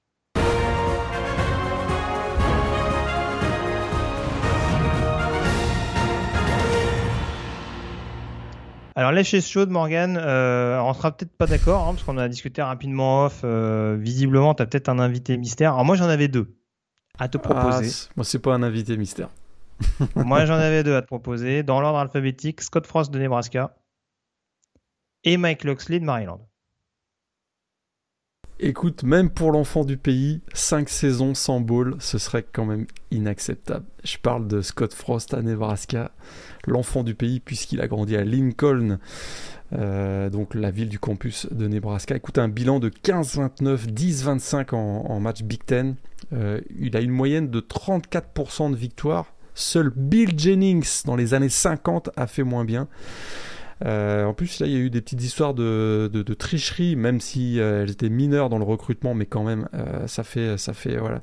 Alors les chaises chaudes, Morgan, euh, on sera peut-être pas d'accord, hein, parce qu'on a discuté rapidement off. Euh, visiblement, tu as peut-être un invité mystère. Alors moi, j'en avais deux à te proposer. Ah, c'est... Moi, c'est pas un invité mystère. Moi, j'en avais deux à te proposer, dans l'ordre alphabétique, Scott Frost de Nebraska et Mike Locksley de Maryland. Écoute, même pour l'enfant du pays, cinq saisons sans bowl, ce serait quand même inacceptable. Je parle de Scott Frost à Nebraska, l'enfant du pays puisqu'il a grandi à Lincoln, euh, donc la ville du campus de Nebraska. Écoute, un bilan de quinze vingt-neuf, dix vingt-cinq en, en match Big Ten. Euh, il a une moyenne de trente-quatre pour cent de victoires. Seul Bill Jennings, dans les années cinquante, a fait moins bien. Euh, en plus, là, il y a eu des petites histoires de, de, de tricherie, même si euh, elles étaient mineures dans le recrutement, mais quand même, euh, ça fait, ça fait, voilà.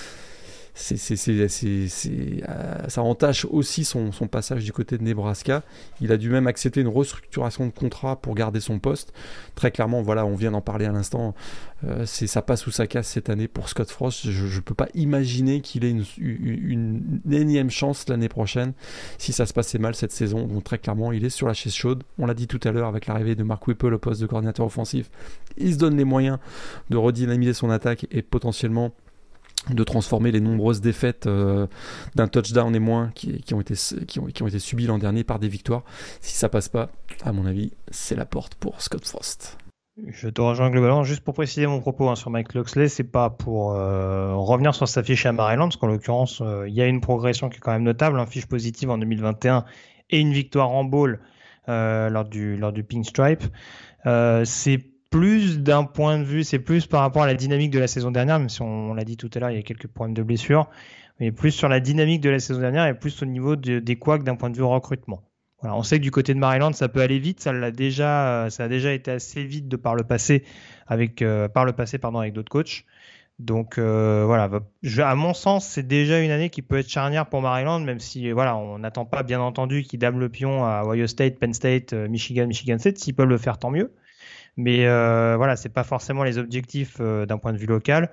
C'est, c'est, c'est, c'est, c'est, euh, ça entache aussi son, son passage du côté de Nebraska. Il a dû même accepter une restructuration de contrat pour garder son poste. Très clairement, voilà, on vient d'en parler à l'instant. Euh, c'est ça passe ou ça casse cette année pour Scott Frost. Je ne peux pas imaginer qu'il ait une, une, une énième chance l'année prochaine si ça se passait mal cette saison. Donc très clairement, il est sur la chaise chaude. On l'a dit tout à l'heure avec l'arrivée de Mark Whipple au poste de coordinateur offensif. Il se donne les moyens de redynamiser son attaque et potentiellement de transformer les nombreuses défaites euh, d'un touchdown et moins qui, qui, ont été, qui, ont, qui ont été subies l'an dernier par des victoires. Si ça passe pas, à mon avis, c'est la porte pour Scott Frost. Je te rejoins globalement. Juste pour préciser mon propos hein, sur Mike Locksley, c'est pas pour euh, revenir sur sa fiche à Maryland, parce qu'en l'occurrence, il euh, y a une progression qui est quand même notable, une hein, fiche positive en deux mille vingt et un et une victoire en bowl euh, lors du lors du Pink Stripe. Euh, c'est plus d'un point de vue, c'est plus par rapport à la dynamique de la saison dernière, même si on, on l'a dit tout à l'heure, il y a quelques problèmes de blessures, mais plus sur la dynamique de la saison dernière et plus au niveau de, des couacs d'un point de vue recrutement. Voilà, on sait que du côté de Maryland, ça peut aller vite, ça l'a déjà, ça a déjà été assez vite de par le passé avec, euh, par le passé pardon, avec d'autres coachs. Donc euh, voilà, je, à mon sens, c'est déjà une année qui peut être charnière pour Maryland, même si voilà, on n'attend pas bien entendu qu'ils dament le pion à Ohio State, Penn State, Michigan, Michigan State. S'ils peuvent le faire, tant mieux. Mais euh, voilà, c'est pas forcément les objectifs euh, d'un point de vue local,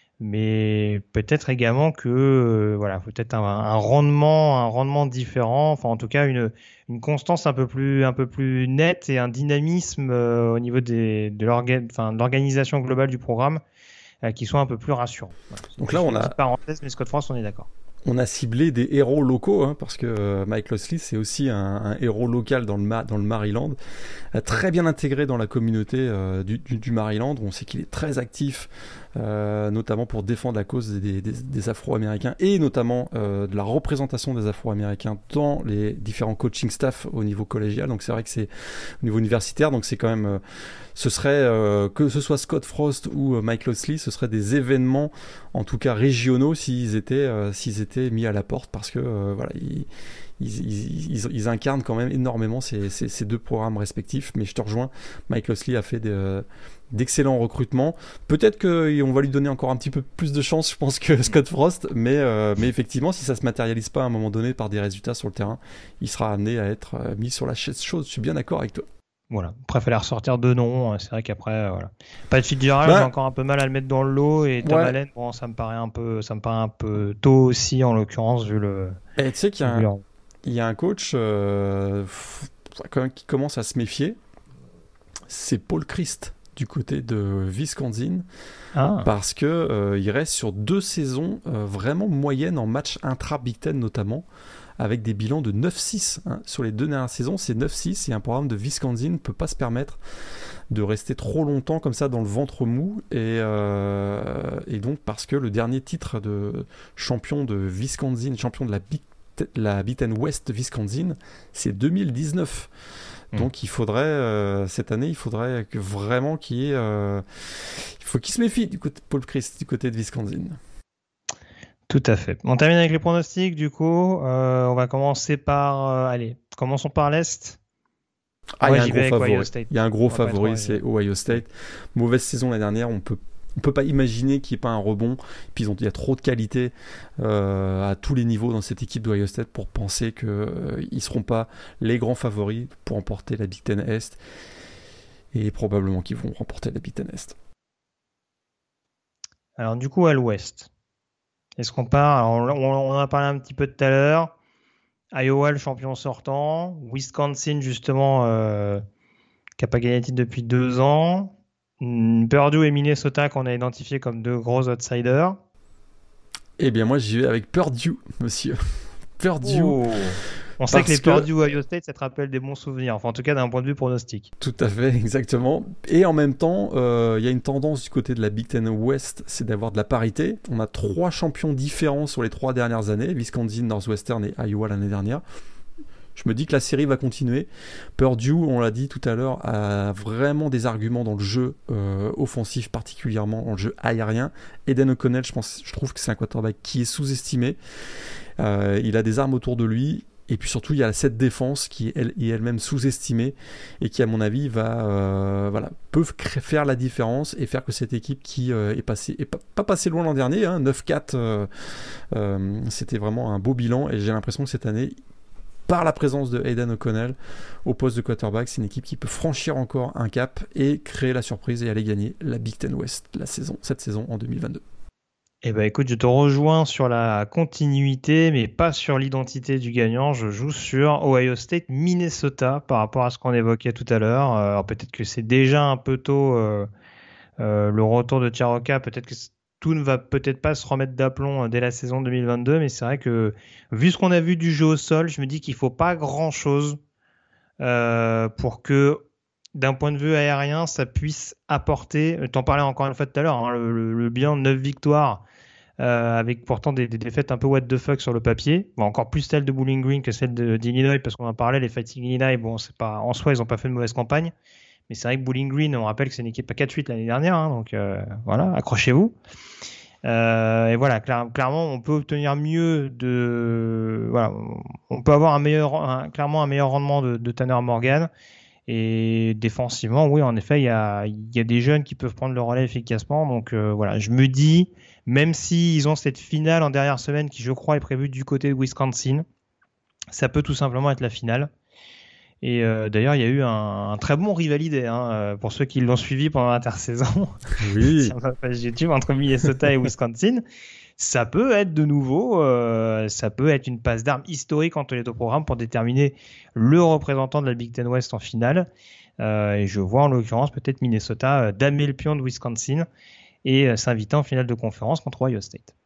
mais peut-être également que euh, voilà, peut-être un, un rendement, un rendement différent. Enfin, en tout cas, une une constance un peu plus un peu plus nette et un dynamisme euh, au niveau des de l'orga- enfin, de l'organisation globale du programme euh, qui soit un peu plus rassurant. Voilà. Donc là, on a parenthèse, mais Scott Frost, on est d'accord. On a ciblé des héros locaux, hein, parce que euh, Mike Locksley, c'est aussi un, un héros local dans le, Ma- dans le Maryland, euh, très bien intégré dans la communauté euh, du, du, du Maryland. On sait qu'il est très actif, euh, notamment pour défendre la cause des, des, des Afro-Américains et notamment euh, de la représentation des Afro-Américains dans les différents coaching staff au niveau collégial. Donc c'est vrai que c'est au niveau universitaire, donc c'est quand même... Euh, ce serait, euh, que ce soit Scott Frost ou euh, Mike Locksley, ce seraient des événements, en tout cas régionaux, s'ils étaient, euh, s'ils étaient mis à la porte, parce que euh, voilà, ils, ils, ils, ils, ils incarnent quand même énormément ces, ces, ces deux programmes respectifs. Mais je te rejoins, Mike Locksley a fait de, euh, d'excellents recrutements. Peut-être qu'on va lui donner encore un petit peu plus de chance, je pense, que Scott Frost, mais, euh, mais effectivement, si ça ne se matérialise pas à un moment donné par des résultats sur le terrain, il sera amené à être euh, mis sur la chaise chaude. Je suis bien d'accord avec toi. Voilà, après il fallait ressortir deux noms, c'est vrai qu'après voilà. Pas de Fitzgerald, bah, j'ai encore un peu mal à le mettre dans le lot et Tom ouais. Allen, bon ça me paraît un peu ça me paraît un peu tôt aussi en l'occurrence vu le et tu sais qu'il y a un, il y a un coach euh, qui commence à se méfier. C'est Paul Chryst du côté de Wisconsin ah. parce que euh, il reste sur deux saisons euh, vraiment moyennes en match intra-Big Ten notamment, avec des bilans de neuf six. Hein. Sur les deux dernières saisons, c'est neuf six, et un programme de Wisconsin ne peut pas se permettre de rester trop longtemps comme ça dans le ventre mou, et, euh, et donc parce que le dernier titre de champion de Wisconsin, champion de la Big, la Big Ten West de Wisconsin, c'est deux mille dix-neuf. Mmh. Donc il faudrait, euh, cette année, il faudrait que vraiment qu'il y ait... Euh, il faut qu'il se méfie du côté de Paul Chryst, du côté de Wisconsin. Tout à fait. On termine avec les pronostics, du coup. Euh, on va commencer par... Euh, allez, commençons par l'Est. Ah, il ouais, y a un gros favori. Il y a un gros favori, c'est Ohio State. Mauvaise saison l'année dernière, on peut on peut pas imaginer qu'il n'y ait pas un rebond. Puis ils ont, il y a trop de qualité euh, à tous les niveaux dans cette équipe d'Ohio State pour penser qu'ils euh, ne seront pas les grands favoris pour remporter la Big Ten Est. Et probablement qu'ils vont remporter la Big Ten Est. Alors du coup, à l'Ouest, est-ce qu'on part? Alors, on, on en a parlé un petit peu tout à l'heure. Iowa, le champion sortant. Wisconsin, justement, euh, qui n'a pas gagné le titre depuis deux ans. Purdue et Minnesota qu'on a identifiés comme deux gros outsiders. Eh bien, moi, j'y vais avec Purdue, monsieur. Purdue. Oh. On sait que les Purdue ou Ohio State, ça te rappelle des bons souvenirs. Enfin, en tout cas, d'un point de vue pronostic. Tout à fait, exactement. Et en même temps, il euh, y a une tendance du côté de la Big Ten West, c'est d'avoir de la parité. On a trois champions différents sur les trois dernières années, Wisconsin, Northwestern et Iowa l'année dernière. Je me dis que la série va continuer. Purdue, on l'a dit tout à l'heure, a vraiment des arguments dans le jeu euh, offensif, particulièrement dans le jeu aérien. Eden O'Connell, je, pense, je trouve que c'est un quarterback qui est sous-estimé. Euh, il a des armes autour de lui. Et puis surtout, il y a cette défense qui est, elle, est elle-même sous-estimée et qui, à mon avis, va, euh, voilà, peut faire la différence et faire que cette équipe qui euh, est, passée, est pas, pas passée loin l'an dernier, hein, neuf quatre, euh, euh, c'était vraiment un beau bilan. Et j'ai l'impression que cette année, par la présence de Aidan O'Connell au poste de quarterback, c'est une équipe qui peut franchir encore un cap et créer la surprise et aller gagner la Big Ten West la saison, cette saison en deux mille vingt-deux. Eh ben écoute, je te rejoins sur la continuité, mais pas sur l'identité du gagnant. Je joue sur Ohio State, Minnesota, par rapport à ce qu'on évoquait tout à l'heure. Alors peut-être que c'est déjà un peu tôt euh, euh, le retour de Tiaroka. Peut-être que tout ne va peut-être pas se remettre d'aplomb dès la saison deux mille vingt-deux, mais c'est vrai que vu ce qu'on a vu du jeu au sol, je me dis qu'il faut pas grand-chose euh, pour que, d'un point de vue aérien, ça puisse apporter. T'en parlais encore une fois tout à l'heure, hein, le, le, le bilan de neuf victoires. Euh, avec pourtant des, des défaites un peu what the fuck sur le papier, bon, encore plus celle de Bowling Green que celle de, d'Illinois, parce qu'on en parlait, les Fighting Illinois, bon, c'est pas, en soi ils n'ont pas fait de mauvaise campagne, mais c'est vrai que Bowling Green, on rappelle que c'est une équipe à quatre huit l'année dernière, hein, donc euh, voilà, accrochez-vous. Euh, et voilà, clair, clairement on peut obtenir mieux de, voilà, on peut avoir un meilleur, un, clairement un meilleur rendement de, de Tanner Morgan. Et défensivement, oui, en effet, il y a, y a des jeunes qui peuvent prendre le relais efficacement. Donc euh, voilà, je me dis, même s'ils ont cette finale en dernière semaine qui, je crois, est prévue du côté de Wisconsin, ça peut tout simplement être la finale. Et euh, d'ailleurs, il y a eu un, un très bon rivalité hein, pour ceux qui l'ont suivi pendant l'intersaison oui. sur ma page YouTube entre Minnesota et Wisconsin. Ça peut être de nouveau, euh, ça peut être une passe d'armes historique entre les deux programmes pour déterminer le représentant de la Big Ten West en finale. Euh, et je vois en l'occurrence peut-être Minnesota euh, damer le pion de Wisconsin et euh, s'inviter en finale de conférence contre Ohio State.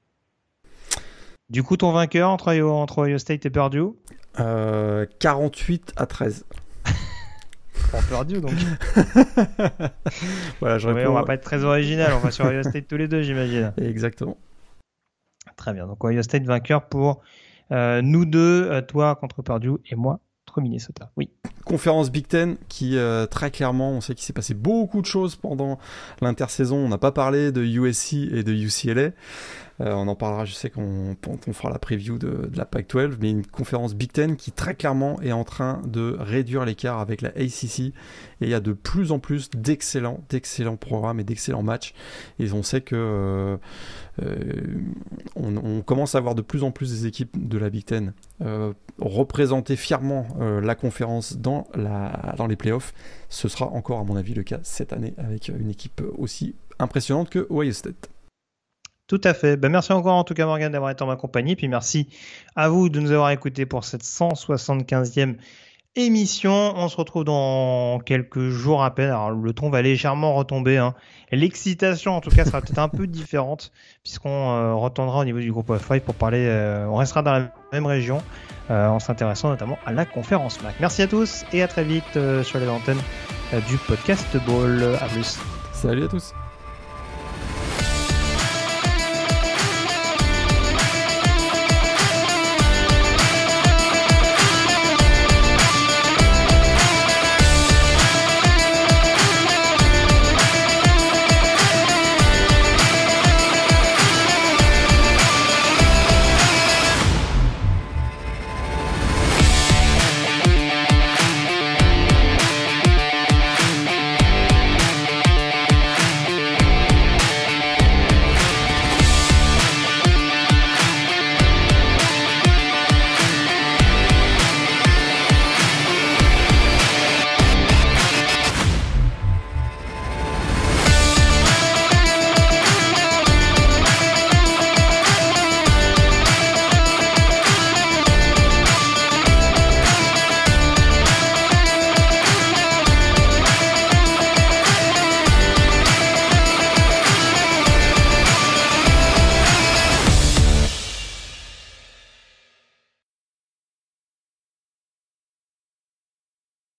Du coup, ton vainqueur entre Ohio, entre Ohio State et Purdue euh, quarante-huit à treize. Pour Purdue, donc. Voilà, je ouais, réponds... on va pas être très original, on va sur Ohio State tous les deux, j'imagine. Exactement. Très bien, donc Ohio State vainqueur pour euh, nous deux, euh, toi contre Purdue et moi contre Minnesota. Oui. Conférence Big Ten qui euh, très clairement, on sait qu'il s'est passé beaucoup de choses pendant l'intersaison. On n'a pas parlé de U S C et de U C L A. Euh, on en parlera, je sais qu'on on fera la preview de, de la Pac douze, mais une conférence Big Ten qui très clairement est en train de réduire l'écart avec la A C C, et il y a de plus en plus d'excellents, d'excellents programmes et d'excellents matchs, et on sait que euh, euh, on, on commence à avoir de plus en plus des équipes de la Big Ten euh, représenter fièrement euh, la conférence dans, la, dans les playoffs. Ce sera encore à mon avis le cas cette année avec une équipe aussi impressionnante que Ohio State. Tout à fait. Ben, merci encore en tout cas Morgan d'avoir été en ma compagnie. Puis merci à vous de nous avoir écoutés pour cette cent soixante-quinzième émission. On se retrouve dans quelques jours à peine. Alors le ton va légèrement retomber. Hein. L'excitation en tout cas sera peut-être un peu différente puisqu'on euh, retournera au niveau du groupe F cinq pour parler. Euh, on restera dans la même région euh, en s'intéressant notamment à la conférence M A C. Merci à tous et à très vite euh, sur les antennes euh, du podcast Ball. À plus. Salut à tous.